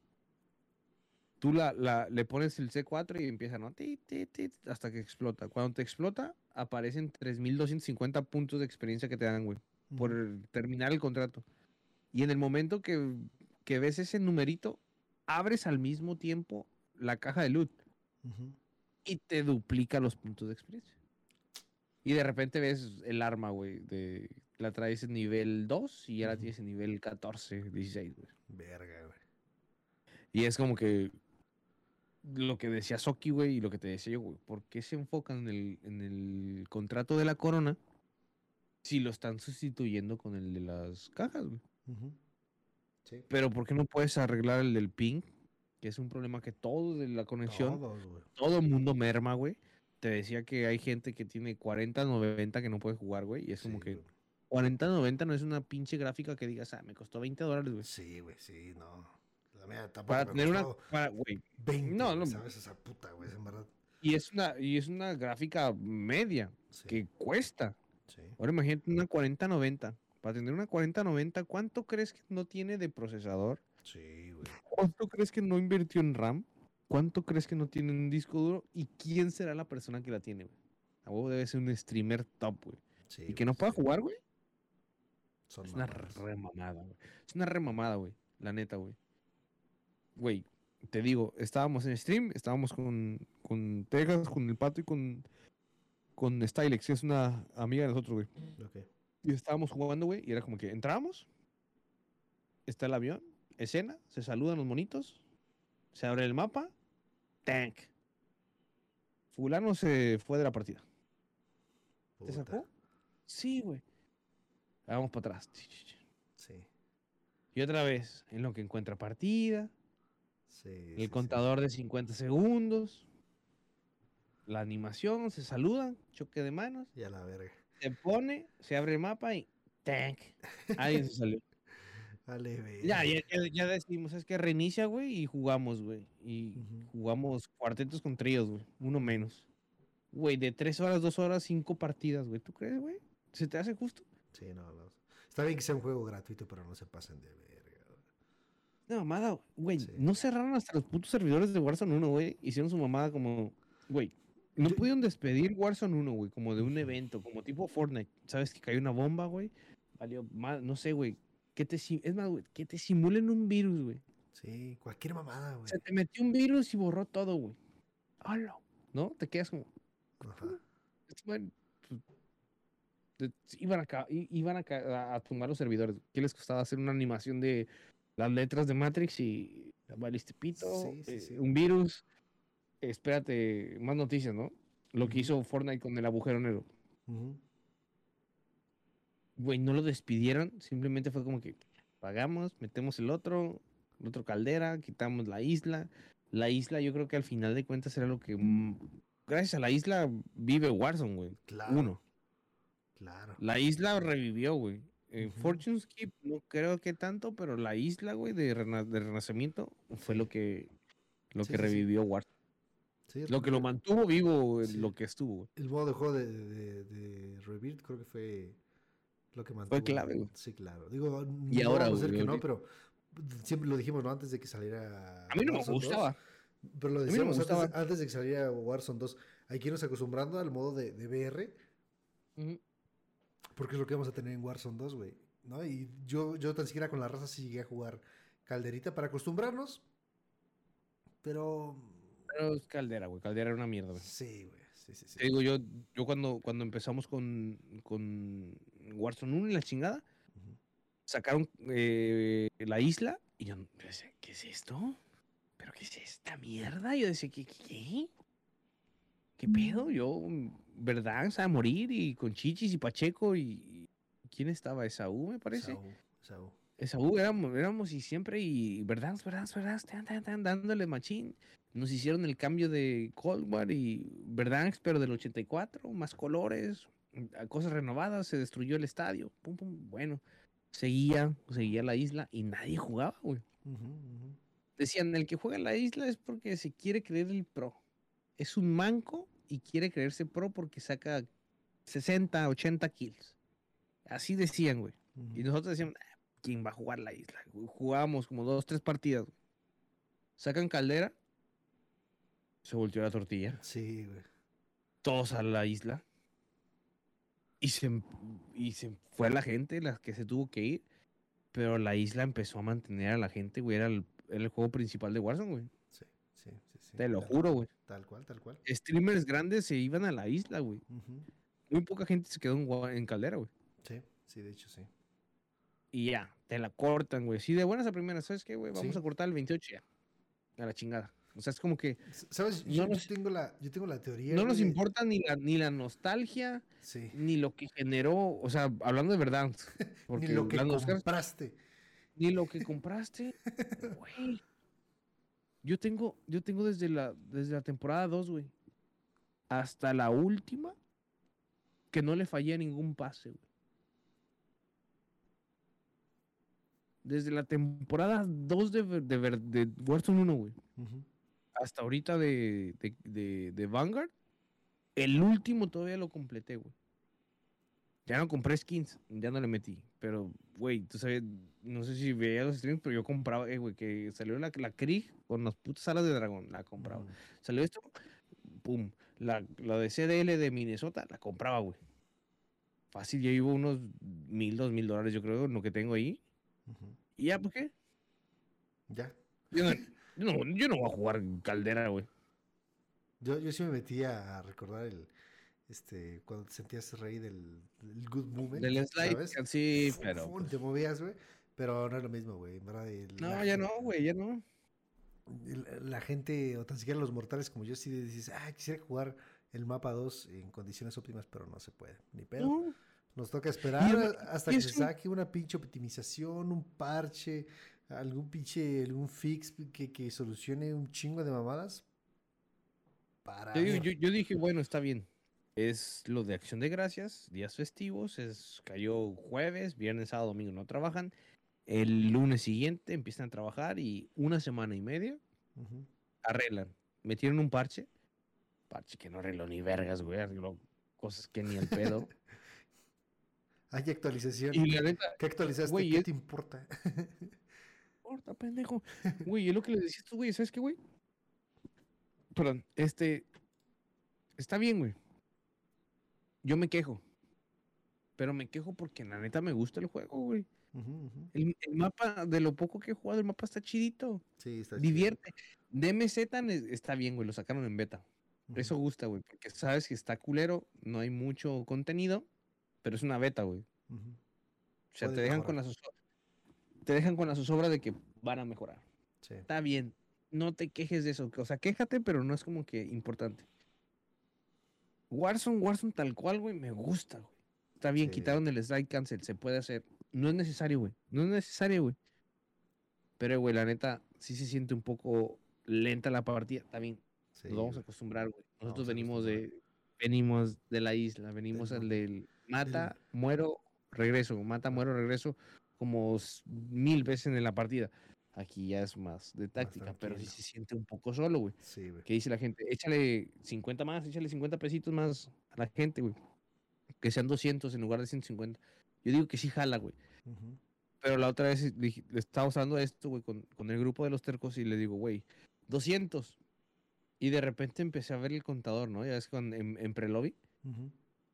Tú le pones el C4 y empieza, ¿no? Hasta que explota. Cuando te explota, aparecen 3,250 puntos de experiencia que te dan, güey, por terminar el contrato. Y en el momento que ves ese numerito, abres al mismo tiempo la caja de loot Ujú. y te duplica los puntos de experiencia. Y de repente ves el arma, güey, la traes en nivel 2 y ya la tienes en nivel 14, 16, güey. Verga, güey. Y es como que lo que decía Soki, güey, y lo que te decía yo, güey, ¿por qué se enfocan en el contrato de la corona si lo están sustituyendo con el de las cajas, güey? Ujú. Sí. Pero ¿por qué no puedes arreglar el del ping? Que es un problema que todo de la conexión, Todos, güey. todo el mundo merma, güey. Te decía que hay gente que tiene 40-90 que no puede jugar, güey. Y es como Sí, que güey. 40-90 no es una pinche gráfica que digas, me costó $20, güey. Sí, güey, sí, no. La mía tampoco Para me tener una, costó güey. 20, No, güey, no. ¿sabes? Esa puta, güey, en verdad. Y es una gráfica media Sí, que cuesta. sí. Ahora imagínate una 4090. Para tener una 4090, ¿cuánto crees que no tiene de procesador? Sí, güey. ¿Cuánto crees que no invirtió en RAM? ¿Cuánto crees que no tiene en un disco duro? ¿Y quién será la persona que la tiene, güey? A huevo debe ser un streamer top, güey. Sí, Y que güey, no pueda sí. jugar, güey. Son Es una mamadas. remamada, güey. Es una remamada, güey. La neta, güey. Güey, te digo, estábamos en stream, estábamos con Tegas, con el Pato y con Stylex, que es una amiga de nosotros, güey. Ok. Y estábamos jugando, güey, y era como que entramos, está el avión, escena, se saludan los monitos, se abre el mapa, tank. Fulano se fue de la partida. ¿Te Puta. sacó? Sí, güey. Vamos para atrás. Sí. Y otra vez, en lo que encuentra partida, Sí. el contador de 50 segundos, la animación, se saludan, choque de manos, Y a la verga. se pone, se abre el mapa y tank. Alguien se salió. Vale, verga. Ya decimos, es que reinicia, güey, y jugamos, güey. Y Ujú. jugamos cuartetos con tríos, güey. Uno menos. Güey, de 3 horas, 2 horas, 5 partidas, güey. ¿Tú crees, güey? ¿Se te hace justo? Sí, no. Está bien que sea un juego gratuito, pero no se pasen de verga, güey. No, mamada, güey. Sí. No cerraron hasta los putos servidores de Warzone 1, güey. Hicieron su mamada como, güey. No pudieron despedir Warzone 1, güey, como de un evento, como tipo Fortnite. ¿Sabes que cayó una bomba, güey? Valió más, no sé, güey. Es más, güey, que te simulen un virus, güey. Sí, cualquier mamada, güey. Se te metió un virus y borró todo, güey. ¡Hala! ¿No? Te quedas como, Ajá. bueno, pues, iban a tumbar los servidores. ¿Qué les costaba hacer una animación de las letras de Matrix y valiste pito? Sí. Un virus. Espérate, más noticias, ¿no? Lo que Ujú. hizo Fortnite con el agujero negro. Ujú. Güey, no lo despidieron, simplemente fue como que pagamos, metemos el otro caldera, quitamos la isla. La isla, yo creo que al final de cuentas era lo que. Gracias a la isla vive Warzone, güey. Claro, Uno. claro. La isla revivió, güey. Ujú. Fortune's Keep no creo que tanto, pero la isla, güey, de renacimiento fue Sí. lo Sí, que sí, sí. revivió Warzone. Sí, Lo que lo mantuvo vivo, sí. lo que estuvo, güey. El modo de juego de Rebirth creo que fue lo que Fue mantuvo. clave, güey. Sí, claro. Digo, Y no ahora, vamos a decir güey, que no, pero siempre lo dijimos, ¿no? Antes de que saliera a mí no me Warzone 2. gustaba. Pero lo A mí no me decíamos gustaba. antes de que saliera Warzone 2. Hay que irnos acostumbrando al modo de VR, Ujú. porque es lo que vamos a tener en Warzone 2, güey. ¿No? Y yo tan siquiera con la raza sí llegué a jugar calderita para acostumbrarnos. Pero Pero es Caldera, güey. Caldera era una mierda, güey. sí, güey. Sí. Te digo, yo cuando empezamos con Warzone 1 y la chingada, Ujú. sacaron la isla y yo decía, ¿qué es esto? ¿Pero qué es esta mierda? Yo decía, ¿qué? ¿Qué pedo? Yo, ¿verdad? O sea, a morir y con Chichis y Pacheco y ¿quién estaba? Esaú, me parece. Saúl. Esaú, éramos y siempre y ¿verdad? Dándole machín. Nos hicieron el cambio de Cold War y Verdansk, pero del 84, más colores, cosas renovadas, se destruyó el estadio, pum, pum. Bueno, seguía la isla y nadie jugaba, güey. Ujú, ujú. Decían, el que juega en la isla es porque se quiere creer el pro. Es un manco y quiere creerse pro porque saca 60, 80 kills. Así decían, güey. Y Ujú. nosotros decíamos, ¿quién va a jugar la isla? Jugábamos como 2, 3 partidas. Güey. Sacan caldera, se volteó la tortilla. Sí, güey. Todos a la isla. Y se fue la gente, la que se tuvo que ir. Pero la isla empezó a mantener a la gente, güey. Era el juego principal de Warzone, güey. Sí. Te lo Tal juro, cual. güey. Tal cual, tal cual. Streamers grandes se iban a la isla, güey. Ujú. Muy poca gente se quedó en Caldera, güey. Sí, de hecho sí. Y ya, te la cortan, güey. Sí, de buenas a primeras, ¿sabes qué, güey? Vamos Sí. a cortar el 28 ya. A la chingada. O sea, es como que ¿Sabes? no Yo nos, tengo la teoría, no güey, nos importa ni la nostalgia, sí. ni lo que generó. O sea, hablando de verdad. Ni Porque lo que las Oscars, compraste. ni lo que compraste, güey. Yo tengo desde la temporada 2, güey, hasta la última, que no le fallé a ningún pase, güey. Desde la temporada 2 de Warzone 1, güey, Ujú. hasta ahorita de Vanguard, el último todavía lo completé, güey. Ya no compré skins, ya no le metí. Pero, güey, tú sabes, no sé si veías los streams, pero yo compraba, güey, que salió la Krieg con las putas alas de dragón, la compraba. Ujú. Salió esto, pum. La de CDL de Minnesota, la compraba, güey. Fácil, ya iba unos $1,000, $2,000, yo creo, en lo que tengo ahí. Ujú. ¿Y ya por qué? Ya. Yo no voy a jugar Caldera, güey. Yo sí me metí a recordar cuando te sentías rey del good moment, Del slide, ¿sabes? sí, pero Te pues. movías, güey. Pero no es lo mismo, güey. En verdad, No, ya no, güey, ya no. la gente, o tan siquiera los mortales como yo, sí dices, quisiera jugar el mapa 2 en condiciones óptimas, pero no se puede. Ni pedo. No. Nos toca Y, esperar güey, hasta y que es se saque una pinche optimización, un parche, algún fix que solucione un chingo de mamadas. Para Te digo, ver. yo dije, bueno, está bien. Es lo de Acción de Gracias, días festivos, cayó jueves, viernes, sábado, domingo no trabajan. El lunes siguiente empiezan a trabajar y una semana y media Ujú. arreglan. Metieron un parche que no arregló ni vergas, güey, arregló cosas que ni el pedo. Hay actualización. Y la neta, ¿Qué actualizaste? güey, ¿Qué te importa? importa, pendejo. Güey, es lo que le decís tú, güey, ¿sabes qué, güey? Perdón, está bien, güey. Yo me quejo. pero me quejo porque la neta me gusta el juego, güey. Ujú, ujú. El mapa, de lo poco que he jugado, el mapa está chidito. Sí, está chido. Divierte. DMZ está bien, güey, lo sacaron en beta. Ujú, Eso gusta, güey, porque sabes que está culero, no hay mucho contenido, pero es una beta, güey. ujú. O sea, Puede te dejan con mejorar. te dejan con la zozobra de que van a mejorar. Sí. Está bien, no te quejes de eso. O sea, quéjate, pero no es como que importante. Warzone tal cual, güey, me gusta, güey. Está bien, Sí. quitaron el slide cancel, se puede hacer. No es necesario, güey. No es necesario, güey. Pero, güey, la neta, sí se siente un poco lenta la partida. Está bien, Sí, nos vamos a güey. acostumbrar, güey. Nosotros Vamos a acostumbrar. venimos de la isla, venimos Del- al del mata, del- muero, regreso, mata, Ah, muero, regreso, como 1000 veces en la partida. Aquí ya es más de más táctica, pero sí tranquilo. se siente un poco solo, güey. Sí, güey. ¿Qué dice la gente? Échale 50 más, échale 50 pesitos más a la gente, güey. Que sean 200 en lugar de 150. Yo digo que sí jala, güey. Ujú. Pero la otra vez le estaba usando esto, güey, con el grupo de los tercos y le digo, güey, 200. Y de repente empecé a ver el contador, ¿no? Ya ves en pre-lobby. Ujú.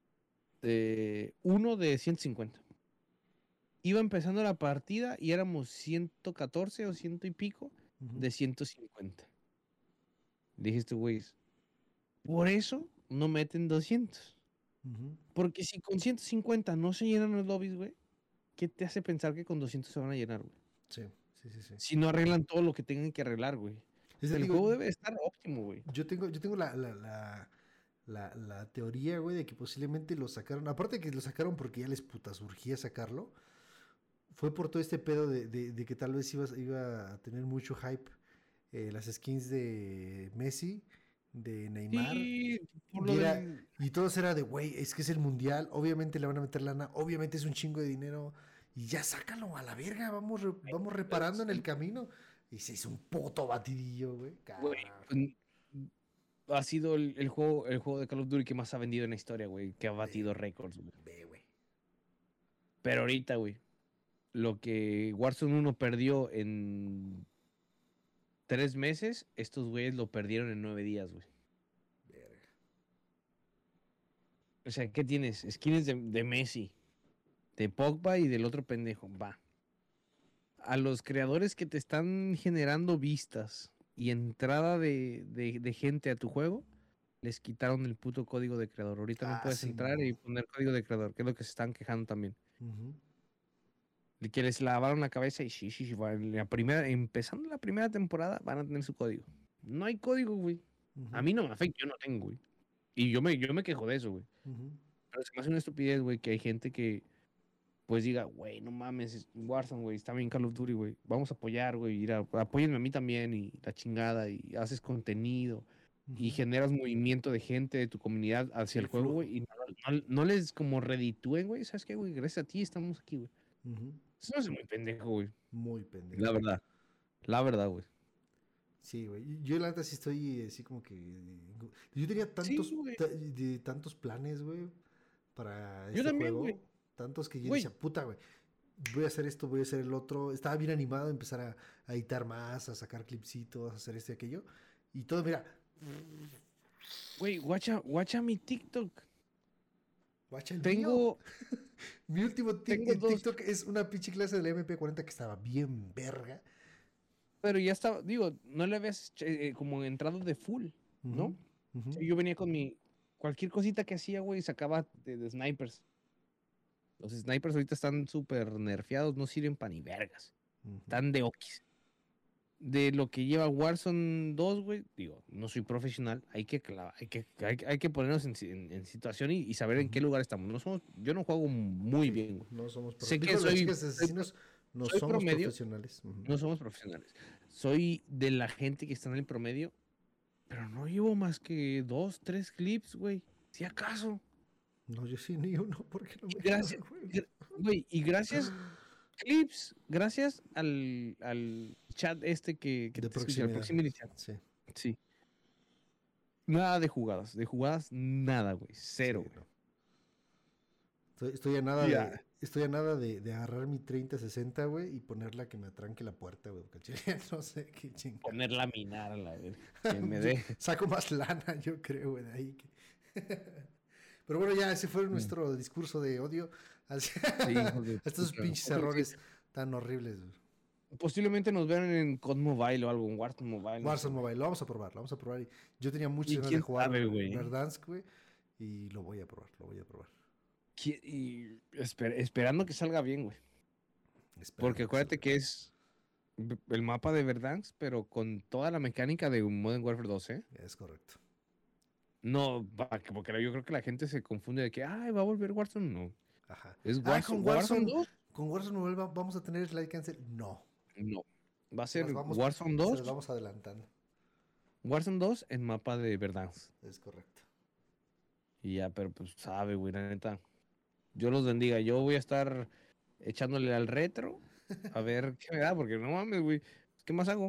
Uno de 150. Iba empezando la partida y éramos 114 o ciento y pico Ujú. de 150. Dijiste, güey, por eso no meten 200. Ujú. Porque si con 150 no se llenan los lobbies, güey, ¿qué te hace pensar que con 200 se van a llenar, güey? Sí, sí, sí, sí. Si no arreglan todo lo que tengan que arreglar, güey. Es que El digo, juego debe estar óptimo, güey. yo tengo la teoría, güey, de que posiblemente lo sacaron. Aparte de que lo sacaron porque ya les puta surgía sacarlo. Fue por todo este pedo de que tal vez iba a tener mucho hype las skins de Messi, de Neymar. Sí, por Y, lo era, del... y todos era de, güey, es que es el mundial. Obviamente le van a meter lana. Obviamente es un chingo de dinero. Y ya sácalo a la verga. Vamos reparando en el camino. Y se hizo un puto batidillo, güey. Güey, Cabrón. ha sido el juego de Call of Duty que más ha vendido en la historia, güey. Que ha batido récords, güey. Ve, güey. Pero ahorita, güey, lo que Warzone 1 perdió en 3 meses, estos güeyes lo perdieron en 9 días, güey. Verga. O sea, ¿qué tienes? Skins de Messi, de Pogba y del otro pendejo. Va. A los creadores que te están generando vistas y entrada de gente a tu juego, les quitaron el puto código de creador. Ahorita no Ah, puedes sí, entrar mo. y poner código de creador, que es lo que se están quejando también. Ujú. De que les lavaron la cabeza y sí, empezando la primera temporada van a tener su código. No hay código, güey. A Ujú. mí no me afecta, yo no tengo, güey. Y yo me quejo de eso, güey. Ujú. Pero se me hace una estupidez, güey, que hay gente que pues diga, güey, no mames, es Warzone, güey, está bien Call of Duty, güey. Vamos a apoyar, güey, apóyenme a mí también y la chingada y haces contenido y Ujú. generas movimiento de gente de tu comunidad Sí, hacia el el juego, flujo. güey, y no les como reditúen, güey, ¿sabes qué, güey? Gracias a ti estamos aquí, güey. Ujú. Eso no es muy pendejo, güey. Muy pendejo. La verdad. La verdad, güey. Sí, güey. Yo la neta sí estoy así como que... Yo tenía Sí, güey. tantos planes, güey, para Yo este también, güey. juego. Tantos que yo Güey, decía, puta, güey. Voy a hacer esto, voy a hacer el otro. Estaba bien animado a empezar a editar más, a sacar clipsitos, a hacer esto y aquello. Y todo, mira. güey, guacha mi TikTok. Guacha el mío. Tengo, Mi último tengo dos, TikTok es una pinche clase de la MP40 que estaba bien verga. pero ya estaba, digo, no le habías como entrado de full, ¿no? Ujú, ujú, Sí, yo venía con cualquier cosita que hacía, güey, sacaba de snipers. Los snipers ahorita están súper nerfeados, no sirven para ni vergas. ujú. Están de okis. De lo que lleva Warzone 2, güey, digo, no soy profesional, hay que ponernos en situación y saber en qué Ujú. lugar estamos. Yo no juego muy Sí, bien, güey. no somos Sé que Dijo las soy, chicas asesinos, no soy somos promedio, profesionales. Ujú. no somos profesionales. Soy de la gente que está en el promedio, pero no llevo más que 2, 3 clips, güey. Si acaso. No, yo sí ni uno porque no Y me jala gracias, el juego. güey, y gracias, clips, gracias al chat este que De te escucha, el proximidad. proximity chat. Sí, Sí. Nada de jugadas, nada, güey. sí, Cero, güey. no. Estoy a nada Ya. estoy a nada de agarrar mi 3060, güey, y ponerla que me atranque la puerta, güey. Porque al chile no sé qué chingada. Ponerla a minar a la verga. Que me deje. Saco más lana, yo creo, güey, de ahí. Pero bueno, ya ese fue nuestro discurso de odio. Así- Sí, hijos de estos puta. pinches Ojalá que errores tan horribles, güey. posiblemente nos vean en COD Mobile o algo, en Warzone Mobile. No sé, Warzone güey. Mobile, lo vamos a probar. Yo tenía muchas Y ganas de quién jugar sabe, güey. Verdansk, güey, y lo voy a probar, lo voy a probar. Y esperando que salga bien, güey. Espero Porque acuérdate que es el mapa de Verdansk, pero con toda la mecánica de un Modern Warfare 2, ¿eh? es correcto. No, porque yo creo que la gente se confunde de que, ay, va a volver Warzone. No, Ajá. es Ah, Warzone 2. con Warzone Mobile vamos a tener slide cancel. No. No, va a Se ser las vamos, Warzone se 2, las vamos adelantando. Warzone 2 en mapa de Verdansk. Es correcto. Y ya, pero pues sabe, güey, la neta. Yo los bendiga. Yo voy a estar echándole al retro a ver qué me da, porque no mames, güey. ¿Qué más hago?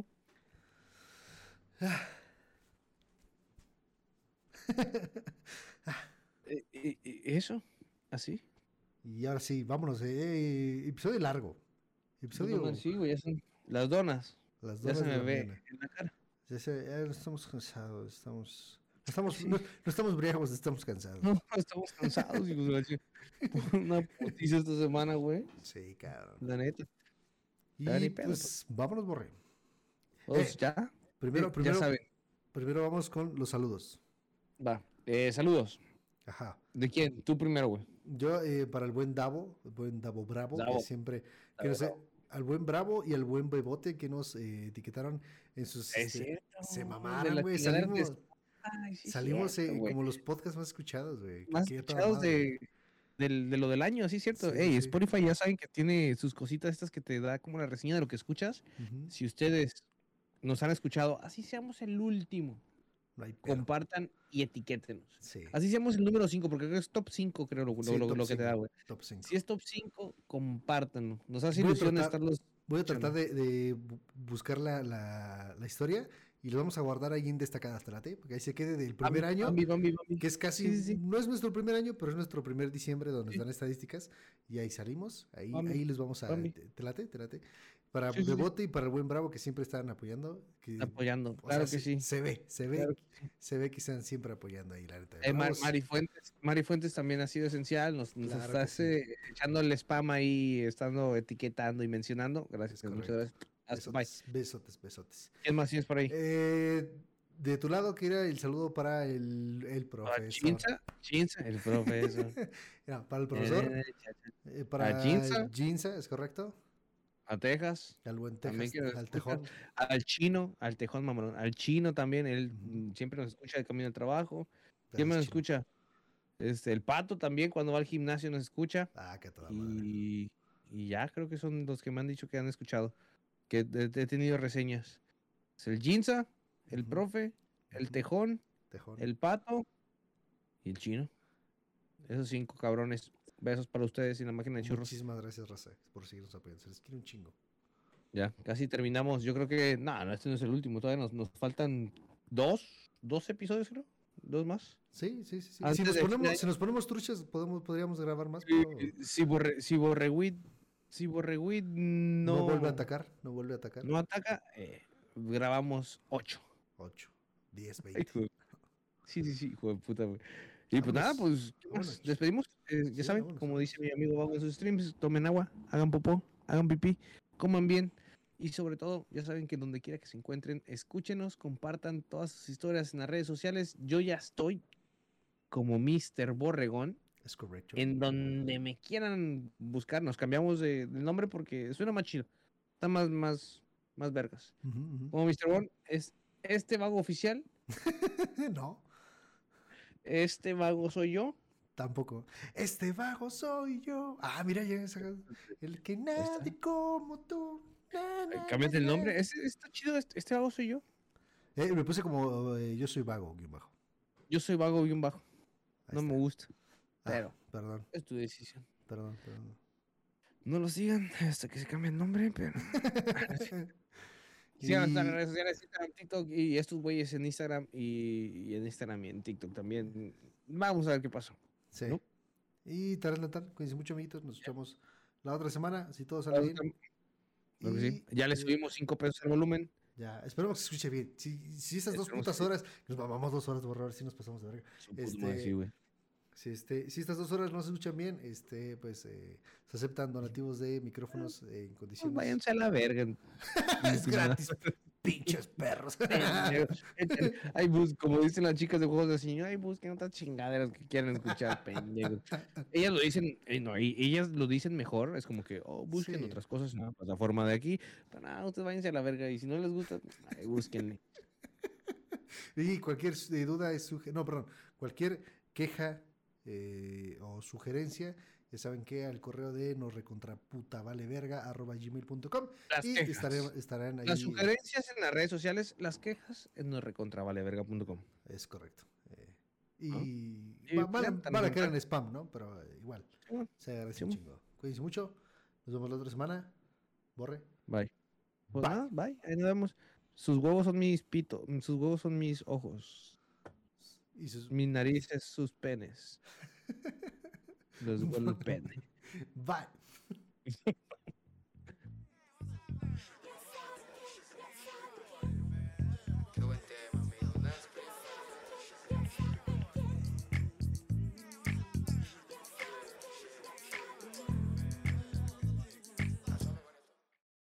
Eso, así. Y ahora sí, vámonos. Episodio largo. Episodio. Bueno, sí, güey, ya son las donas. Las Ya 2 se de me la ve mañana. en la cara. Ya estamos cansados. Sí. No estamos briagos, estamos cansados. No, estamos cansados, hijos de la Por una putiza esta semana, güey. Sí, cabrón. La neta. Y Ya ni pedo, pues vámonos, Borre. Pues ya. Primero, Ya saben. primero vamos con los saludos. Va. Saludos. Ajá. ¿De quién? Tú primero, güey. Yo, para el buen Davo Bravo, Davo. que siempre, que nos, al buen Bravo y al buen Bebote que nos etiquetaron en sus, Es cierto. se de mamaron, la güey, chingadera salimos, de- Ay, sí, salimos cierto, güey. como los podcasts más escuchados, güey. Más Qué toda escuchados madre. de lo del año, sí, cierto. Sí, Ey, sí. Spotify ya saben que tiene sus cositas estas que te da como la reseña de lo que escuchas. Ujú. Si ustedes nos han escuchado, así seamos el último, No hay pedo. compartan y etiquétenos. Sí. Así seamos el número 5, porque creo que es top 5, creo, Sí, top lo que te da, 5, güey. top 5. Si es top 5, compártanlo. Nos hace Voy a ilusión tratar- estarlos. Voy a tratar escuchando. de buscar la historia y lo vamos a guardar ahí en destacadas, trate, porque ahí se quede del primer año. Bambi. Que es casi, Sí, sí, sí. no es nuestro primer año, pero es nuestro primer diciembre donde Sí. nos dan estadísticas y ahí salimos, ahí Bambi, les vamos a, Bambi. te late, para Sí, sí, sí. Bebote y para el buen Bravo que siempre están apoyando, que, Apoyando, o claro sea, que sí. se ve, Claro que sí. se ve que están siempre apoyando ahí, la neta. Mari Fuentes también ha sido esencial, nos Claro está que sí. echando el spam ahí, estando etiquetando y mencionando. Gracias, Es muchas correcto. gracias. Hasta, bye. Besotes. ¿Quién más tienes por ahí? De tu lado, que era el saludo para el Para profesor. Chinza, el profesor. Mira, para el profesor, para Ginza. Ginza, ¿es correcto? A Texas. Al buen También Texas, que nos al escucha. Tejón. Al chino, al tejón mamalón. Al chino también, él Ujú. siempre nos escucha de camino al trabajo. ¿Quién más nos Gracias, Chino. escucha? El Pato también, cuando va al gimnasio nos escucha. Ah, que toda madre. Y ya creo que son los que me han dicho que han escuchado. Que he tenido reseñas. Es el Ginza, el Ujú. profe, el Ujú. Tejón, Tejón. el Pato y el chino. Esos 5 cabrones. Besos para ustedes y la máquina de churros. Muchísimas gracias, Raza, por seguirnos apoyando. Se les quiere un chingo. Ya, casi terminamos. Yo creo que. No, este no es el último. Todavía nos faltan dos episodios, creo. 2 más. Sí. Antes de fin de Si nos ponemos truchas, podríamos grabar más, Sí, pero Si Borreguit no no, vuelve a atacar. No vuelve a atacar. no ataca, grabamos 8. 8, 10, 20. Sí, hijo de puta, güey. Y pues nada, Vámonos, pues ¿qué más? vámonos. Despedimos. Ya Sí, saben, vámonos, como vámonos. dice mi amigo Vago en sus streams, tomen agua, hagan popó, hagan pipí, coman bien. Y sobre todo, ya saben que donde quiera que se encuentren, escúchenos, compartan todas sus historias en las redes sociales. Yo ya estoy como Mr. Borregón. Es correcto. En donde me quieran buscar, nos cambiamos de nombre porque suena más chido. Está más vergas. Ujú. Como Mr. Born, es este vago oficial, No, este vago soy yo. tampoco. Este vago soy yo. Ah, mira, ya el que nadie como tú. Cámbiate el nombre. Está chido, este vago soy yo. Me puse como yo soy vago, guión bajo. Yo soy vago bien bajo. Ahí No está. me gusta. Ah, Pero perdón. es tu decisión. Perdón. No lo sigan hasta que se cambie el nombre, pero. Y- Síganos en las redes sociales, Instagram, TikTok y estos güeyes en Instagram y en Instagram y en TikTok también. Vamos a ver qué pasó. Sí. ¿no? Y tal. Cuídense mucho, amiguitos. Nos escuchamos la otra semana, si todo sale bien. Claro que sí. Y, Ya le subimos 5 pesos al volumen. Ya, esperemos que se escuche bien. Si esas dos Esperemos putas que sí. horas, nos mamamos 2 horas de borrar, si nos pasamos de verga. Sí, güey. Si estas 2 horas no se escuchan bien, pues se aceptan donativos de micrófonos en Pues condiciones. váyanse a la verga. Es gratis, pinches perros. Ay, como dicen las chicas de juegos de señor, ay, busquen otras chingaderas que quieran escuchar, pendejos. Ellas lo dicen, no, ellas lo dicen mejor, es como que, busquen Sí. otras cosas en la plataforma de aquí. Pero no, ustedes váyanse a la verga y si no les gusta, ay, búsquenle. Y cualquier duda cualquier queja o sugerencia, ya saben que al correo de nosrecontraputavaleverga@gmail.com Las y quejas. estarán ahí. Las sugerencias en las redes sociales, las quejas en nosrecontravaleverga.com. Es correcto. Y Van ya, a caer en spam, ¿no? Pero igual, Simón, se agradece Simón. un chingo. Cuídense mucho. Nos vemos la otra semana. Borre. Bye. Pues Bye. nada, bye. Ahí nos vemos. Sus huevos son mis pitos, sus huevos son mis ojos. Y sus... Mis narices, sus penes. Los huele el pene. Bye.